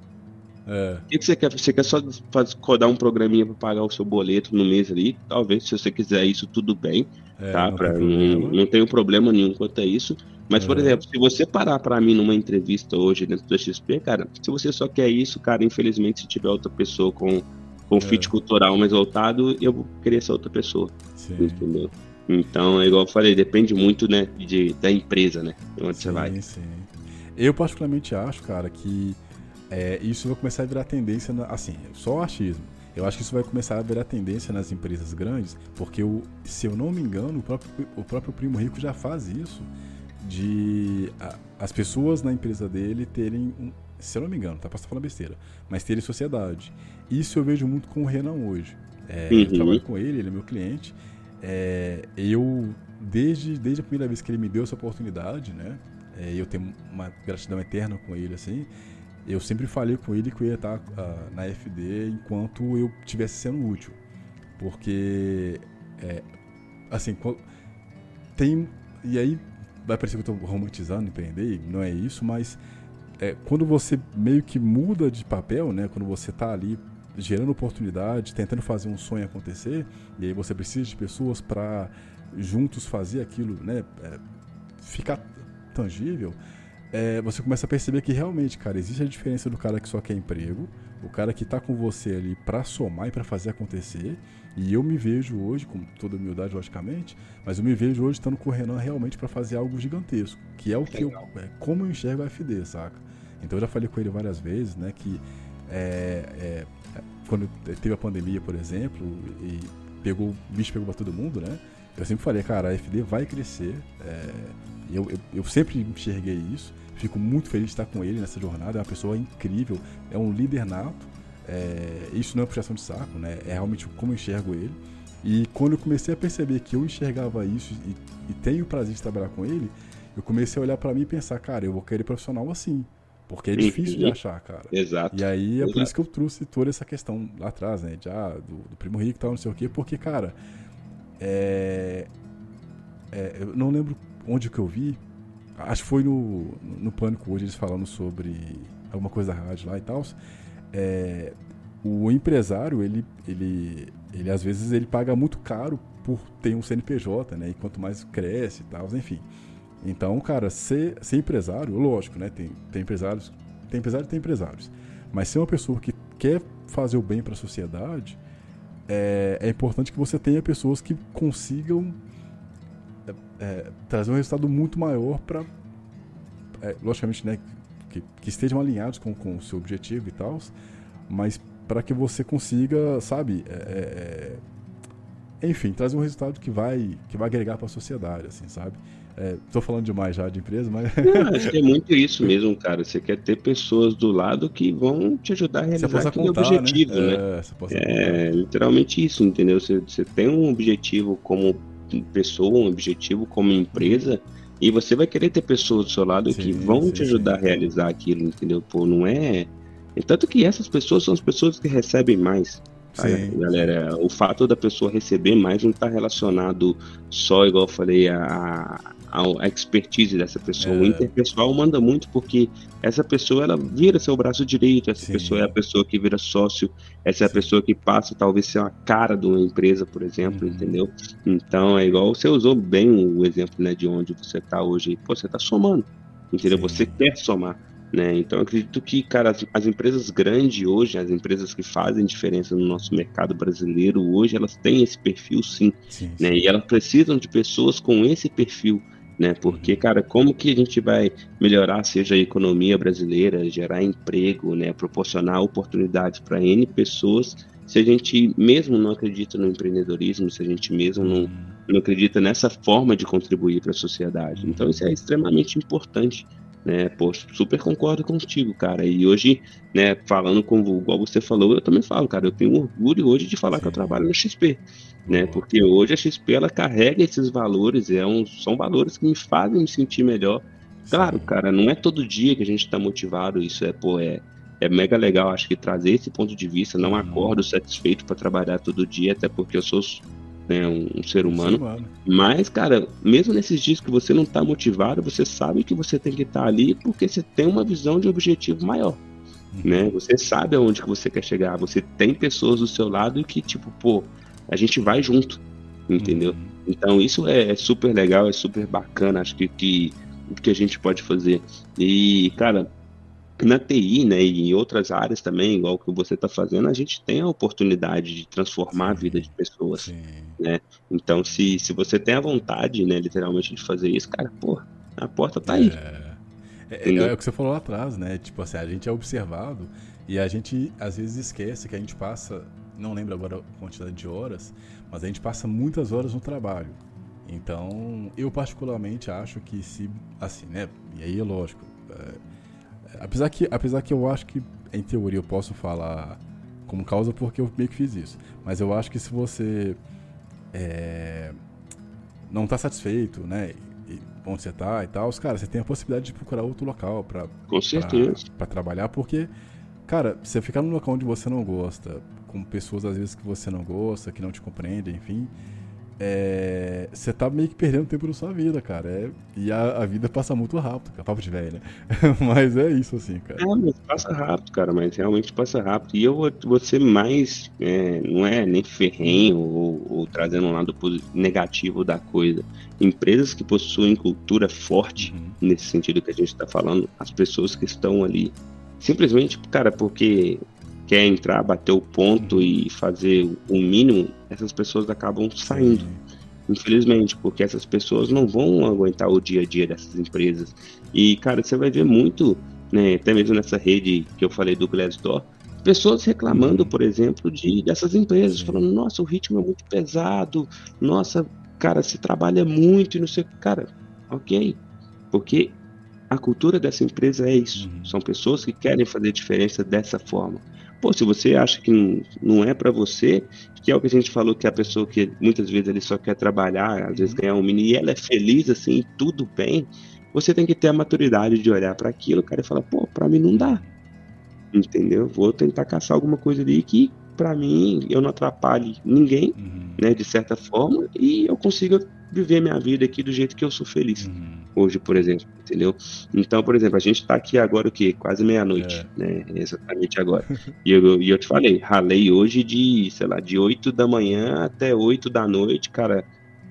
O que você quer? Você quer só codar um programinha para pagar o seu boleto no mês ali? Talvez, se você quiser isso, tudo bem, tá? Não tenho problema nenhum quanto a isso. Mas, por exemplo, se você parar para mim numa entrevista hoje dentro da XP, cara, se você só quer isso, cara, infelizmente, se tiver outra pessoa com fit cultural mais voltado, eu vou querer essa outra pessoa, entendeu? Então, é igual eu falei, depende muito, né, da empresa, né, onde você vai. Eu particularmente acho, cara, que isso vai começar a virar tendência, assim, só achismo. Eu acho que isso vai começar a virar tendência nas empresas grandes, porque, se eu não me engano, o próprio Primo Rico já faz isso, de as pessoas na empresa dele terem, se eu não me engano, tá? Posso estar falando besteira, mas terem sociedade. Isso eu vejo muito com o Renan hoje. Eu trabalho com ele é meu cliente. Eu, desde a primeira vez que ele me deu essa oportunidade, né? Eu tenho uma gratidão eterna com ele, assim. Eu sempre falei com ele que eu ia estar na FD enquanto eu estivesse sendo útil. Porque, assim, e aí vai parecer que eu estou romantizando empreender, não é isso, mas quando você meio que muda de papel, né? Quando você está ali gerando oportunidade, tentando fazer um sonho acontecer, e aí você precisa de pessoas para juntos fazer aquilo, né? Ficar tangível. você começa a perceber que realmente, cara, existe a diferença do cara que só quer emprego, o cara que tá com você ali pra somar e pra fazer acontecer. E eu me vejo hoje, com toda humildade, logicamente, mas eu me vejo hoje estando com o Renan realmente pra fazer algo gigantesco, que é o que como eu enxergo a FD, saca? Então eu já falei com ele várias vezes, né, que quando teve a pandemia, por exemplo, e o bicho pegou pra todo mundo, né, eu sempre falei, cara, a FD vai crescer, eu sempre enxerguei isso. Fico muito feliz de estar com ele nessa jornada. É uma pessoa incrível, é um líder nato. Isso não é puxação de saco, né? É realmente como eu enxergo ele. E quando eu comecei a perceber que eu enxergava isso e tenho o prazer de trabalhar com ele, eu comecei a olhar pra mim e pensar, cara, eu vou querer profissional assim. Porque é difícil de achar, cara. Exato. E aí por isso que eu trouxe toda essa questão lá atrás, né? Do Primo Rico e tal, não sei o quê. Porque, cara, eu não lembro onde que eu vi. Acho que foi no Pânico hoje, eles falando sobre alguma coisa da rádio lá e tal. O empresário, ele às vezes ele paga muito caro por ter um CNPJ, né? E quanto mais cresce e tal, enfim. Então, cara, ser empresário, lógico, né? Tem empresários, tem empresários. Mas ser uma pessoa que quer fazer o bem para a sociedade, é importante que você tenha pessoas que consigam trazer um resultado muito maior para, logicamente, né, que estejam alinhados com o seu objetivo e tal, mas para que você consiga, sabe, enfim, trazer um resultado que vai agregar para a sociedade, assim, sabe? Tô falando demais já de empresa, mas... Não, acho que é muito isso mesmo, cara. Você quer ter pessoas do lado que vão te ajudar a realizar aquele objetivo, né? Literalmente isso, entendeu? Você tem um objetivo como pessoa, um objetivo como empresa, e você vai querer ter pessoas do seu lado que vão te ajudar a realizar aquilo, entendeu? Pô, não é... Tanto que essas pessoas são as pessoas que recebem mais. Galera, o fato da pessoa receber mais não está relacionado só, igual eu falei, a expertise dessa pessoa. O interpessoal manda muito porque essa pessoa, ela vira seu braço direito, essa pessoa é a pessoa que vira sócio, essa é a pessoa que passa talvez ser uma cara de uma empresa, por exemplo, entendeu? Então é igual, você usou bem o exemplo, né, de onde você está hoje. Pô, você está somando, entendeu? Você quer somar, né? Então eu acredito que, cara, as empresas grandes hoje, as empresas que fazem diferença no nosso mercado brasileiro hoje, elas têm esse perfil sim. Né? E elas precisam de pessoas com esse perfil, né? Porque, cara, como que a gente vai melhorar, seja a economia brasileira, gerar emprego, né? Proporcionar oportunidades para N pessoas, se a gente mesmo não acredita no empreendedorismo, se a gente mesmo não acredita nessa forma de contribuir para a sociedade. Então isso é extremamente importante, né? Pô, super concordo contigo, cara. E hoje, né, falando igual você falou, eu também falo, cara, eu tenho orgulho hoje de falar que eu trabalho na XP, né? Porque hoje a XP, ela carrega esses valores, são valores que me fazem me sentir melhor. Claro, cara, não é todo dia que a gente tá motivado, isso é mega legal, acho que trazer esse ponto de vista, não acordo satisfeito para trabalhar todo dia, até porque eu sou, né, um ser humano. Mas, cara, mesmo nesses dias que você não tá motivado, você sabe que você tem que estar ali porque você tem uma visão de objetivo maior, né? Você sabe aonde que você quer chegar, você tem pessoas do seu lado que, tipo, pô, a gente vai junto, entendeu? Então isso é super legal, é super bacana, acho que a gente pode fazer. E, cara, na TI, né, e em outras áreas também, igual que você está fazendo, a gente tem a oportunidade de transformar a vida de pessoas, né? Então, se você tem a vontade, né, literalmente, de fazer isso, cara, pô, a porta tá aí. É o que você falou lá atrás, né? Tipo assim, a gente é observado e a gente às vezes esquece que a gente passa, não lembro agora a quantidade de horas, mas a gente passa muitas horas no trabalho. Então, eu particularmente acho que se, assim, né? E aí é lógico. Apesar que eu acho que, em teoria, eu posso falar como causa porque eu meio que fiz isso. Mas eu acho que se você não tá satisfeito, né, onde você tá e tal, cara, você tem a possibilidade de procurar outro local pra trabalhar, porque, cara, você ficar num local onde você não gosta, com pessoas às vezes que você não gosta, que não te compreendem, enfim, você tá meio que perdendo tempo da sua vida, cara. E a vida passa muito rápido, cara. Papo de velho, né? Mas é isso, assim, cara. Mas passa rápido, cara, mas realmente passa rápido. E eu vou ser mais, não é nem ferrenho ou trazendo um lado negativo da coisa. Empresas que possuem cultura forte, nesse sentido que a gente está falando, as pessoas que estão ali, simplesmente, cara, porque quer entrar, bater o ponto e fazer o mínimo, essas pessoas acabam saindo. Infelizmente, porque essas pessoas não vão aguentar o dia a dia dessas empresas. E, cara, você vai ver muito, né, até mesmo nessa rede que eu falei do Glassdoor, pessoas reclamando, por exemplo, dessas empresas, falando, nossa, o ritmo é muito pesado, nossa, cara, se trabalha muito e não sei o que. Cara, ok, porque a cultura dessa empresa é isso. São pessoas que querem fazer diferença dessa forma. Pô, se você acha que não é para você, que é o que a gente falou, que a pessoa que muitas vezes ele só quer trabalhar, às vezes ganhar um mini, e ela é feliz assim, tudo bem, você tem que ter a maturidade de olhar para aquilo, cara, e falar, pô, para mim não dá. Entendeu? Vou tentar caçar alguma coisa ali que, para mim, eu não atrapalhe ninguém, né, de certa forma, e eu consiga viver minha vida aqui do jeito que eu sou feliz. Hoje, por exemplo, entendeu? Então, por exemplo, a gente tá aqui agora o quê? Quase meia-noite, né? Exatamente agora. E eu te falei, ralei hoje de 8 da manhã até 8 da noite, cara,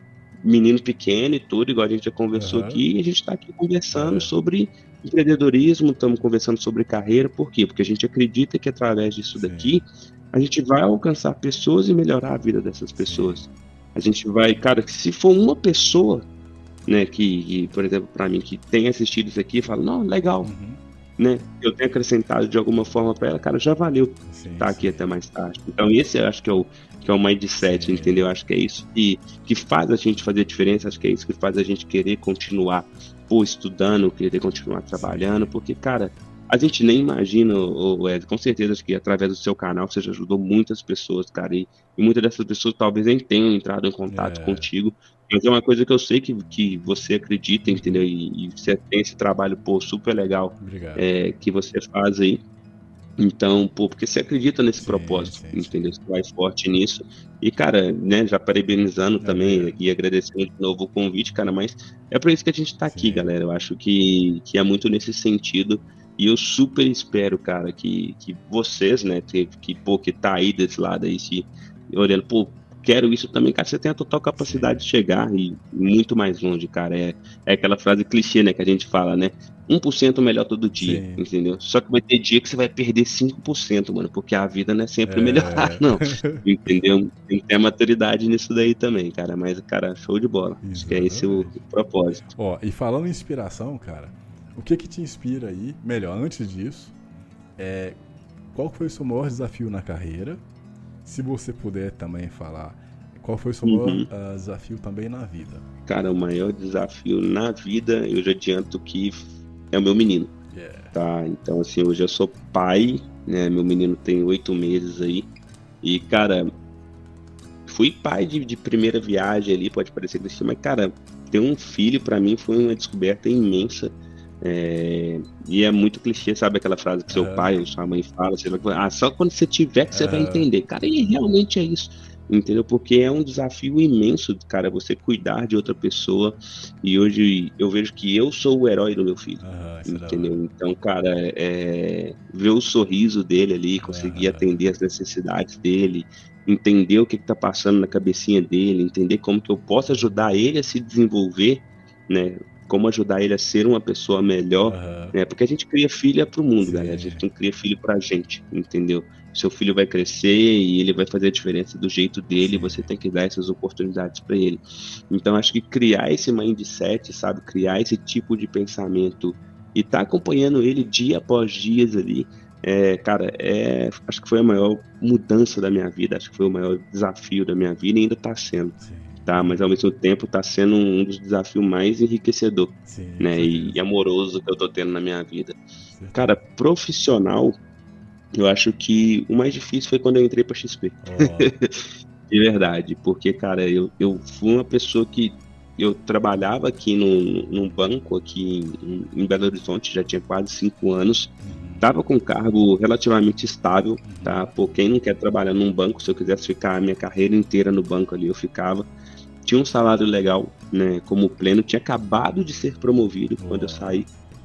menino pequeno e tudo, igual a gente já conversou aqui, e a gente tá aqui conversando sobre empreendedorismo, estamos conversando sobre carreira, por quê? Porque a gente acredita que através disso daqui, a gente vai alcançar pessoas e melhorar a vida dessas pessoas. A gente vai, cara, se for uma pessoa, né, que por exemplo, para mim, que tem assistido isso aqui e fala, não, legal, né, eu tenho acrescentado de alguma forma para ela, cara, já valeu estar aqui até mais tarde. Então esse eu acho que é o mindset, entendeu? Acho que é isso que faz a gente fazer a diferença, acho que é isso que faz a gente querer continuar estudando, querer continuar trabalhando, porque, cara, a gente nem imagina, Ed, com certeza, acho que através do seu canal você já ajudou muitas pessoas, cara, e muitas dessas pessoas talvez nem tenham entrado em contato contigo, mas é uma coisa que eu sei que você acredita, entendeu? E você tem esse trabalho, super legal, que você faz aí. Então, porque você acredita nesse propósito, entendeu? Você vai forte nisso. E, cara, né, já parabenizando também e agradecendo de novo o convite, cara, mas é por isso que a gente tá aqui, galera. Eu acho que é muito nesse sentido. E eu super espero, cara, que vocês, né, que tá aí desse lado aí, se olhando, quero isso também, cara, você tem a total capacidade de chegar e muito mais longe, cara. É aquela frase clichê, né, que a gente fala, né? 1% melhor todo dia, entendeu? Só que vai ter dia que você vai perder 5%, mano, porque a vida não é sempre melhorar, não. Entendeu? Tem que ter a maturidade nisso daí também, cara. Mas, cara, show de bola. Exatamente. Acho que é esse o propósito. Ó, e falando em inspiração, cara, o que te inspira aí? Melhor, antes disso, qual foi o seu maior desafio na carreira? Se você puder também falar, qual foi o seu maior desafio também na vida? Cara, o maior desafio na vida, eu já adianto que é o meu menino. Tá? Então, assim, hoje eu sou pai, né? Meu menino tem 8 meses aí. E, cara, fui pai de primeira viagem ali, pode parecer clichê, mas, cara, ter um filho pra mim foi uma descoberta imensa. E é muito clichê, sabe aquela frase que seu pai ou sua mãe fala, você vai, só quando você tiver que você vai entender, cara, e realmente é isso, entendeu? Porque é um desafio imenso, cara, você cuidar de outra pessoa, e hoje eu vejo que eu sou o herói do meu filho, entendeu? Então, cara, ver o sorriso dele ali, conseguir atender as necessidades dele, entender o que tá passando na cabecinha dele, entender como que eu posso ajudar ele a se desenvolver, né? Como ajudar ele a ser uma pessoa melhor, né? Porque a gente cria filho pro mundo, galera. A gente não cria filho pra gente, entendeu? Seu filho vai crescer e ele vai fazer a diferença do jeito dele, você tem que dar essas oportunidades para ele. Então, acho que criar esse mindset, sabe? Criar esse tipo de pensamento e tá acompanhando ele dia após dia ali, cara, acho que foi a maior mudança da minha vida, acho que foi o maior desafio da minha vida e ainda tá sendo. Tá, mas ao mesmo tempo está sendo um dos desafios mais enriquecedor, né, e amoroso que eu tô tendo na minha vida. Cara, profissional, eu acho que o mais difícil foi quando eu entrei para XP. De verdade, porque, cara, eu fui uma pessoa que eu trabalhava aqui num banco aqui em Belo Horizonte, já tinha quase 5 anos, estava com um cargo relativamente estável, tá? Por quem não quer trabalhar num banco, se eu quisesse ficar a minha carreira inteira no banco ali, eu ficava. tinha um salário legal, né, como pleno, tinha acabado de ser promovido quando eu saí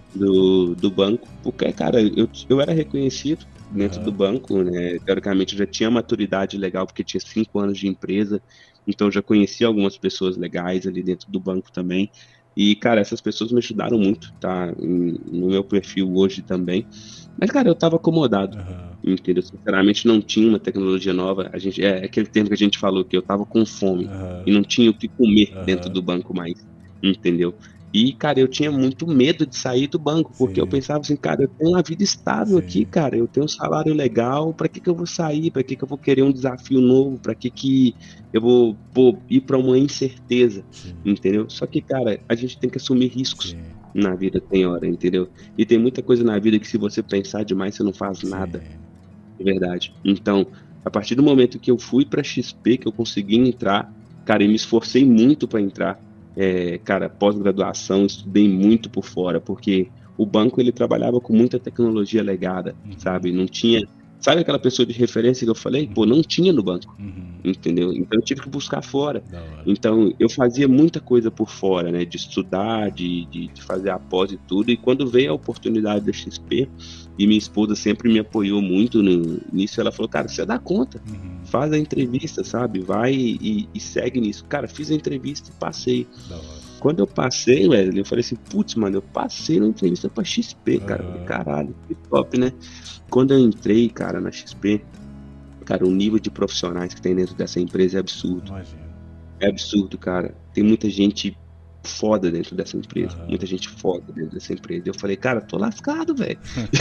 do banco, porque, cara, eu era reconhecido dentro do banco, né, teoricamente eu já tinha maturidade legal, porque tinha 5 anos de empresa, então eu já conhecia algumas pessoas legais ali dentro do banco também, e, cara, essas pessoas me ajudaram muito, tá, no meu perfil hoje também, mas, cara, eu tava acomodado, entendeu? Sinceramente, não tinha uma tecnologia nova, é aquele termo que a gente falou, que eu tava com fome, e não tinha o que comer dentro do banco mais, entendeu? E, cara, eu tinha muito medo de sair do banco, porque eu pensava assim, cara, eu tenho uma vida estável aqui, cara, eu tenho um salário legal, pra que eu vou sair? Pra que eu vou querer um desafio novo? Pra que eu vou ir pra uma incerteza, entendeu? Só que, cara, a gente tem que assumir riscos na vida, tem hora, entendeu? E tem muita coisa na vida que se você pensar demais, você não faz nada, de verdade. Então, a partir do momento que eu fui pra XP, que eu consegui entrar, cara, e me esforcei muito pra entrar, cara, pós-graduação, estudei muito por fora, porque o banco, ele trabalhava com muita tecnologia legada, sabe? Não tinha... Sabe aquela pessoa de referência que eu falei? Pô, não tinha no banco, entendeu? Então eu tive que buscar fora. Então eu fazia muita coisa por fora, né? De estudar, de fazer a pós e tudo. E quando veio a oportunidade da XP, e minha esposa sempre me apoiou muito nisso, ela falou, cara, você dá conta, faz a entrevista, sabe? Vai e segue nisso. Cara, fiz a entrevista e passei. Quando eu passei, Wesley, eu falei assim, putz, mano, eu passei na entrevista pra XP, cara. Eu falei, caralho, que top, né? Quando eu entrei, cara, na XP, cara, o nível de profissionais que tem dentro dessa empresa é absurdo. É absurdo, cara. Tem muita gente foda dentro dessa empresa. Muita gente foda dentro dessa empresa. Eu falei, cara, tô lascado, velho.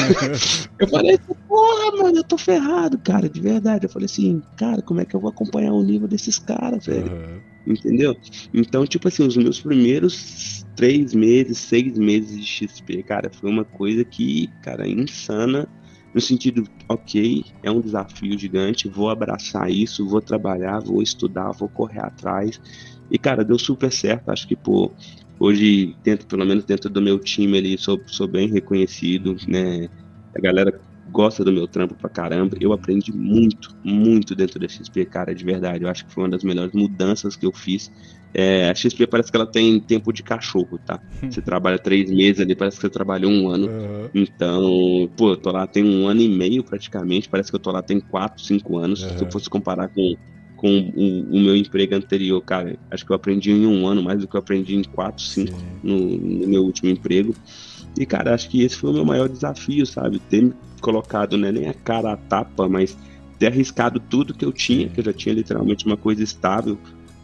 Eu falei, porra, mano, eu tô ferrado, cara, de verdade. Eu falei assim, cara, como é que eu vou acompanhar o nível desses caras, velho? Entendeu? Então, tipo assim, os meus primeiros 3 meses, 6 meses de XP, cara, foi uma coisa que, cara, insana, no sentido, ok, é um desafio gigante, vou abraçar isso, vou trabalhar, vou estudar, vou correr atrás. E, cara, deu super certo. Acho que, pô, hoje, pelo menos dentro do meu time ali, sou bem reconhecido, né? A galera gosta do meu trampo pra caramba. Eu aprendi muito, muito dentro da XP, cara, de verdade. Eu acho que foi uma das melhores mudanças que eu fiz. A XP parece que ela tem tempo de cachorro, tá? Você trabalha 3 meses ali, parece que você trabalhou 1 ano. Então, pô, eu tô lá tem 1 ano e meio praticamente. Parece que eu tô lá tem 4, 5 anos. Se eu fosse comparar com o meu emprego anterior, cara, acho que eu aprendi em 1 ano mais do que eu aprendi em 4, 5 no meu último emprego. E, cara, acho que esse foi o meu maior desafio, sabe? Ter me colocado, né, nem a cara a tapa, mas ter arriscado tudo que eu tinha, que eu já tinha literalmente uma coisa estável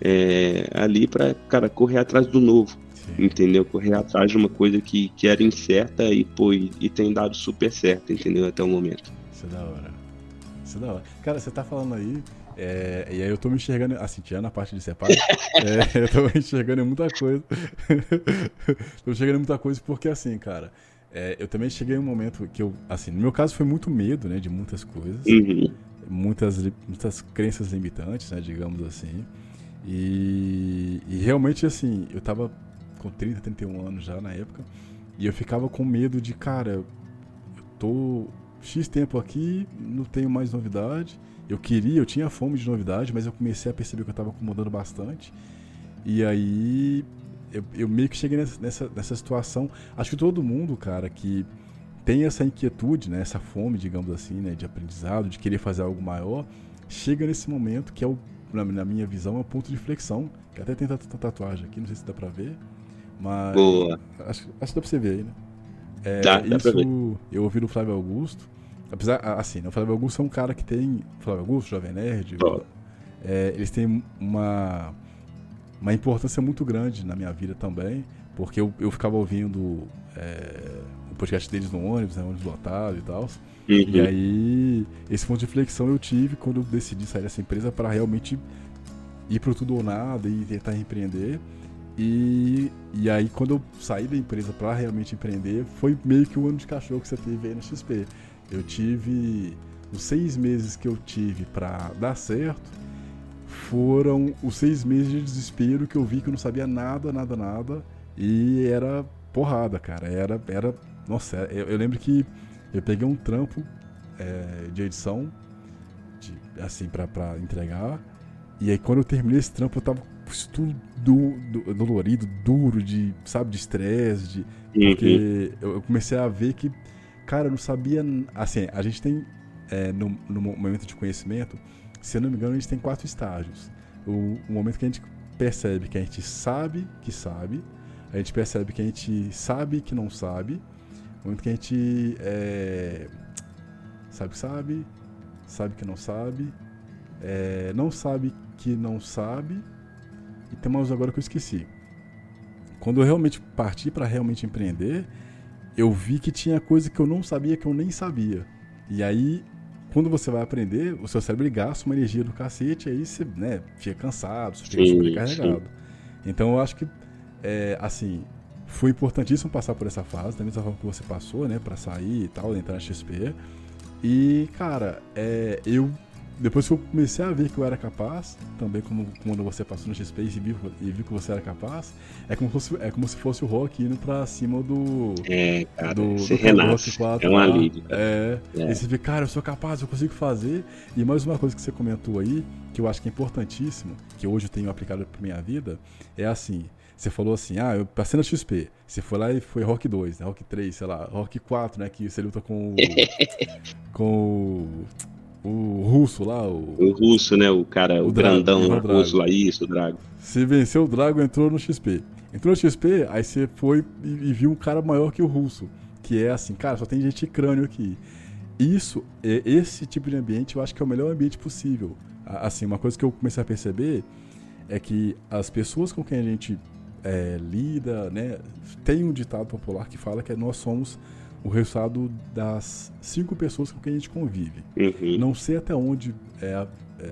ali pra, cara, correr atrás do novo, entendeu? Correr atrás de uma coisa que era incerta e, pô, e tem dado super certo, entendeu? Até o momento. Isso é da hora. Isso é da hora. Cara, você tá falando aí, e aí eu tô me enxergando, assim, tirando a parte de ser pai, eu tô me enxergando em muita coisa. Tô enxergando em muita coisa porque, assim, cara, eu também cheguei em um momento que eu, assim, no meu caso foi muito medo, né, de muitas coisas, muitas crenças limitantes, né, digamos assim, e realmente, assim, eu tava com 30, 31 anos já na época, e eu ficava com medo de, cara, eu tô X tempo aqui, não tenho mais novidade. Eu tinha fome de novidade, mas eu comecei a perceber que eu estava acomodando bastante. E aí, eu meio que cheguei nessa situação. Acho que todo mundo, cara, que tem essa inquietude, né, essa fome, digamos assim, né, de aprendizado, de querer fazer algo maior, chega nesse momento que na minha visão, é um ponto de flexão. Que até tem tatuagem aqui, não sei se dá pra ver, mas boa. Acho que dá pra você ver aí, né? Dá isso pra ver. eu ouvi do Flávio Augusto. Apesar, assim, o Flávio Augusto é um cara que tem... Flávio Augusto, Jovem Nerd, eles têm uma importância muito grande na minha vida também, porque eu ficava ouvindo o podcast deles no ônibus, né, ônibus lotado e tal. E aí, esse ponto de reflexão eu tive quando eu decidi sair dessa empresa para realmente ir pro tudo ou nada e tentar empreender. E aí, quando eu saí da empresa para realmente empreender, foi meio que o ano de cachorro que você teve aí na XP. Eu tive... Os 6 meses que eu tive pra dar certo foram os 6 meses de desespero que eu vi que eu não sabia nada. E era porrada, cara. Nossa, eu lembro que eu peguei um trampo de edição, assim, pra entregar. E aí, quando eu terminei esse trampo, eu tava isso tudo dolorido, duro, sabe, de estresse, porque eu comecei a ver que, cara, eu não sabia, assim, a gente tem, no momento de conhecimento, se eu não me engano, a gente tem 4 estágios. O momento que a gente percebe que a gente sabe que sabe, a gente percebe que a gente sabe que não sabe, o momento que a gente sabe que sabe, sabe que não sabe, não sabe que não sabe, e tem mais agora que eu esqueci. Quando eu realmente parti para realmente empreender, eu vi que tinha coisa que eu não sabia, que eu nem sabia. E aí, quando você vai aprender, o seu cérebro gasta uma energia do cacete, e aí você, né, fica cansado, você fica sobrecarregado. Então eu acho que, assim, foi importantíssimo passar por essa fase, da mesma forma que você passou, né, para sair e tal, entrar na XP. E, cara, depois que eu comecei a ver que eu era capaz, também como quando você passou no XP e viu que você era capaz, é como se fosse o Rock indo pra cima do Rock 4. É um alívio. E você vê, cara, eu sou capaz, eu consigo fazer. E mais uma coisa que você comentou aí, que eu acho que é importantíssimo, que hoje eu tenho aplicado pra minha vida, é assim, você falou assim, eu passei na XP, você foi lá e foi Rock 2, né, Rock 3, sei lá, Rock 4, né, que você luta com o russo lá. O russo, né? O cara, o grandão lá, russo lá, isso, o Drago. Você venceu o Drago, entrou no XP. Entrou no XP, aí você foi e viu um cara maior que o russo. Que é assim, cara, só tem gente crânio aqui. Esse tipo de ambiente eu acho que é o melhor ambiente possível. Assim, uma coisa que eu comecei a perceber é que as pessoas com quem a gente lida, né? Tem um ditado popular que fala que nós somos o resultado das 5 pessoas com quem a gente convive. Não sei até onde é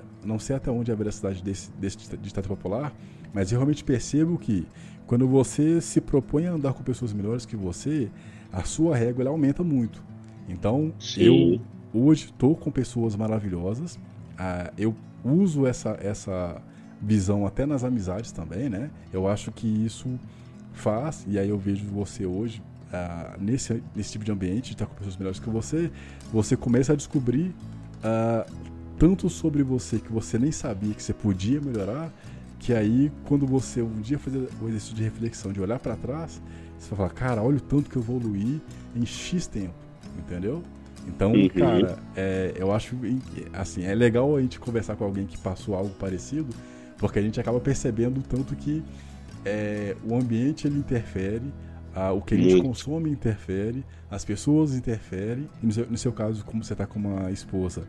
a veracidade desse ditado popular, mas eu realmente percebo que quando você se propõe a andar com pessoas melhores que você, a sua régua ela aumenta muito. Então, eu hoje estou com pessoas maravilhosas, eu uso essa visão até nas amizades também, né? Eu acho que isso faz, e aí eu vejo você hoje nesse tipo de ambiente, de estar com pessoas melhores que você começa a descobrir tanto sobre você que você nem sabia que você podia melhorar, que aí quando você um dia fazer o exercício de reflexão, de olhar para trás, você vai falar, cara, olha o tanto que eu evoluí em X tempo, entendeu? Então, cara, eu acho assim, é legal a gente conversar com alguém que passou algo parecido, porque a gente acaba percebendo o tanto que o ambiente ele interfere, o que a gente consome interfere, as pessoas interferem, e no seu caso, como você está com uma esposa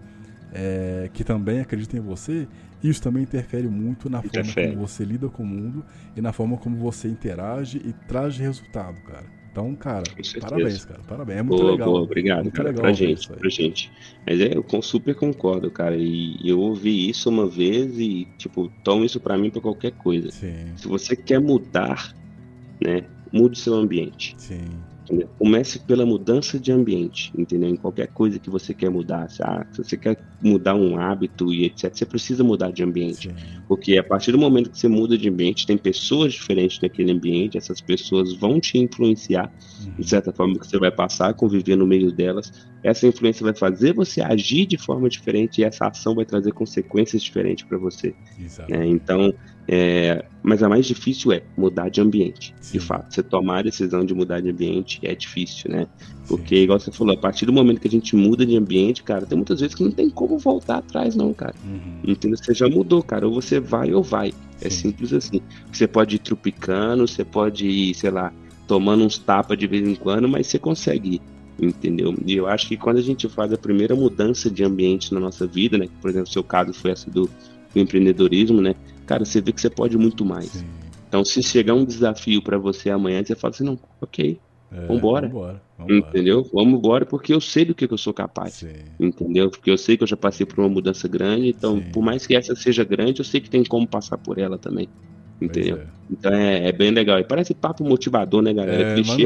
que também acredita em você, isso também interfere muito na forma como você lida com o mundo e na forma como você interage e traz resultado, cara. Então, cara, parabéns, cara, parabéns. É muito legal. Obrigado, muito cara, legal pra gente. Mas eu super concordo, cara, e eu ouvi isso uma vez e, tipo, tomo isso pra mim pra qualquer coisa. Sim. Se você quer mudar, né, mude seu ambiente. Sim. Entendeu? Comece pela mudança de ambiente, entendeu? Em qualquer coisa que você quer mudar, se você quer mudar um hábito e etc, você precisa mudar de ambiente. Sim. Porque a partir do momento que você muda de ambiente, tem pessoas diferentes naquele ambiente, essas pessoas vão te influenciar, de certa forma que você vai passar a conviver no meio delas. Essa influência vai fazer você agir de forma diferente e essa ação vai trazer consequências diferentes para você. Né? Então, mas a mais difícil é mudar de ambiente. Sim. De fato, você tomar a decisão de mudar de ambiente é difícil, né? Porque, sim, igual você falou, a partir do momento que a gente muda de ambiente, cara, tem muitas vezes que não tem como voltar atrás, não, cara. Entendeu? Você já mudou, cara. Ou você vai ou vai. É simples assim. Você pode ir tropicando, você pode ir, sei lá, tomando uns tapas de vez em quando, mas você consegue ir. Entendeu? E eu acho que quando a gente faz a primeira mudança de ambiente na nossa vida, né? Por exemplo, o seu caso foi essa do empreendedorismo, né? Cara, você vê que você pode muito mais. Sim. Então, se chegar um desafio para você amanhã, você fala assim, não, ok, vambora. Entendeu? Vamos embora porque eu sei do que eu sou capaz. Sim. Entendeu? Porque eu sei que eu já passei por uma mudança grande, então, sim, por mais que essa seja grande, eu sei que tem como passar por ela também. Entendeu? Então é bem legal. E parece papo motivador, né, galera? Clichê,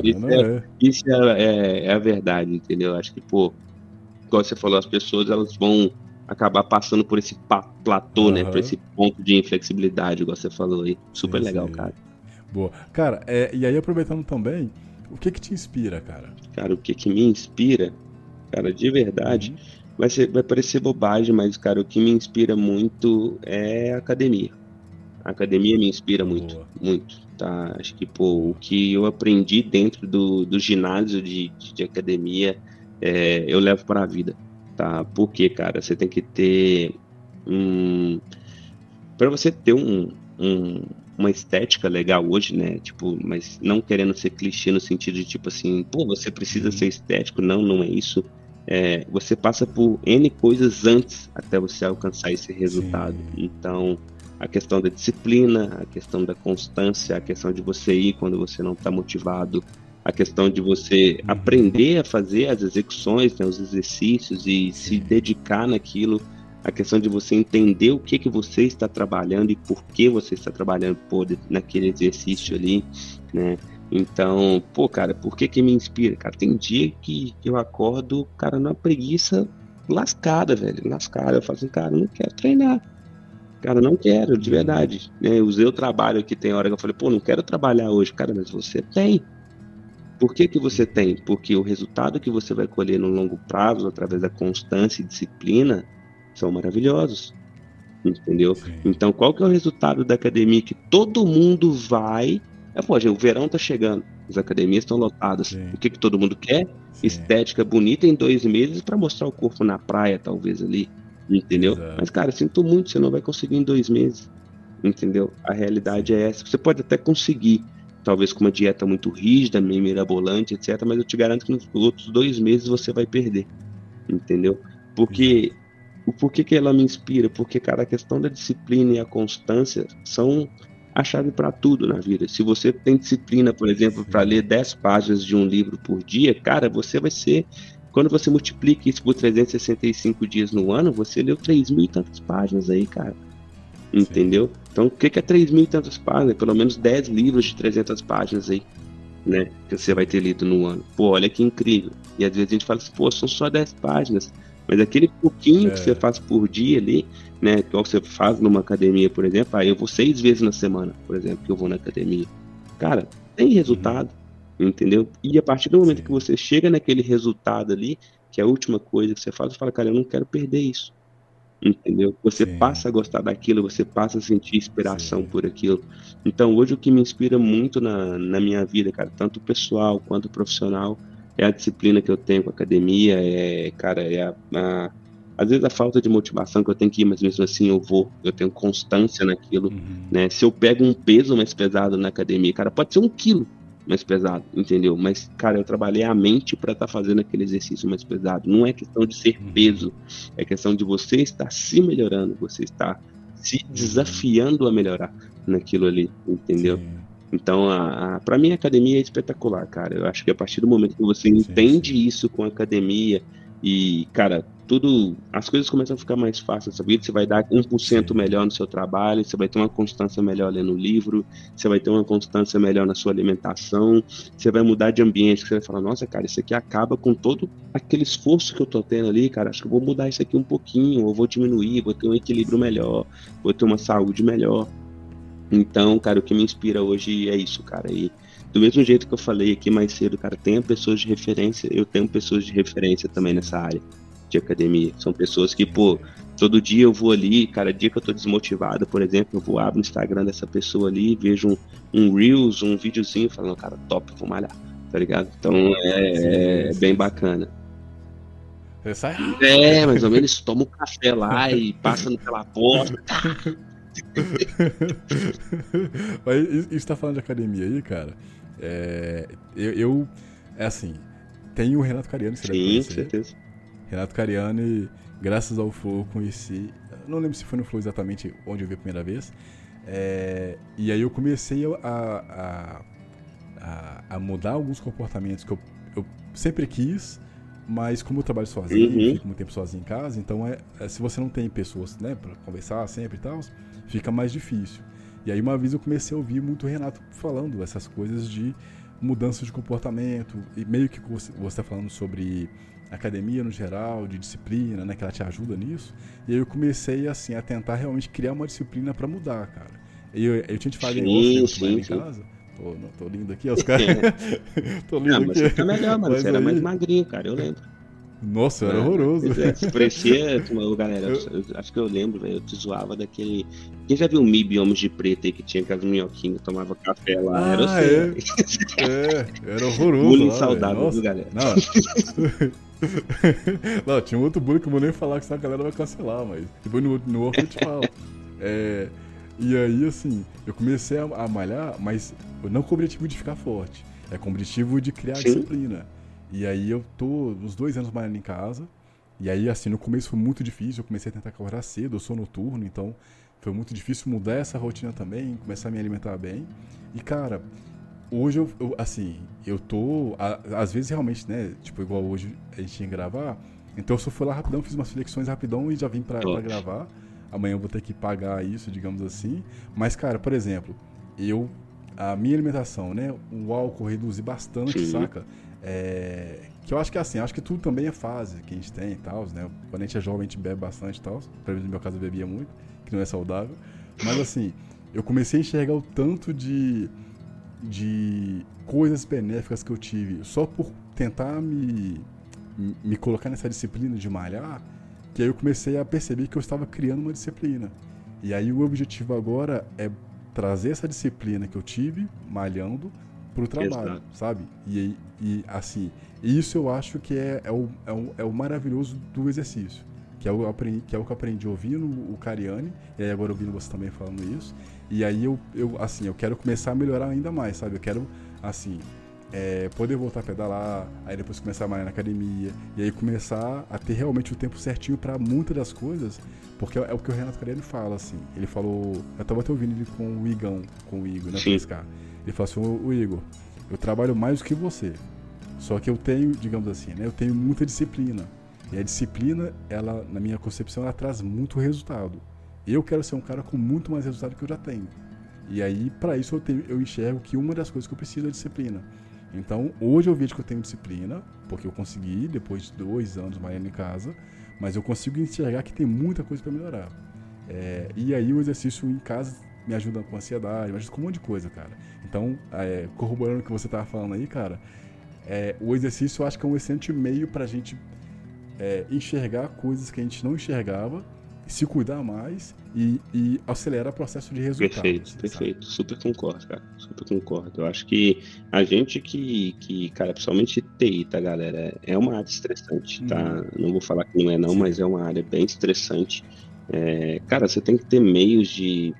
isso é a verdade, entendeu? Acho que, pô, igual você falou, as pessoas elas vão acabar passando por esse platô, né? Por esse ponto de inflexibilidade, igual você falou aí. Super legal, cara. Boa. Cara, e aí aproveitando também, o que te inspira, cara? Cara, o que me inspira, cara, de verdade, vai parecer bobagem, mas, cara, o que me inspira muito é a academia. A academia me inspira muito, Boa. muito, tá? Acho que, pô, o que eu aprendi dentro do ginásio de academia, eu levo para a vida, tá? Porque, cara, você tem que ter um... Para você ter uma estética legal hoje, né? Tipo, mas não querendo ser clichê no sentido de, tipo assim, pô, você precisa ser estético. Não, não é isso. Você passa por N coisas antes até você alcançar esse resultado. Sim. Então, a questão da disciplina, a questão da constância, a questão de você ir quando você não está motivado, a questão de você aprender a fazer as execuções, né, os exercícios e se dedicar naquilo, a questão de você entender o que você está trabalhando e por que você está trabalhando naquele exercício ali, né? Então, pô, cara, por que me inspira? Cara, tem dia que eu acordo, cara, numa preguiça lascada, velho, lascada. Eu falo assim, cara, eu não quero treinar. Cara, não quero, de verdade. Né? Eu usei o trabalho aqui, tem hora que eu falei, pô, não quero trabalhar hoje. Cara, mas você tem. Por que você tem? Porque o resultado que você vai colher no longo prazo, através da constância e disciplina, são maravilhosos. Entendeu? Sim. Então, qual que é o resultado da academia que todo mundo vai? Pô, gente, o verão tá chegando, as academias estão lotadas. Sim. O que todo mundo quer? Sim. Estética bonita em 2 meses para mostrar o corpo na praia, talvez ali. Entendeu? Exato. Mas, cara, sinto muito, você não vai conseguir em 2 meses. Entendeu? A realidade é essa. Você pode até conseguir, talvez com uma dieta muito rígida, meio mirabolante, etc. Mas eu te garanto que nos outros 2 meses você vai perder. Entendeu? Porque por que ela me inspira? Porque, cara, a questão da disciplina e a constância são a chave para tudo na vida. Se você tem disciplina, por exemplo, para ler 10 páginas de um livro por dia, cara, você vai ser... Quando você multiplica isso por 365 dias no ano, você leu 3.000 e tantas páginas aí, cara. Entendeu? Então, o que é 3.000 e tantas páginas? Pelo menos 10 livros de 300 páginas aí, né? Que você vai ter lido no ano. Pô, olha que incrível. E às vezes a gente fala assim, pô, são só 10 páginas. Mas aquele pouquinho que você faz por dia ali, né? Que você faz numa academia, por exemplo, aí eu vou 6 vezes na semana, por exemplo, que eu vou na academia. Cara, tem resultado, entendeu? E a partir do momento que você chega naquele resultado ali, que é a última coisa que você faz, você fala, cara, eu não quero perder isso. Entendeu? Você passa a gostar daquilo, você passa a sentir inspiração por aquilo. Então, hoje o que me inspira muito na minha vida, cara, tanto pessoal quanto profissional, é a disciplina que eu tenho com a academia, cara, às vezes a falta de motivação que eu tenho que ir, mas mesmo assim eu tenho constância naquilo, né? Se eu pego um peso mais pesado na academia, cara, pode ser 1 quilo mais pesado, entendeu? Mas, cara, eu trabalhei a mente para estar fazendo aquele exercício mais pesado. Não é questão de ser peso, é questão de você estar se melhorando, você estar se desafiando a melhorar naquilo ali, entendeu? Então, para mim, a academia é espetacular, cara. Eu acho que a partir do momento que você entende isso com a academia e, cara, as coisas começam a ficar mais fáceis, sabe? Você vai dar 1% melhor no seu trabalho, você vai ter uma constância melhor lendo o livro, você vai ter uma constância melhor na sua alimentação, você vai mudar de ambiente, você vai falar, nossa, cara, isso aqui acaba com todo aquele esforço que eu tô tendo ali, cara, acho que eu vou mudar isso aqui um pouquinho, eu vou diminuir, vou ter um equilíbrio melhor, vou ter uma saúde melhor. Então, cara, o que me inspira hoje é isso, cara, e do mesmo jeito que eu falei aqui mais cedo, cara, tenha pessoas de referência, eu tenho pessoas de referência também nessa área de academia. São pessoas que, pô, todo dia eu vou ali, cara, dia que eu tô desmotivado, por exemplo, eu vou abro o Instagram dessa pessoa ali, vejo um Reels, um videozinho, falando, cara, top, vou malhar, tá ligado? Então é bem bacana. Você sai... mais ou menos, toma um café lá e passa pela porta. Mas isso tá falando de academia aí, cara. Eu assim, tem o Renato Cariani, você deve conhecer. Com certeza. Renato Cariani, graças ao Flow, eu conheci. Não lembro se foi no Flow exatamente onde eu vi a primeira vez. E aí eu comecei a mudar alguns comportamentos que eu sempre quis, mas como eu trabalho sozinho, fico muito tempo sozinho em casa, então se você não tem pessoas, né, pra conversar sempre e tal, fica mais difícil. E aí uma vez eu comecei a ouvir muito o Renato falando essas coisas de mudança de comportamento, e meio que você está falando sobre academia no geral, de disciplina, né, que ela te ajuda nisso. E aí eu comecei assim a tentar realmente criar uma disciplina pra mudar, cara. E eu tinha te falado em casa. Tô lindo aqui, os caras. Tô lindo mas aqui. você tá melhor, mano. Você era mais magrinho, cara, eu lembro. Nossa, era horroroso. Parecia, galera, acho que eu lembro, velho, eu te zoava daquele... Quem já viu o MIB Homens de Preto aí, que tinha aquelas minhoquinhas, tomava café lá, era você. Era horroroso. Bullying saudável, viu, galera? Não. Não, tinha um outro bullying que eu vou nem falar que essa galera vai cancelar, mas depois no outro eu te falo. E aí, assim, eu comecei a malhar, mas não com o objetivo de ficar forte, é com o objetivo de criar disciplina. E aí eu tô uns 2 anos malhando em casa, e aí, assim, no começo foi muito difícil, eu comecei a tentar acordar cedo, eu sou noturno, então foi muito difícil mudar essa rotina também, começar a me alimentar bem. E, cara, hoje eu tô, às vezes realmente, né, tipo, igual hoje a gente ia gravar, então eu só fui lá rapidão, fiz umas flexões rapidão e já vim pra gravar. Amanhã eu vou ter que pagar isso, digamos assim. Mas, cara, por exemplo, a minha alimentação, né, o álcool reduzi bastante, saca? Que eu acho que assim, acho que tudo também é fase que a gente tem e tal, né? Quando a gente é jovem, a gente bebe bastante e tal. Pelo menos no meu caso eu bebia muito, que não é saudável. Mas assim, eu comecei a enxergar o tanto de coisas benéficas que eu tive só por tentar me colocar nessa disciplina de malhar, que aí eu comecei a perceber que eu estava criando uma disciplina. E aí o objetivo agora é trazer essa disciplina que eu tive malhando pro trabalho, sabe? E assim, isso eu acho que é o maravilhoso do exercício, que é o que eu aprendi ouvindo o Cariani, e aí agora ouvindo você também falando isso. E aí eu quero começar a melhorar ainda mais, sabe? Eu quero, assim, poder voltar a pedalar, aí depois começar a malhar na academia, e aí começar a ter realmente o tempo certinho para muitas das coisas, porque é o que o Renato Cariani fala, assim. Ele falou, eu tava até ouvindo ele com o Igor, né, ele falou assim, o Igor, eu trabalho mais do que você, só que eu tenho, digamos assim, né, eu tenho muita disciplina, e a disciplina, ela, na minha concepção, ela traz muito resultado. Eu quero ser um cara com muito mais resultado que eu já tenho. E aí, para isso, eu enxergo que uma das coisas que eu preciso é disciplina. Então, hoje eu vejo que eu tenho disciplina, porque eu consegui, depois de 2 anos malhando em casa, mas eu consigo enxergar que tem muita coisa para melhorar. E aí, o exercício em casa me ajuda com ansiedade, me ajuda com um monte de coisa, cara. Então, corroborando o que você tava falando aí, cara, o exercício eu acho que é um excelente meio pra gente enxergar coisas que a gente não enxergava, se cuidar mais e acelerar o processo de resultado. Perfeito. Super concordo, cara. Super concordo. Eu acho que a gente que cara, principalmente TI, tá, galera? É uma área estressante, tá? Não vou falar que não é não, sim, mas é uma área bem estressante. Cara, você tem que ter meios de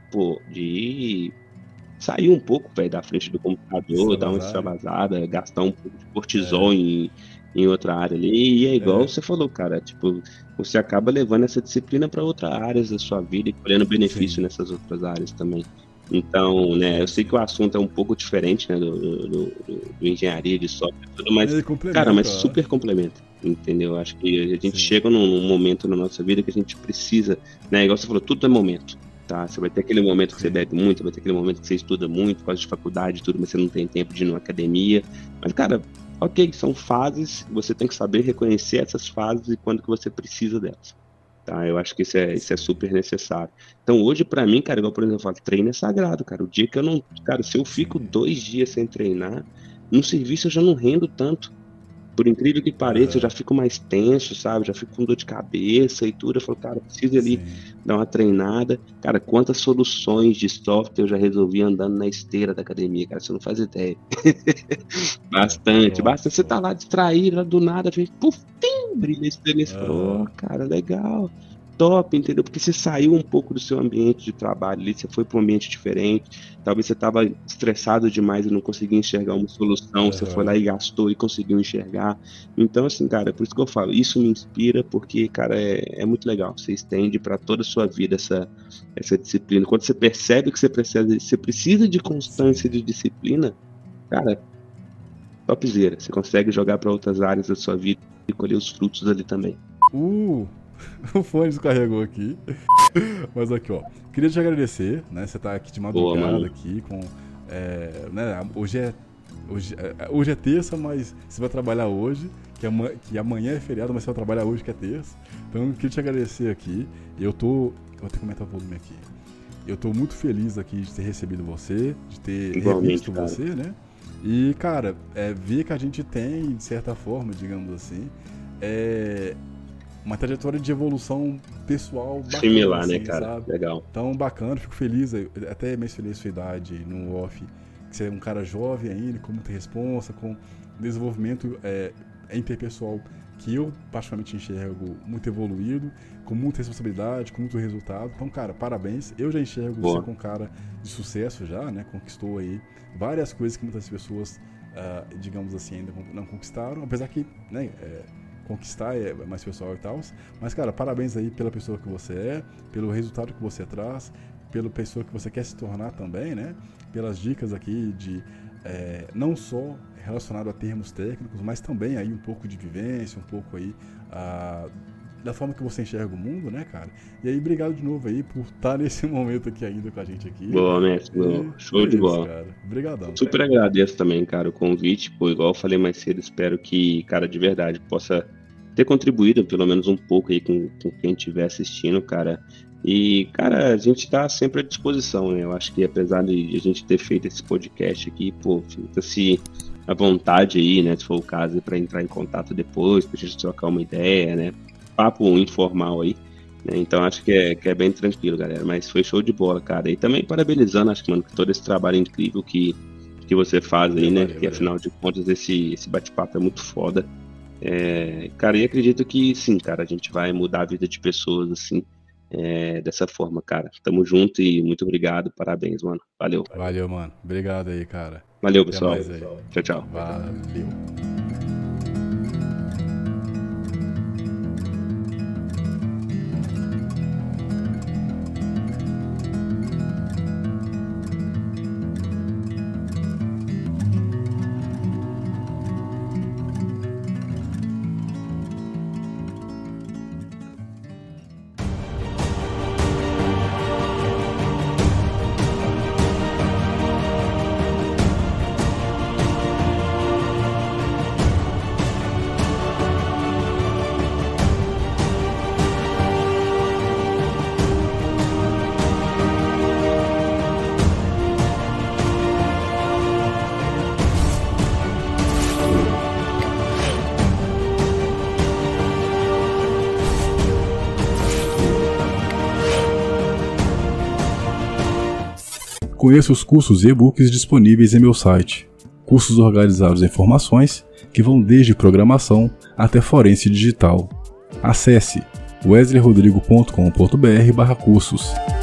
sair um pouco, velho, da frente do computador, dar uma extravasada, gastar um pouco de cortisol em outra área ali, e é igual você falou, cara, tipo, você acaba levando essa disciplina para outras áreas da sua vida e colhendo benefício nessas outras áreas também. Então, né, eu sei que o assunto é um pouco diferente, né, do engenharia de software e tudo, mas, cara, mas super complementa, entendeu? Acho que a gente chega num momento na nossa vida que a gente precisa, né, igual você falou, tudo é momento. Tá, você vai ter aquele momento que você bebe muito, vai ter aquele momento que você estuda muito, por causa de faculdade e tudo, mas você não tem tempo de ir numa academia. Mas, cara, ok, são fases, você tem que saber reconhecer essas fases e quando que você precisa delas. Tá, eu acho que isso é super necessário. Então, hoje, pra mim, cara, igual, por exemplo, eu falo, treino é sagrado, cara. O dia que eu não... Cara, se eu fico 2 dias sem treinar, no serviço eu já não rendo tanto. Por incrível que pareça, eu já fico mais tenso, sabe? Já fico com dor de cabeça e tudo. Eu falo, cara, preciso ali dar uma treinada. Cara, quantas soluções de software eu já resolvi andando na esteira da academia, cara? Você não faz ideia. Bastante. Basta você tá lá distraído, lá do nada, puf, brilha esse tênis. Cara, legal. Top, entendeu? Porque você saiu um pouco do seu ambiente de trabalho ali, você foi para um ambiente diferente, talvez você estava estressado demais e não conseguia enxergar uma solução, você foi lá e gastou e conseguiu enxergar. Então, assim, cara, por isso que eu falo, isso me inspira, porque, cara, é muito legal, você estende para toda a sua vida essa disciplina. Quando você percebe que você precisa de constância, de disciplina, cara, topzera, você consegue jogar para outras áreas da sua vida e colher os frutos ali também. O fone descarregou aqui. Mas aqui, ó. Queria te agradecer, né? Você tá aqui de madrugada aqui com... né? Hoje é terça, mas você vai trabalhar hoje, que amanhã é feriado, mas você vai trabalhar hoje, que é terça. Então, eu queria te agradecer aqui. Vou ter que aumentar o volume aqui. Eu tô muito feliz aqui de ter recebido você, de ter revisto você, né? E, cara, ver que a gente tem, de certa forma, digamos assim, uma trajetória de evolução pessoal bacana, similar, assim, né, cara? Sabe? Legal. Então, bacana, fico feliz. Eu até mencionei sua idade no off, que você é um cara jovem ainda, com muita responsa, com desenvolvimento interpessoal que eu particularmente enxergo muito evoluído, com muita responsabilidade, com muito resultado. Então, cara, parabéns. Eu já enxergo você como um cara de sucesso já, né? Conquistou aí várias coisas que muitas pessoas, digamos assim, ainda não conquistaram, apesar que, né, conquistar é mais pessoal e tal. Mas, cara, parabéns aí pela pessoa que você é, pelo resultado que você traz, pela pessoa que você quer se tornar também, né? Pelas dicas aqui de não só relacionado a termos técnicos, mas também aí um pouco de vivência, um pouco aí da forma que você enxerga o mundo, né, cara? E aí, obrigado de novo aí por estar nesse momento aqui ainda com a gente aqui. Boa, mestre, boa. Show de bola. Cara. Obrigadão. Super agradeço também, cara, o convite. Pô, igual eu falei mais cedo, espero que, cara, de verdade, possa ter contribuído pelo menos um pouco aí com quem estiver assistindo, cara. E, cara, a gente tá sempre à disposição, né? Eu acho que apesar de a gente ter feito esse podcast aqui, pô, fica-se à vontade aí, né? Se for o caso, para entrar em contato depois, pra gente trocar uma ideia, né? Papo informal aí, né? Então acho que é bem tranquilo, galera. Mas foi show de bola, cara. E também parabenizando, acho que, mano, todo esse trabalho incrível que você faz aí, né? Porque afinal de contas esse bate-papo é muito foda. Cara, e acredito que sim, cara, a gente vai mudar a vida de pessoas assim. Dessa forma, cara. Tamo junto e muito obrigado. Parabéns, mano. Valeu. Valeu, mano. Obrigado aí, cara. Valeu, pessoal. Tchau, tchau. Valeu. Conheça os cursos e e-books disponíveis em meu site. Cursos organizados em formações que vão desde programação até forense digital. Acesse wesleyrodrigo.com.br/cursos.